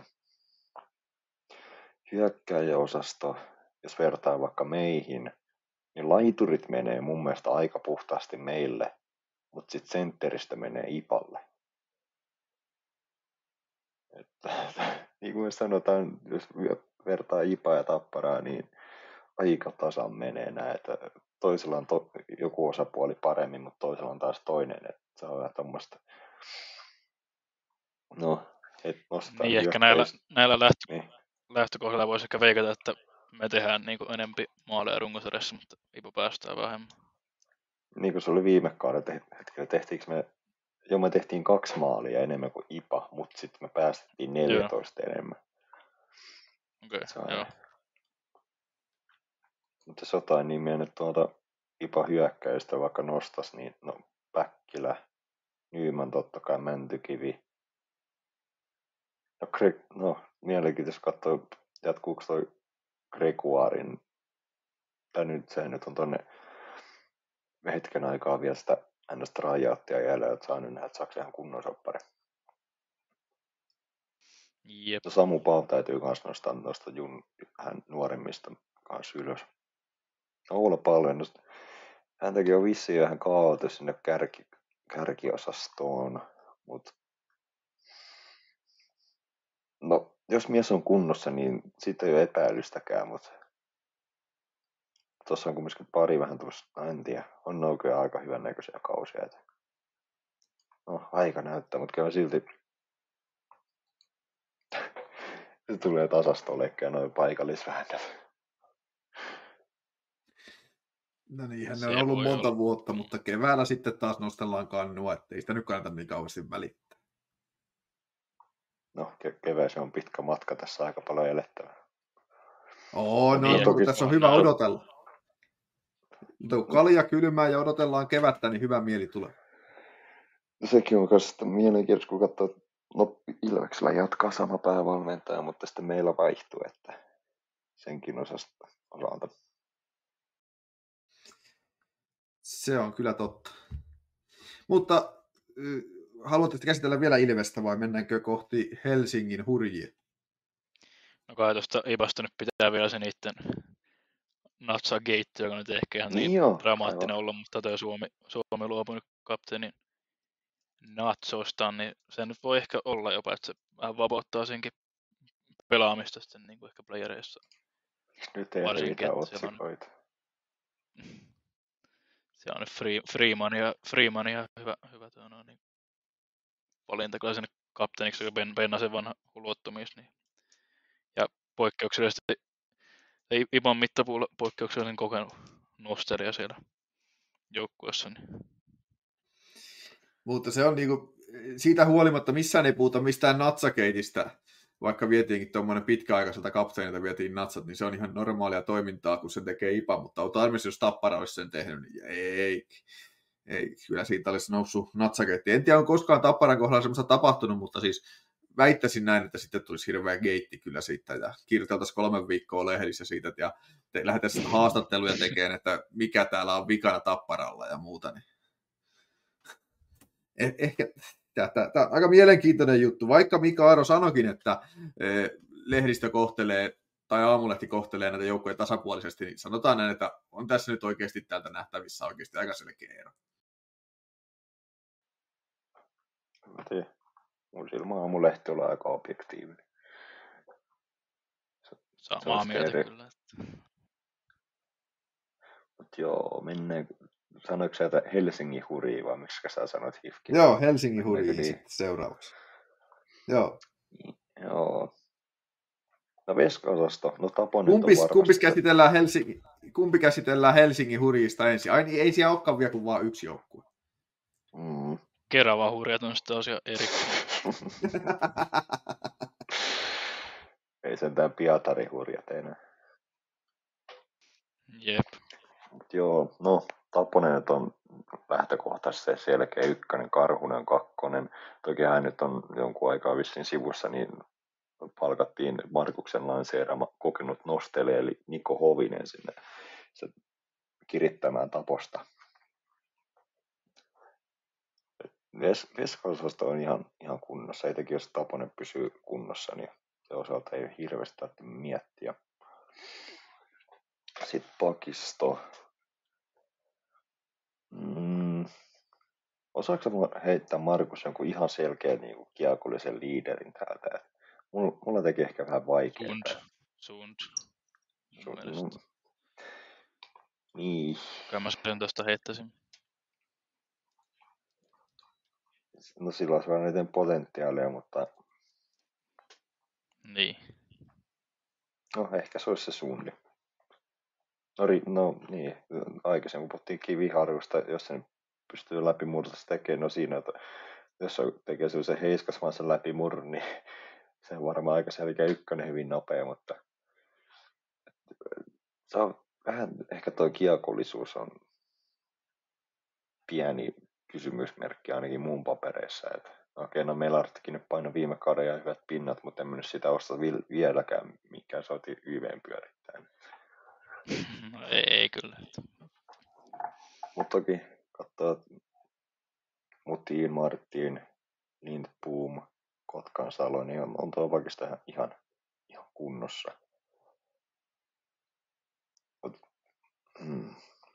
Hyökkääjäosasto, jos vertaa vaikka meihin, niin laiturit menee mun mielestä aika puhtaasti meille, mutta sitten sentteristä menee Ipalle. Että, niin kuin me sanotaan, jos vertaa Ipaa ja Tapparaa, niin aika tasan menee näitä. Toisella on to, joku osapuoli paremmin, mutta toisella on taas toinen. Että se on vähän tommoista. No, et nostetaan Niin ehkä näillä, hyökkäys- näillä lähtö, Niin. lähtökohdilla voisi ehkä veikata, että me tehdään niin kuin enempi maaleja runkosarjassa, mutta Ipo päästään vähemmän. Niin kuin se oli viime kaudella, te- tehtiinkö me, joo me tehtiin kaksi maalia enemmän kuin Ipa, mutta sitten me päästettiin neljätoista enemmän. Okei, Se on- joo. Mutta jos jotain nimeä nyt tuolta Ipa hyökkäystä vaikka nostas, niin no Päkkilä, Nyman totta kai, Mäntykivi. No, Gre- no mielenkiintoista katsoa, jatkuuko toi Gregoirin, tai nyt se nyt on tonne hetken aikaa vielä sitä ns. Rajaattia jäljellä, että saa nyt nähdä, että saako se ihan kunnon soppari. Jep. No Samu Pau täytyy myös nostaa noista jun, hän nuoremmista kanssa ylös. Oula paljon. Häntäkin on vissiin vähän kaotu sinne kärki, kärkiosastoon, mutta no, jos mies on kunnossa, niin siitä ei ole epäilystäkään, mutta tuossa on kumminkin pari vähän tuossa, en tiedä, on ne oikein aika hyvän näköisiä kausia. Että no, aika näyttää, mutta kyllä silti se tulee tasastollekin noin paikallisväännöt. No niinhän ne Se on ollut voi monta olla. vuotta, mutta keväällä sitten taas nostellaan kannua, ettei sitä nyt kannata niin kauheasti välittää. No, ke- keväässä on pitkä matka, tässä aika paljon elettävää. Oo, No, no, Niin, mutta toki- tässä on on hyvä näin. odotella. Mutta kun kalja kylmää ja odotellaan kevättä, niin hyvä mieli tulee. Sekin on myös mielenkiintoista, kun katsoo, no Ilveksellä jatkaa sama päävalmentaja, mutta sitten meillä vaihtuu, että senkin osasta osalta. Se on kyllä totta. Mutta äh, haluatteko käsitellä vielä Ilvestä vai mennäänkö kohti Helsingin hurjia? No kai tuosta Ibasta nyt pitää vielä se niitten natsa gate, joka nyt ehkä ihan niin Joo, dramaattinen aivan. olla, mutta toi Suomi, Suomi luopunut kapteenin natsostaan, niin se nyt voi ehkä olla jopa, että se vähän vapauttaa senkin pelaamista sitten niin kuin ehkä playereissa. Nyt ei Varsinkin, riitä että siellä on, otsikoita. siellä on nyt Free, Freeman ja, Freeman ja hyvä, hyvä tuo, no, niin valinta kyllä sinne kapteeniksi, joka Ben, Bennasen vanha luottomies. Niin. Ja poikkeuksellisesti, ei Iban mittapuulla poikkeuksellisen kokenut nosteria siellä joukkueessa. Niin. Mutta se on niinku, siitä huolimatta missään ei puhuta mistään natsakeitistä, vaikka vietiinkin tuommoinen pitkäaikaiselta kapteenilta vietiin natsat, niin se on ihan normaalia toimintaa, kun se tekee I P A, mutta auto armissa, jos Tappara olisi sen tehnyt, niin ei, ei, kyllä siitä olisi noussut natsakeitti. En tiedä, on koskaan Tapparan kohdalla semmoista tapahtunut, mutta siis väittäisin näin, että sitten tulisi hirveä geitti kyllä siitä, ja kirjoiteltaisiin kolme viikkoa lehdissä siitä, ja te, lähdettäisiin haastatteluja tekemään, että mikä täällä on vikana Tapparalla ja muuta, niin Eh, ehkä tämä on aika mielenkiintoinen juttu, vaikka Mika Aaro sanoikin, että eh, lehdistö kohtelee tai Aamulehti kohtelee näitä joukkoja tasapuolisesti, niin sanotaan näin, että on tässä nyt oikeasti täältä nähtävissä oikeasti aika selkeä ero. Mä tiedän. Mun silmä Aamulehti on aika objektiivinen. Se, se Samaa on mieltä eri. kyllä. Että... Mut joo, mennään. Sanoitko sä, että Helsingin hurjia vai miksi sä sanoit H I F K? Joo, Helsingin hurjia niin? sitten seuraavaksi. Joo. Joo. No Veska-osasto, no Taponen Kumpis, on varmasti. kumpis käsitellään Helsinki, kumpi käsitellään Helsingin hurjista ensin? Ai niin, ei siellä olekaan vielä kuin vain yksi joukkue. Mm. Kerava hurjat on sitten asia erikseen. Ei sentään Pietarin hurjat enää. Jep. Mut joo, no Taponen nyt on lähtökohtaisesti se selkeä ykkönen, Karhunen kakkonen. Toki hän nyt on jonkun aikaa vissiin sivussa, niin palkattiin Markuksen lanseerama kokenut nostele, eli Niko Hovinen sinne se kirittämään Taposta. Ves, Veska-osasto on ihan, ihan kunnossa, etenkin jos Taponen pysyy kunnossa, niin se osalta ei hirveästi tarvitse miettiä. Sitten pakisto. Mm. Osaatko heittää Markus jonkun ihan selkeä niin kuin kiekollisen liiderin täältä? Mulla, mulla teki ehkä vähän vaikeaa. Sund. Sund. Mun Sun, mielestä. no, niin. Kyllä mä sen tästä heittäisin. No sillä olisi vähän eniten potentiaalia, mutta Niin. no ehkä se olisi se suunni. No, ri, no niin, aikaisemmin puhuttiin Kiviharjusta, jos sen pystyy läpimurrosta tekemään, no siinä, että jos se tekee sellaisen heiskasmaisen läpimurron, niin se on varmaan aika selkeä ykkönen hyvin nopea, mutta se on vähän, ehkä tuo kiekollisuus on pieni kysymysmerkki ainakin mun papereissa. Että okei, no Melarttikin nyt paino viime kauden ja hyvät pinnat, mutta en mennyt sitä osta vieläkään, mikä soiti Y V:n pyörittäen. No, ei, ei kyllä. Mutta toki katsoo Mutiin, Martin, Lindboom, Kotkansalo, niin on, on tuo oikeastaan ihan, ihan kunnossa. Hmm.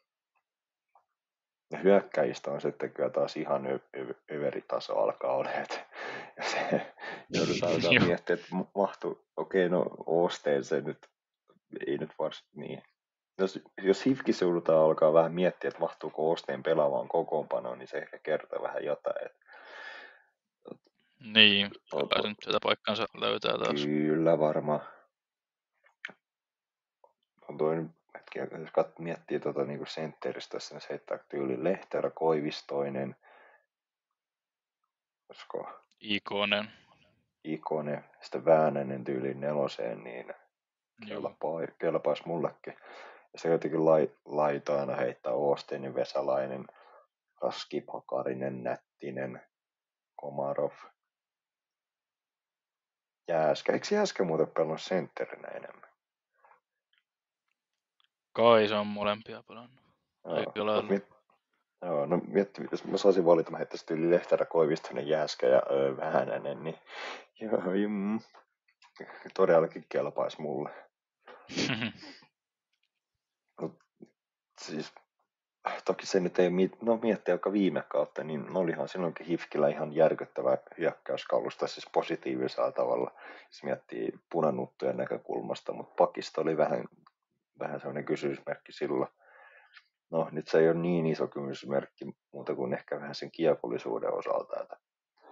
Ja hyökkäjistä on sitten kyllä taas ihan ö- ö- överitaso alkaa olemaan. Ja se joudutaan alkaa miettiä, että mahtuu, okei, okay, no Osteen se nyt ei nyt vasta niin. Jos, jos Hifkissä joudutaan alkaa vähän miettiä, että mahtuuko Osteen pelaavaan kokoonpanoon, niin se ehkä kertoo vähän jotain. Että, niin, kyllä se nyt sitä paikkansa löytää taas. Kyllä varmaan. On toi hetki, jos kat, miettii tuota niin sentteristössä, niin se heittää tyyli Lehterä, Koivistoinen, olisiko Ikonen. Ikonen, sitten Väänänen tyyliin neloseen, niin kelpaa- kelpaisi mullekin. Ja se jotenkin lai, laita aina heittää Oostinin, Vesalainen, Raski, Pakarinen, Nättinen, Komarov, Jääskä. Eikö Jääskä muuten pelannut sentterinä enemmän? Kai se on molempia pelannut. Joo, mit, joo, no mietti, jos mä saisin valita, mä heittäisin yli Lehterä, Koivistoinen, Jääskä ja öö, Väänänen, niin joo, mm, todellakin kelpaisi mulle. No, siis, toki se nyt ei, no miettiä joka viime kautta, niin olihan silloinkin Hifkillä ihan järkyttävä hyökkäyskalusta, siis positiivisella tavalla, jos miettii punanuttujen näkökulmasta, mutta pakista oli vähän, vähän sellainen kysymysmerkki silloin. No nyt se ei ole niin iso kysymysmerkki, muuta kuin ehkä vähän sen kiekollisuuden osalta. Että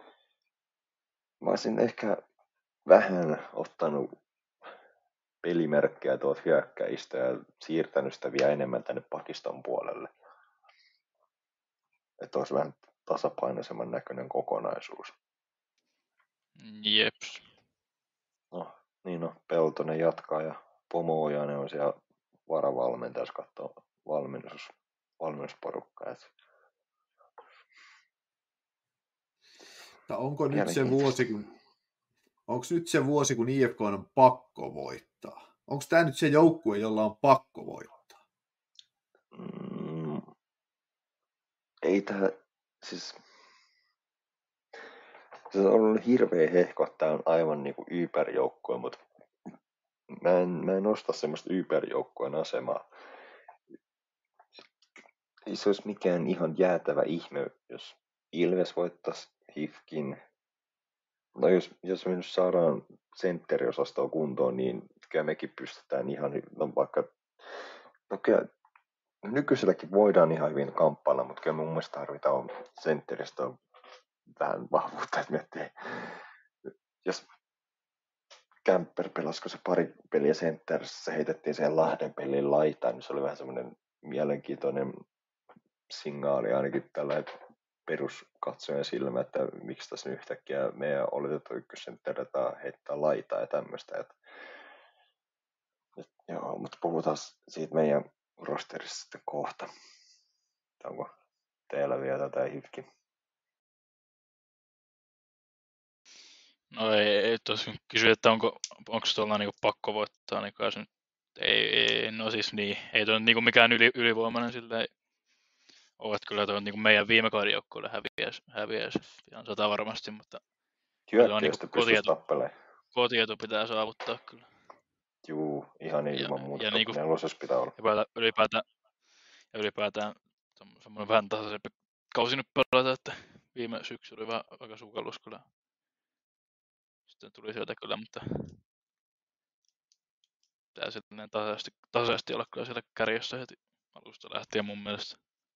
mä olisin ehkä vähän ottanut pelimerkkejä tuolta hyökkäistä ja siirtänyt sitä vielä enemmän tänne pakiston puolelle. Että olisi vähän tasapainoisemman näköinen kokonaisuus. Jeps. No, niin no, Peltonen jatkaa ja Pomo Ojanen on siellä varavalmentaja, jos katsoo valmennus, valmennusporukkaa. Onko nyt se vuosi, kun, onko nyt se vuosi, kun I F K on pakko voittaa? Onko tämä nyt se joukkue, jolla on pakko voittaa? Mm, ei tämä, siis se on ollut hirveä hehko, että tämä on aivan niin kuin yperjoukkue, mutta mä en, mä en osta semmoista yperjoukkueen asemaa. Ei se olisi mikään ihan jäätävä ihme, jos Ilves voittaisi Hifkin. No jos, jos me nyt saadaan sentteriosastoa kuntoon, niin kyllä mekin pystytään ihan, no vaikka, no kyllä nykyiselläkin voidaan ihan hyvin kamppailla, mutta kyllä mun mielestä tarvitaan sentteristä vähän vahvuutta, että miettii, jos Kämper pelasiko se pari peliä sentterissä, se heitettiin siihen Lahden pelin laitaan, niin se oli vähän semmoinen mielenkiintoinen signaali ainakin tällä peruskatsojen silmä, että miksi tässä yhtäkkiä meidän oletettu ykkössentteritä heittää laitaa ja tämmöistä. Että, et, joo, mutta puhutaan siitä meidän rosterissa sitten kohta. Onko teillä vielä tätä Hifki? No ei, ei tosiaan kysy, että onko onko tuolla niinku pakko voittaa, niin kai se nyt ei, ei, no siis niin, ei tuo niinku mikään yli, ylivoimainen silleen ole, että kyllä tuo niinku meidän viime kauden joukkueelle häviäisi, häviäisi ihan sata varmasti, mutta Hyökkäystä niinku pystyisi tappelemaan. Kotietu pitää saavuttaa kyllä. Juu, ihan ilman muuta. Ja niinku, nelosessa pitää olla. Ylipäätään, ja ylipäätään semmoinen vähän tasaisempi kausi nyt pelata, että viime syksy oli vähän aika sukellus kyllä. Sitten tuli sieltä kyllä, mutta pitää silleen tasaisesti, tasaisesti olla kyllä siellä kärjessä heti alusta lähtien mun mielestä.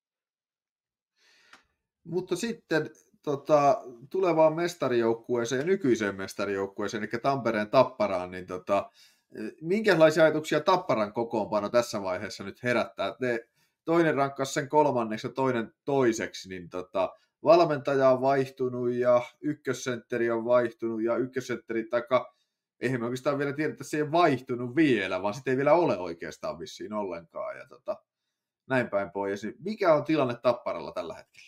Mutta sitten tota, tulevaan mestarijoukkueeseen ja nykyiseen mestarijoukkueeseen, eli Tampereen Tapparaan, niin tota, minkälaisia ajatuksia Tapparan kokoonpano tässä vaiheessa nyt herättää? Ne, toinen rankkasi sen kolmanneksi ja toinen toiseksi, niin tota, valmentaja on vaihtunut ja ykkössentteri on vaihtunut ja ykkössentteri, taikka eihän me oikeastaan vielä tiedä, että se ei vaihtunut vielä, vaan sitä ei vielä ole oikeastaan vissiin ollenkaan. Ja tota, näin päin pois. Mikä on tilanne Tapparalla tällä hetkellä?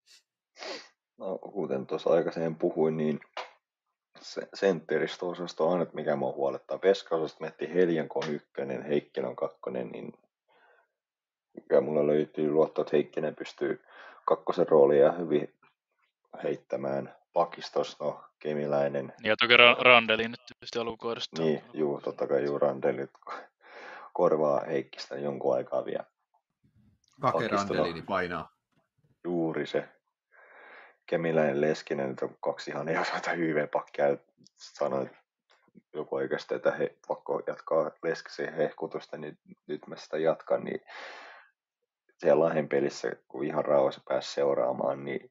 No, kuten tuossa aikaisemmin puhuin, niin se, sentteristö-osasto on, että mikä mua huolettaa. Veskaosasta metti Heljanko ykkönen, Heikkilän kakkonen, niin mikä mulla löytyy luotto, että Heikkinen pystyy kakkosen roolia hyvin heittämään. Pakistossa, no, Kemiläinen. Ja toki Ra- Randeli nyt tietysti alkukaudesta. Niin, juu, totta kai juu Randelit korvaa Heikkistä jonkun aikaa vielä. Kake Randelini painaa. Juuri se. Kemiläinen Leskinen, nyt on kaksi ihan ehdotonta H V-pakkia. Sanoin joku oikeasti, että he pakko jatkaa Leskisen hehkutusta, niin nyt mä sitä jatkan. Niin siellä Lahden pelissä, kun ihan rauhassa pääsi seuraamaan, niin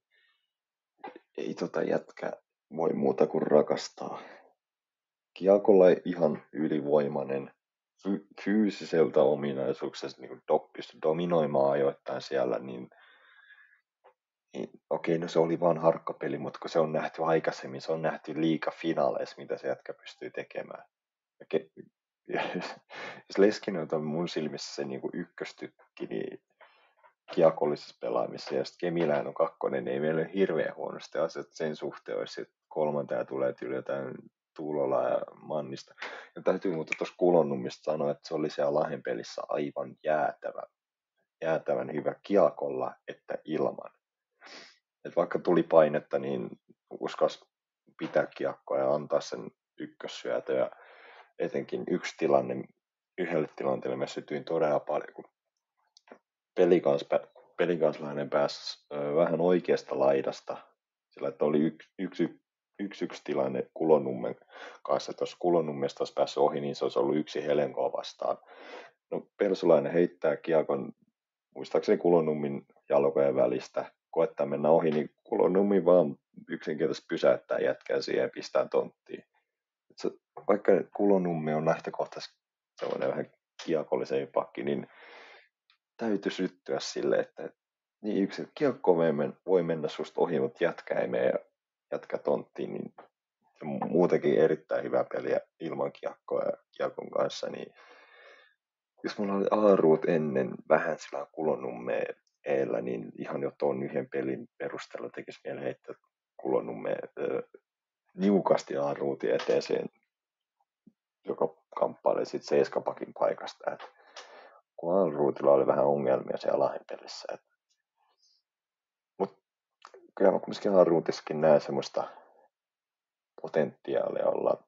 ei tota jätkä voi muuta kuin rakastaa. Kiakolla ihan ylivoimainen, fy- fyysiseltä ominaisuuksesta niin do, pystyi dominoimaan ajoittain siellä, niin, niin okei, no se oli vaan harkkapeli, mutta kun se on nähty aikaisemmin, se on nähty liigafinaaleissa, mitä se jätkä pystyy tekemään. Ja ke, ja, jos Leskinen on mun silmissä se niin kuin ykköstykki, niin kiekollisessa pelaamisessa, ja sitten Kemiläinen on kakkonen, niin ei meillä ole hirveän huonosti asiat sen suhteen, olisi, että kolmantaja tulee tyyli jotain Tuulola ja Mannista. Ja täytyy muuta tuossa Kulonnummista sanoa, että se oli siellä Lahden pelissä aivan jäätävä, jäätävän hyvä kiekolla, että ilman. Et vaikka tuli painetta, niin uskas pitää kiekkoa ja antaa sen ykkössyötä. Ja etenkin yksi tilanne, yhdelle tilanteelle mä sytyin todella paljon, kun pelikanslainen pääsi ö, vähän oikeasta laidasta, sillä että oli yksi, yksi, yksi, yksi tilanne Kulonummen kanssa. Tuossa Kulonnummesta olisi päässyt ohi, niin se olisi ollut yksi Helenkoa vastaan. No, Persulainen heittää kiekon, muistaakseni Kulonummin jalkojen välistä, koettaa mennä ohi, niin Kulonummi vaan yksinkertaisesti pysäyttää jätkää siihen ja pistää tonttiin. Se, vaikka Kulonummi on lähtökohtaisesti sellainen vähän kiekollisen pakki, niin täytyy syttyä sille, että niin yksi kiekko voi mennä susta ohi, mutta jätkä ei mene ja jätkä tonttiin, niin muutenkin erittäin hyvä peliä ilman kiekkoa ja kiekon kanssa, niin jos mulla oli aaruut ennen vähän sillä Kulonummeen eellä, niin ihan jo tuon yhden pelin perusteella tekisi mieli heittää Kulonummeen niukasti aaruutin eteeseen, joka kamppailee sitten seiskapakin paikasta. Et kun aaruutilla oli vähän ongelmia siellä Lahden pelissä. Mutta kyllä mä kuitenkin aaruutissakin näen semmoista potentiaalia olla,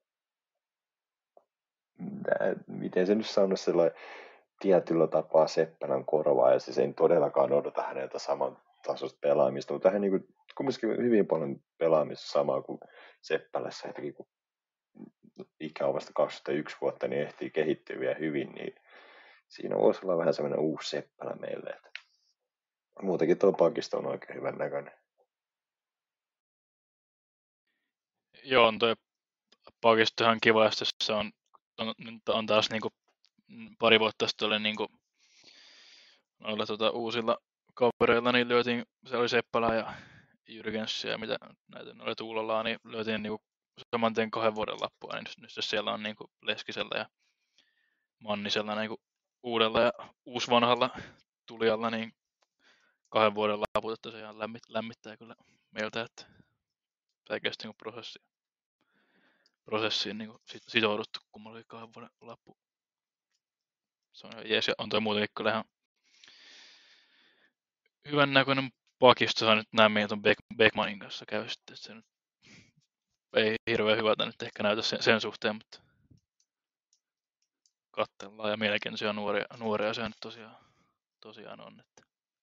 miten se nyt sanoo, sellainen tietyllä tapaa Seppälän korvaa, ja siis ei todellakaan odota häneltä saman tasoista pelaamista, mutta hän niin kumminkin hyvin paljon pelaamista samaa kuin Seppälässä, että kun ikä on vasta kaksikymmentäyksi vuotta, niin ehtii kehittyä vielä hyvin, niin siinä voisi olla vähän semmoinen uusi Seppälä meille. Että muutenkin tuo pakisto on oikein hyvän näköinen. Joo, on toi pakisto ihan kiva, ja se on, on, on taas niinku pari vuotta sitten oli niinku noilla tota, uusilla kavereilla, niin lyötiin, se oli Seppälä ja Jyrgenssiä ja mitä näitä oli Tuulolaa, niin lyötiin niinku saman tien kahden vuoden lappua, niin nyt siellä on niinku Leskisellä ja Mannisella niinku uudella ja uusvanhalla tulijalla niin kahden vuoden laput, että se ihan lämmit, lämmittää kyllä meiltä, että selkeästi niinku prosessi, prosessiin niinku sitouduttu, kun mulla oli kahden vuoden lappu. Se on ihan jees, ja on toi muutenkin kyllä ihan hyvän näköinen pakisto, nyt näemme, että on Beck- Beckmanin kanssa käy sitten, että se nyt ei hirveän hyvältä nyt ehkä näytä sen, sen suhteen, mutta katsellaan ja mielenkiintoisia nuoria, nuoria se nyt tosiaan, tosiaan on. Että.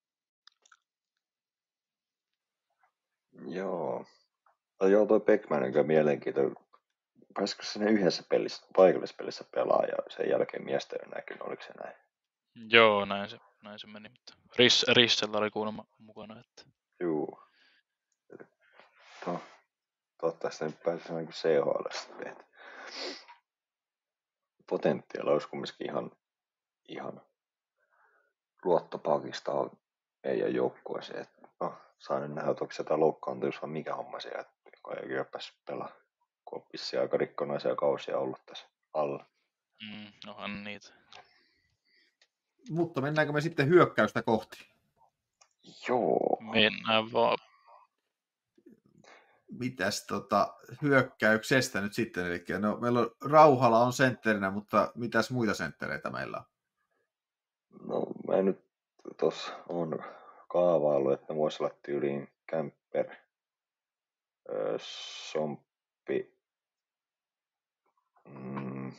Joo. No joo, toi Beckman on kyllä mielenkiintoinen. Pääsikö sinne yhdessä pelissä, paikallispelissä pelaa ja sen jälkeen miestä ei näkynyt, oliko se näin? Joo, näin se, näin se meni, mutta Riss, Rissellä oli kuulemma mukana. Että. Juu. No, toivottavasti nyt pääsisi ainakin C H L sitten. Potentiaalia olisi kumminkin ihan, ihan luottopakista ei ole joukkueeseen. No, saan nähdä, että onko se jotain loukkaantuisi vai mikä homma siellä, kun ei ole päässyt pelaamaan. Kun on vissiin aika rikkonaisia kausia ollut tässä alla. Mm, onhan niitä. Mutta mennäänkö me sitten hyökkäystä kohti? Joo. Mennään vaan. Mitäs tota, hyökkäyksestä nyt sitten? Eli no, meillä on Rauhala on sentterinä, mutta mitäs muita senttereitä meillä on? No mä nyt tuossa on kaavaillut, että voisi olla tyyliin Kämper, öö, Somppi, mm,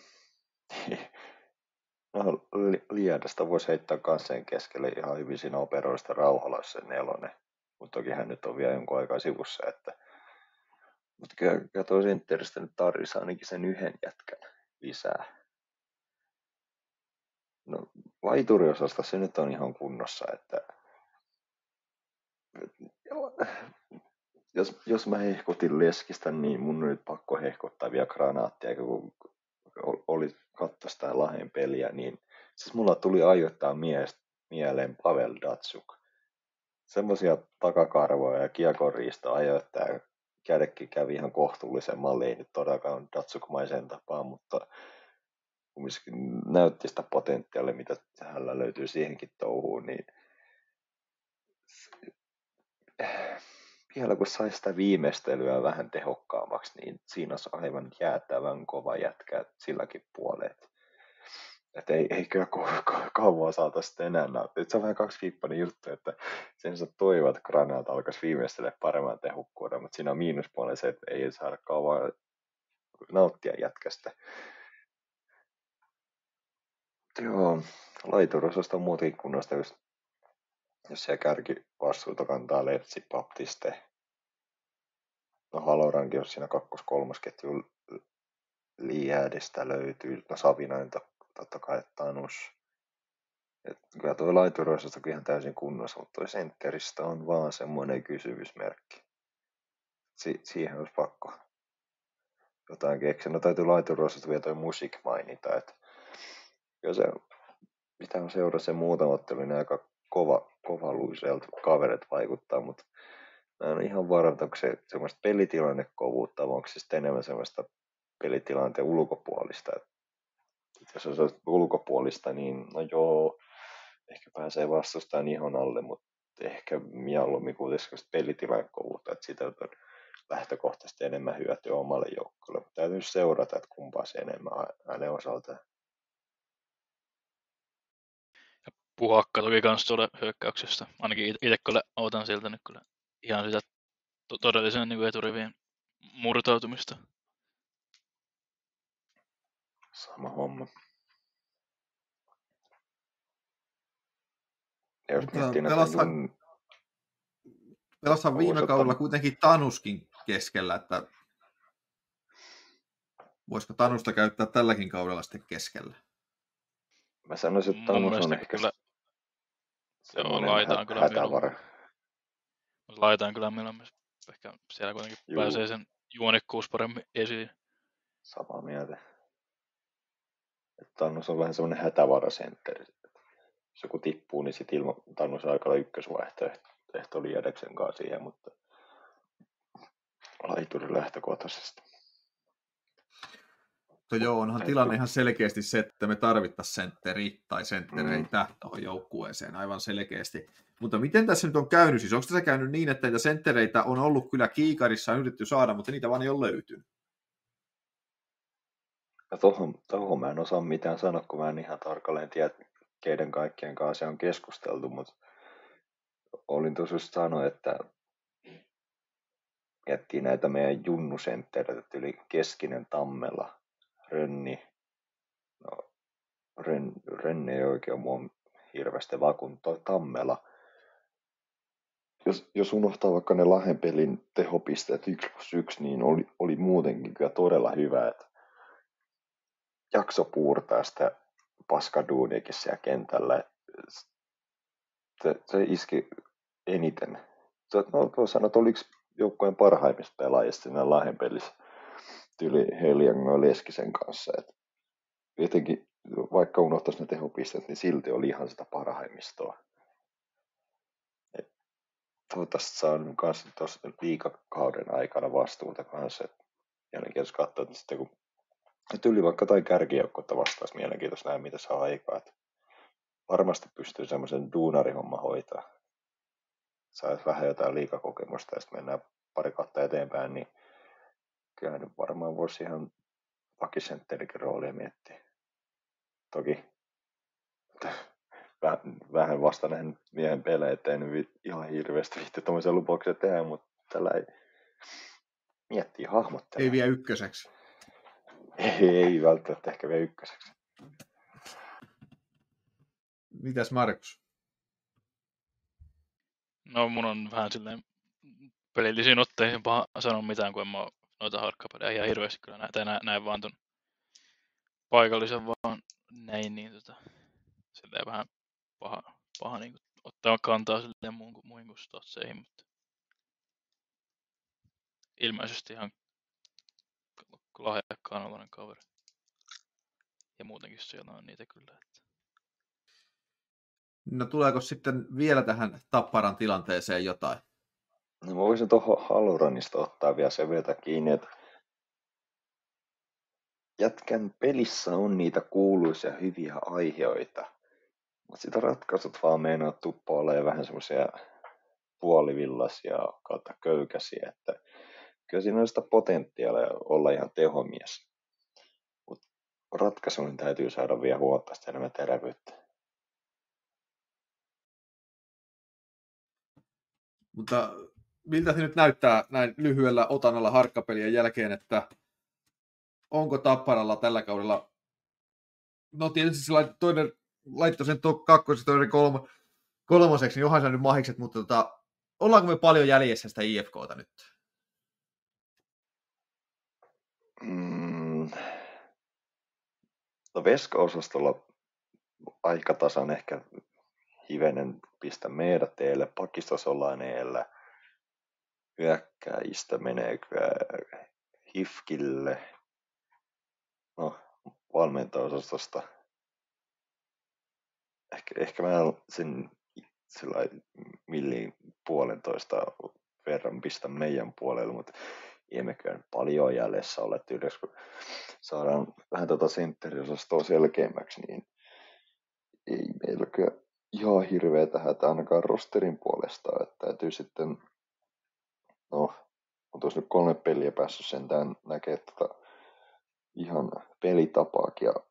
no Li- Liedasta voisi heittää kansseen keskelle ihan hyvin siinä operoista Rauhala se nelonen, mutta toki hän nyt on vielä jonkun aikaa sivussa, että mutta kyllä, kyllä toi sentteristä nyt tarvitsisi ainakin sen yhden jätkän lisää. No laituriosasta se nyt on ihan kunnossa, että jos, jos mä hehkutin Leskistä, niin mun on nyt pakko hehkuttaa vielä Granaattia, kun oli katsoa sitä Lahden peliä, niin siis mulla tuli ajoittaa mies, mieleen Pavel Datsuk. Semmoisia takakarvoja ja kiekonriista ajoittaa, kädekin kävi ihan kohtuullisen malliin, ei nyt todellakaan Datsuk-maiseen tapaan, mutta kumminkin näytti sitä potentiaalia, mitä hänellä löytyy siihenkin touhuun, niin vielä kun saisi sitä viimeistelyä vähän tehokkaammaksi, niin siinä olisi aivan jäätävän kova jätkä silläkin puolella. Että ei, ei kyllä kauan saata sitten enää nauttia. Se on vähän kaksipiippainen juttu, että sen sä toivot, että Granat alkaisi viimeistellä paremman tehokkuuden, mutta siinä on miinuspuolella se, että ei saada kauan nauttia jätkästä. Joo, laiturosasta on muutenkin kunnosta, jos, jos siellä kärkivastuuta kantaa Lepsi, Baptiste. No Halorankin, jos siinä kakkos-kolmosketjun Liäädestä löytyy, no Savinainen totta kai Tanus. Et kyllä tuo laituroisesta on ihan täysin kunnossa, mutta tuo sentteristä on vaan semmoinen kysymysmerkki. Si- siihen olisi pakko jotain keksiä. No täytyy laituroisesta vielä toi Musik mainita, että kyllä se, mitä on seurassa se muutama ottelu, niin aika kova, kova luiselta kaverit vaikuttaa, mutta mä en ole ihan varma, onko se semmoista pelitilannekovuutta, vai onko se sitten enemmän semmoista pelitilanteen ulkopuolista. Et jos on ulkopuolista, niin no joo, ehkä pääsee vastustamaan ihon alle, mutta ehkä mieluummin kuitenkin pelitilannekovuutta, että siitä on lähtökohtaisesti enemmän hyötyä omalle joukkueelle. Täytyy seurata, että kumpaa se enemmän hänen osaltaan. Puhakka toki kans tuolla hyökkäyksestä. Ainakin itse kyllä otan sieltä nyt kyllä ihan sitä to- todellisen niin eturivien murtautumista. Sama homma. Ja jos Mutta miettii näitä pelashan, jun... pelashan viime Voisi kaudella ottaa- kuitenkin Tanuskin keskellä, että voisiko Tanusta käyttää tälläkin kaudella sitten keskellä? Mä sanoisin, että Mun Tanus on mielestä ehkä kyllä- semmoinen Joo, laitaan hä- kyllä hätävara. Laitaan kyllä mieluummin. Ehkä siellä kuitenkin Juu. pääsee sen juonikkuus paremmin esiin. Samaa mieltä. Että Tanus on vähän semmoinen hätävarasentteri. Jos joku tippuu, niin sitten ilman Tanus aika olla ykkösvaihtoehto Liedeksen kanssa siihen, mutta laituri lähtökohtaisesti. Mutta joo, onhan Et tilanne kun- ihan selkeästi se, että me tarvittaisiin sentteri tai senttereitä mm. tuohon joukkueeseen aivan selkeästi. Mutta miten tässä nyt on käynyt? Siis onko tässä käynyt niin, että niitä senttereitä on ollut kyllä kiikarissa, on yritetty saada, mutta niitä vaan ei ole löytynyt? Ja tohon, tohon mä en osaa mitään sanoa, kun mä en ihan tarkalleen tiedä, keiden kaikkien kanssa on keskusteltu, mutta olin tuossa just sanoa, että miettii näitä meidän junnusenttereitä, yli Keskinen, Tammela, Rönni. No, Ren, Rönni ei oikein mua hirveästi vakun, toi Tammela. Jos, jos unohtaa vaikka ne Lahden pelin tehopisteet yksi plus yksi, niin oli, oli muutenkin kyllä todella hyvä, että jakso puurtaa sitä paskaduuniakin siellä kentällä. Se, se iski eniten. No, voi sanoa, että oliko joukkojen parhaimmista pelaajista siinä Lahden pelissä tyyli Heliangon Leskisen kanssa. Et jotenkin, vaikka unohtaisi ne tehopisteet, niin silti oli ihan sitä parhaimmistoa. Et toivottavasti saan kanssa tuossa liigakauden aikana vastuuta kanssa. Et mielenkiintoista katsoa, että sitten kun tyyli vaikka tai kärkijoukkoita vastaisi mielenkiintoista näin, mitä saa aikaa. Et varmasti pystyy semmoisen duunarihomman hoitaa. Saisi vähän jotain liikakokemusta ja sitten mennään pari kautta eteenpäin, niin kyllä nyt varmaan voisi ihan vakisentterikin roolia miettiä. Toki vähän vasta nähnyt miehen pelejä, ettei nyt ihan hirveästi viitti tuommoisen lupauksen tehdä, mutta tällä ei miettii hahmottelee. Ei vie ykköseksi. Ei, ei välttämättä ehkä vie ykköseksi. Mitäs Markus? No mun on vähän silleen pelillisiin otteihin paha sanoa mitään, kun en mä oo noita harkkapelejä ihan hirveästi kyllä näitä näin, näin vaan ton paikallisen vaan näin, niin tota, silleen vähän paha, paha niin kuin ottaa kantaa silleen muun, muihin kuin statseihin, mutta ilmeisesti ihan lahjakkaan oloinen kaveri. Ja muutenkin siellä on niitä kyllä. Että... No tuleeko sitten vielä tähän Tapparan tilanteeseen jotain? No mä voisin tuohon Haluranista ottaa vielä sen verran kiinni, että jätkän pelissä on niitä kuuluisia hyviä aiheita, mutta sitä ratkaisut vaan meinaa tuppa olemaan vähän semmoisia puolivillaisia kautta köykäisiä, että kyllä siinä on sitä potentiaalia olla ihan tehomies. Mutta ratkaisuun täytyy saada vielä huomattavasti enemmän terävyyttä. Mutta miltä se nyt näyttää näin lyhyellä otanalla harkkapelien jälkeen, että onko Tapparalla tällä kaudella, no tietysti se laittoi, toinen, laittoi sen kakkoseksi, toinen kolmo, kolmoseksi, niin onhan se nyt mahikset, mutta tota, ollaanko me paljon jäljessä sitä I F K:ta nyt? Mm. No Veska-osastolla aika tasan ehkä hivenen pistä meidät teille, pakistossa ollaan eellä, hyökkääjistä menee Hifkille, no valmentajaosastosta. Ehkä, ehkä mä sen milliin puolentoista verran pistä meidän puolelle, mutta ei mekään paljon jäljessä ole. Yleensä kun saadaan vähän tuota sentteriosastoa selkeämmäksi, niin ei meilläkään ihan hirveätä hätä ainakaan rosterin puolesta. Että täytyy sitten, no, on tuossa nyt kolme peliä päässyt sentään näkemään tota ihan pelitapaakin. Ja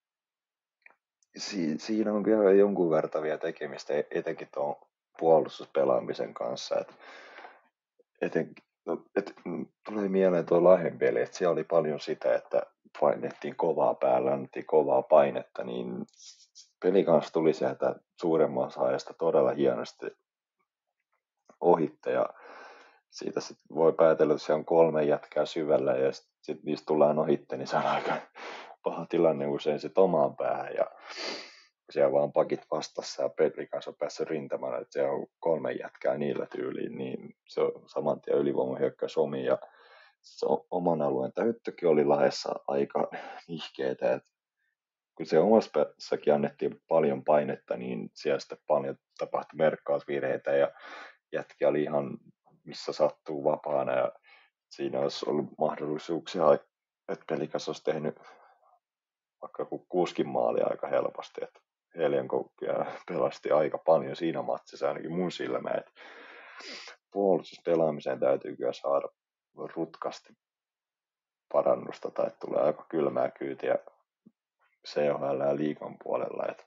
si- siinä on kyllä jonkun verran vielä tekemistä, etenkin tuon puolustuspelaamisen kanssa. Et, etenkin, no, et, tulee mieleen tuo Lahden peli, että siellä oli paljon sitä, että painettiin kovaa päällä, annettiin kovaa painetta, niin peli kanssa tuli sieltä suuremmassa ajasta todella hienosti ohitte ja siitä sit voi päätellä, että siellä on kolme jätkää syvällä ja sitten niistä tullaan ohitte, niin se on aika paha tilanne usein sit omaan päähän ja siellä vaan pakit vastassa ja peli kanssa on päässyt rintamana, että siellä on kolme jätkää niillä tyyliin, niin se on saman tien ylivoimahyökkäys omiin ja se oman alueen täyttökin oli Lahdessa aika nihkeetä, että kun se omassa päässäkin annettiin paljon painetta, niin siellä sitten paljon tapahtui merkkausvirheitä ja jätkiä oli ihan missä sattuu vapaana ja siinä olisi ollut mahdollisuuksia, että pelikas olisi tehnyt vaikka kuuskin maalia aika helposti, että Helianko pelasti aika paljon siinä matsissa ainakin mun silmä, että puolustuspelaamiseen täytyy kyllä saada rutkasti parannusta tai tulee aika kylmää kyytiä C H L ja liigan puolella, että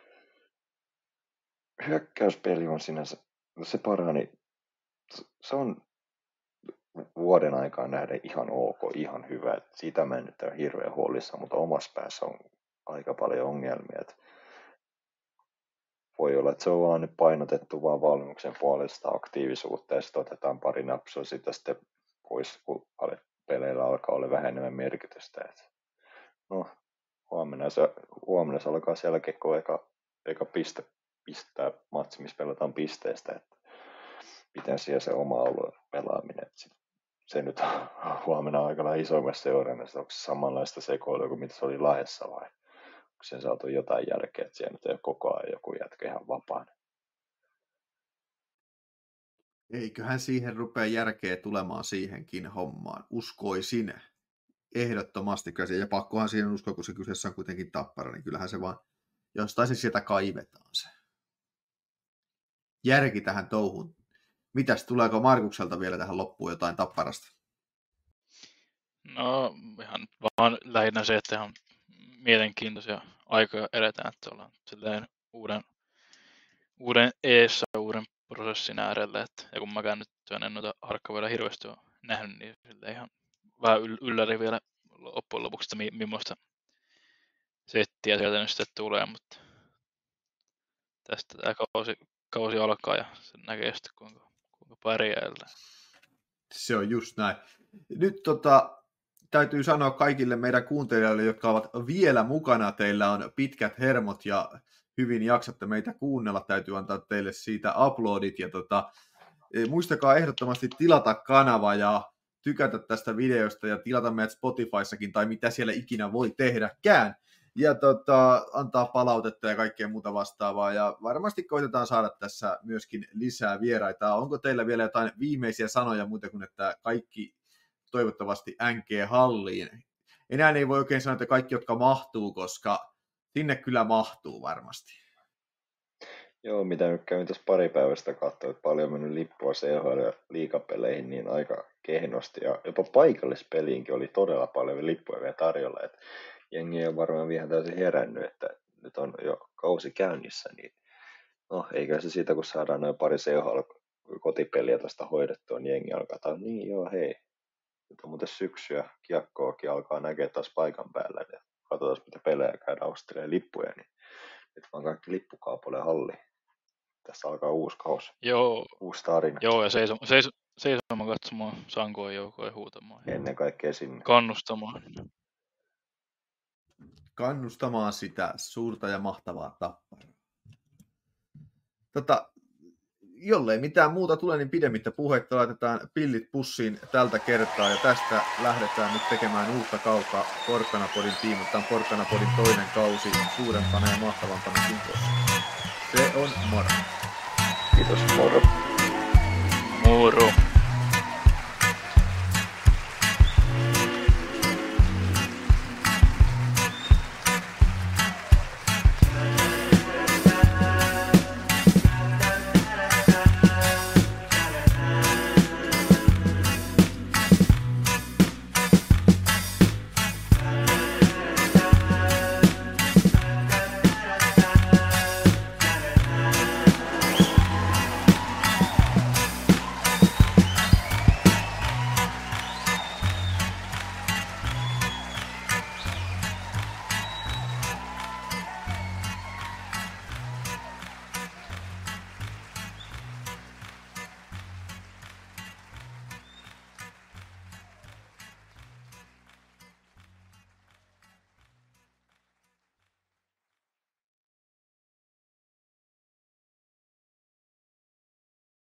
hyökkäyspeli on sinänsä, se parani, se on vuoden aikaan nähdä ihan ok, ihan hyvä, että siitä mä en nyt ole hirveän huolissaan, mutta omassa päässä on aika paljon ongelmia, että voi olla, että se on vaan nyt painotettu vaan valmennuksen puolesta aktiivisuutta ja sitten otetaan pari napsua sitä sitten pois, kun peleillä alkaa olla vähän enemmän merkitystä. Että no, huomenna se, huomenna se alkaa siellä kekko eka, eka piste pistää matsi, missä pelataan pisteestä, että miten siellä se oma alue pelaaminen. Että se nyt huomenna aikana isommassa seurannassa, onko se samanlaista sekoilua kuin mitä se oli Lahdessa vai onko sen saatu jotain järkeä, että siellä nyt ei ole koko ajan joku jätkä ihan vapaana. Eiköhän siihen rupea järkeä tulemaan siihenkin hommaan, uskoisin. Ehdottomasti kyllä, ja pakkohan siihen uskoa, kun se kyseessä on kuitenkin Tappara, niin kyllähän se vaan jostain se sieltä kaivetaan se. Järki tähän touhuun. Mitäs, tuleeko Markukselta vielä tähän loppuun jotain Tapparasta? No ihan vaan lähinnä se, että ihan mielenkiintoisia aikoja eletään, että ollaan silleen uuden, uuden eessä, uuden prosessin äärellä. Että, ja kun mäkään nyt en noita harkkavuilla hirveästi ole nähnyt, niin silleen ihan vähän ylläri vielä loppujen lopuksi, että mi- millaista settiä sieltä nyt sitten tulee, mutta tästä tämä kausi, kausi alkaa ja sen näkee sitten kuinka, kuinka pärjäällä. Se on just näin. Nyt tota, täytyy sanoa kaikille meidän kuuntelijoille, jotka ovat vielä mukana, teillä on pitkät hermot ja hyvin jaksatte meitä kuunnella, täytyy antaa teille siitä uploadit ja tota, muistakaa ehdottomasti tilata kanava ja tykätä tästä videosta ja tilata meidät Spotifyssakin tai mitä siellä ikinä voi tehdäkään. Ja tota, antaa palautetta ja kaikkea muuta vastaavaa. Ja varmasti koitetaan saada tässä myöskin lisää vieraita. Onko teillä vielä jotain viimeisiä sanoja muuta kuin, että kaikki toivottavasti änkee halliin? Enää ei voi oikein sanoa, että kaikki, jotka mahtuu, koska sinne kyllä mahtuu varmasti. Joo, mitä nyt kävin tuossa pari päivästä katsoa, että paljon mennyt lippua C H L ja liigapeleihin, niin aika kehnosti. Ja jopa paikallispeliinkin oli todella paljon lippuja vielä tarjolla. Että jengi on varmaan vielä täysin herännyt, että nyt on jo kausi käynnissä, niin no eikä se siitä, kun saadaan noin pari C H L-kotipeliä tästä hoidettua, niin jengi alkaa taas, niin joo, hei, nyt on muuten syksyä, kiekkoakin alkaa näkee taas paikan päällä, ja katsotaan mitä pelejä käydään ostelemaan lippuja, niin nyt vaan kaikki lippukaupoille halliin. Tässä alkaa uusi kausi, Joo, uusi tarina. joo ja seiso, seiso, seisomaan katsomaan sankoon joukkoja huutamaan ja Ennen kaikkea sinne. kannustamaan. Kannustamaan sitä suurta ja mahtavaa Tapparaa. Tota, jollei mitään muuta tule, niin pidemmittä puhetta laitetaan pillit pussiin tältä kertaa. Ja tästä lähdetään nyt tekemään uutta kautta Porkkanapodin tiimiltä. Tämä on Porkkanapodin toinen kausi suurempana ja mahtavampana kuin koskaan. Se on moro. Kiitos, moro. Moro.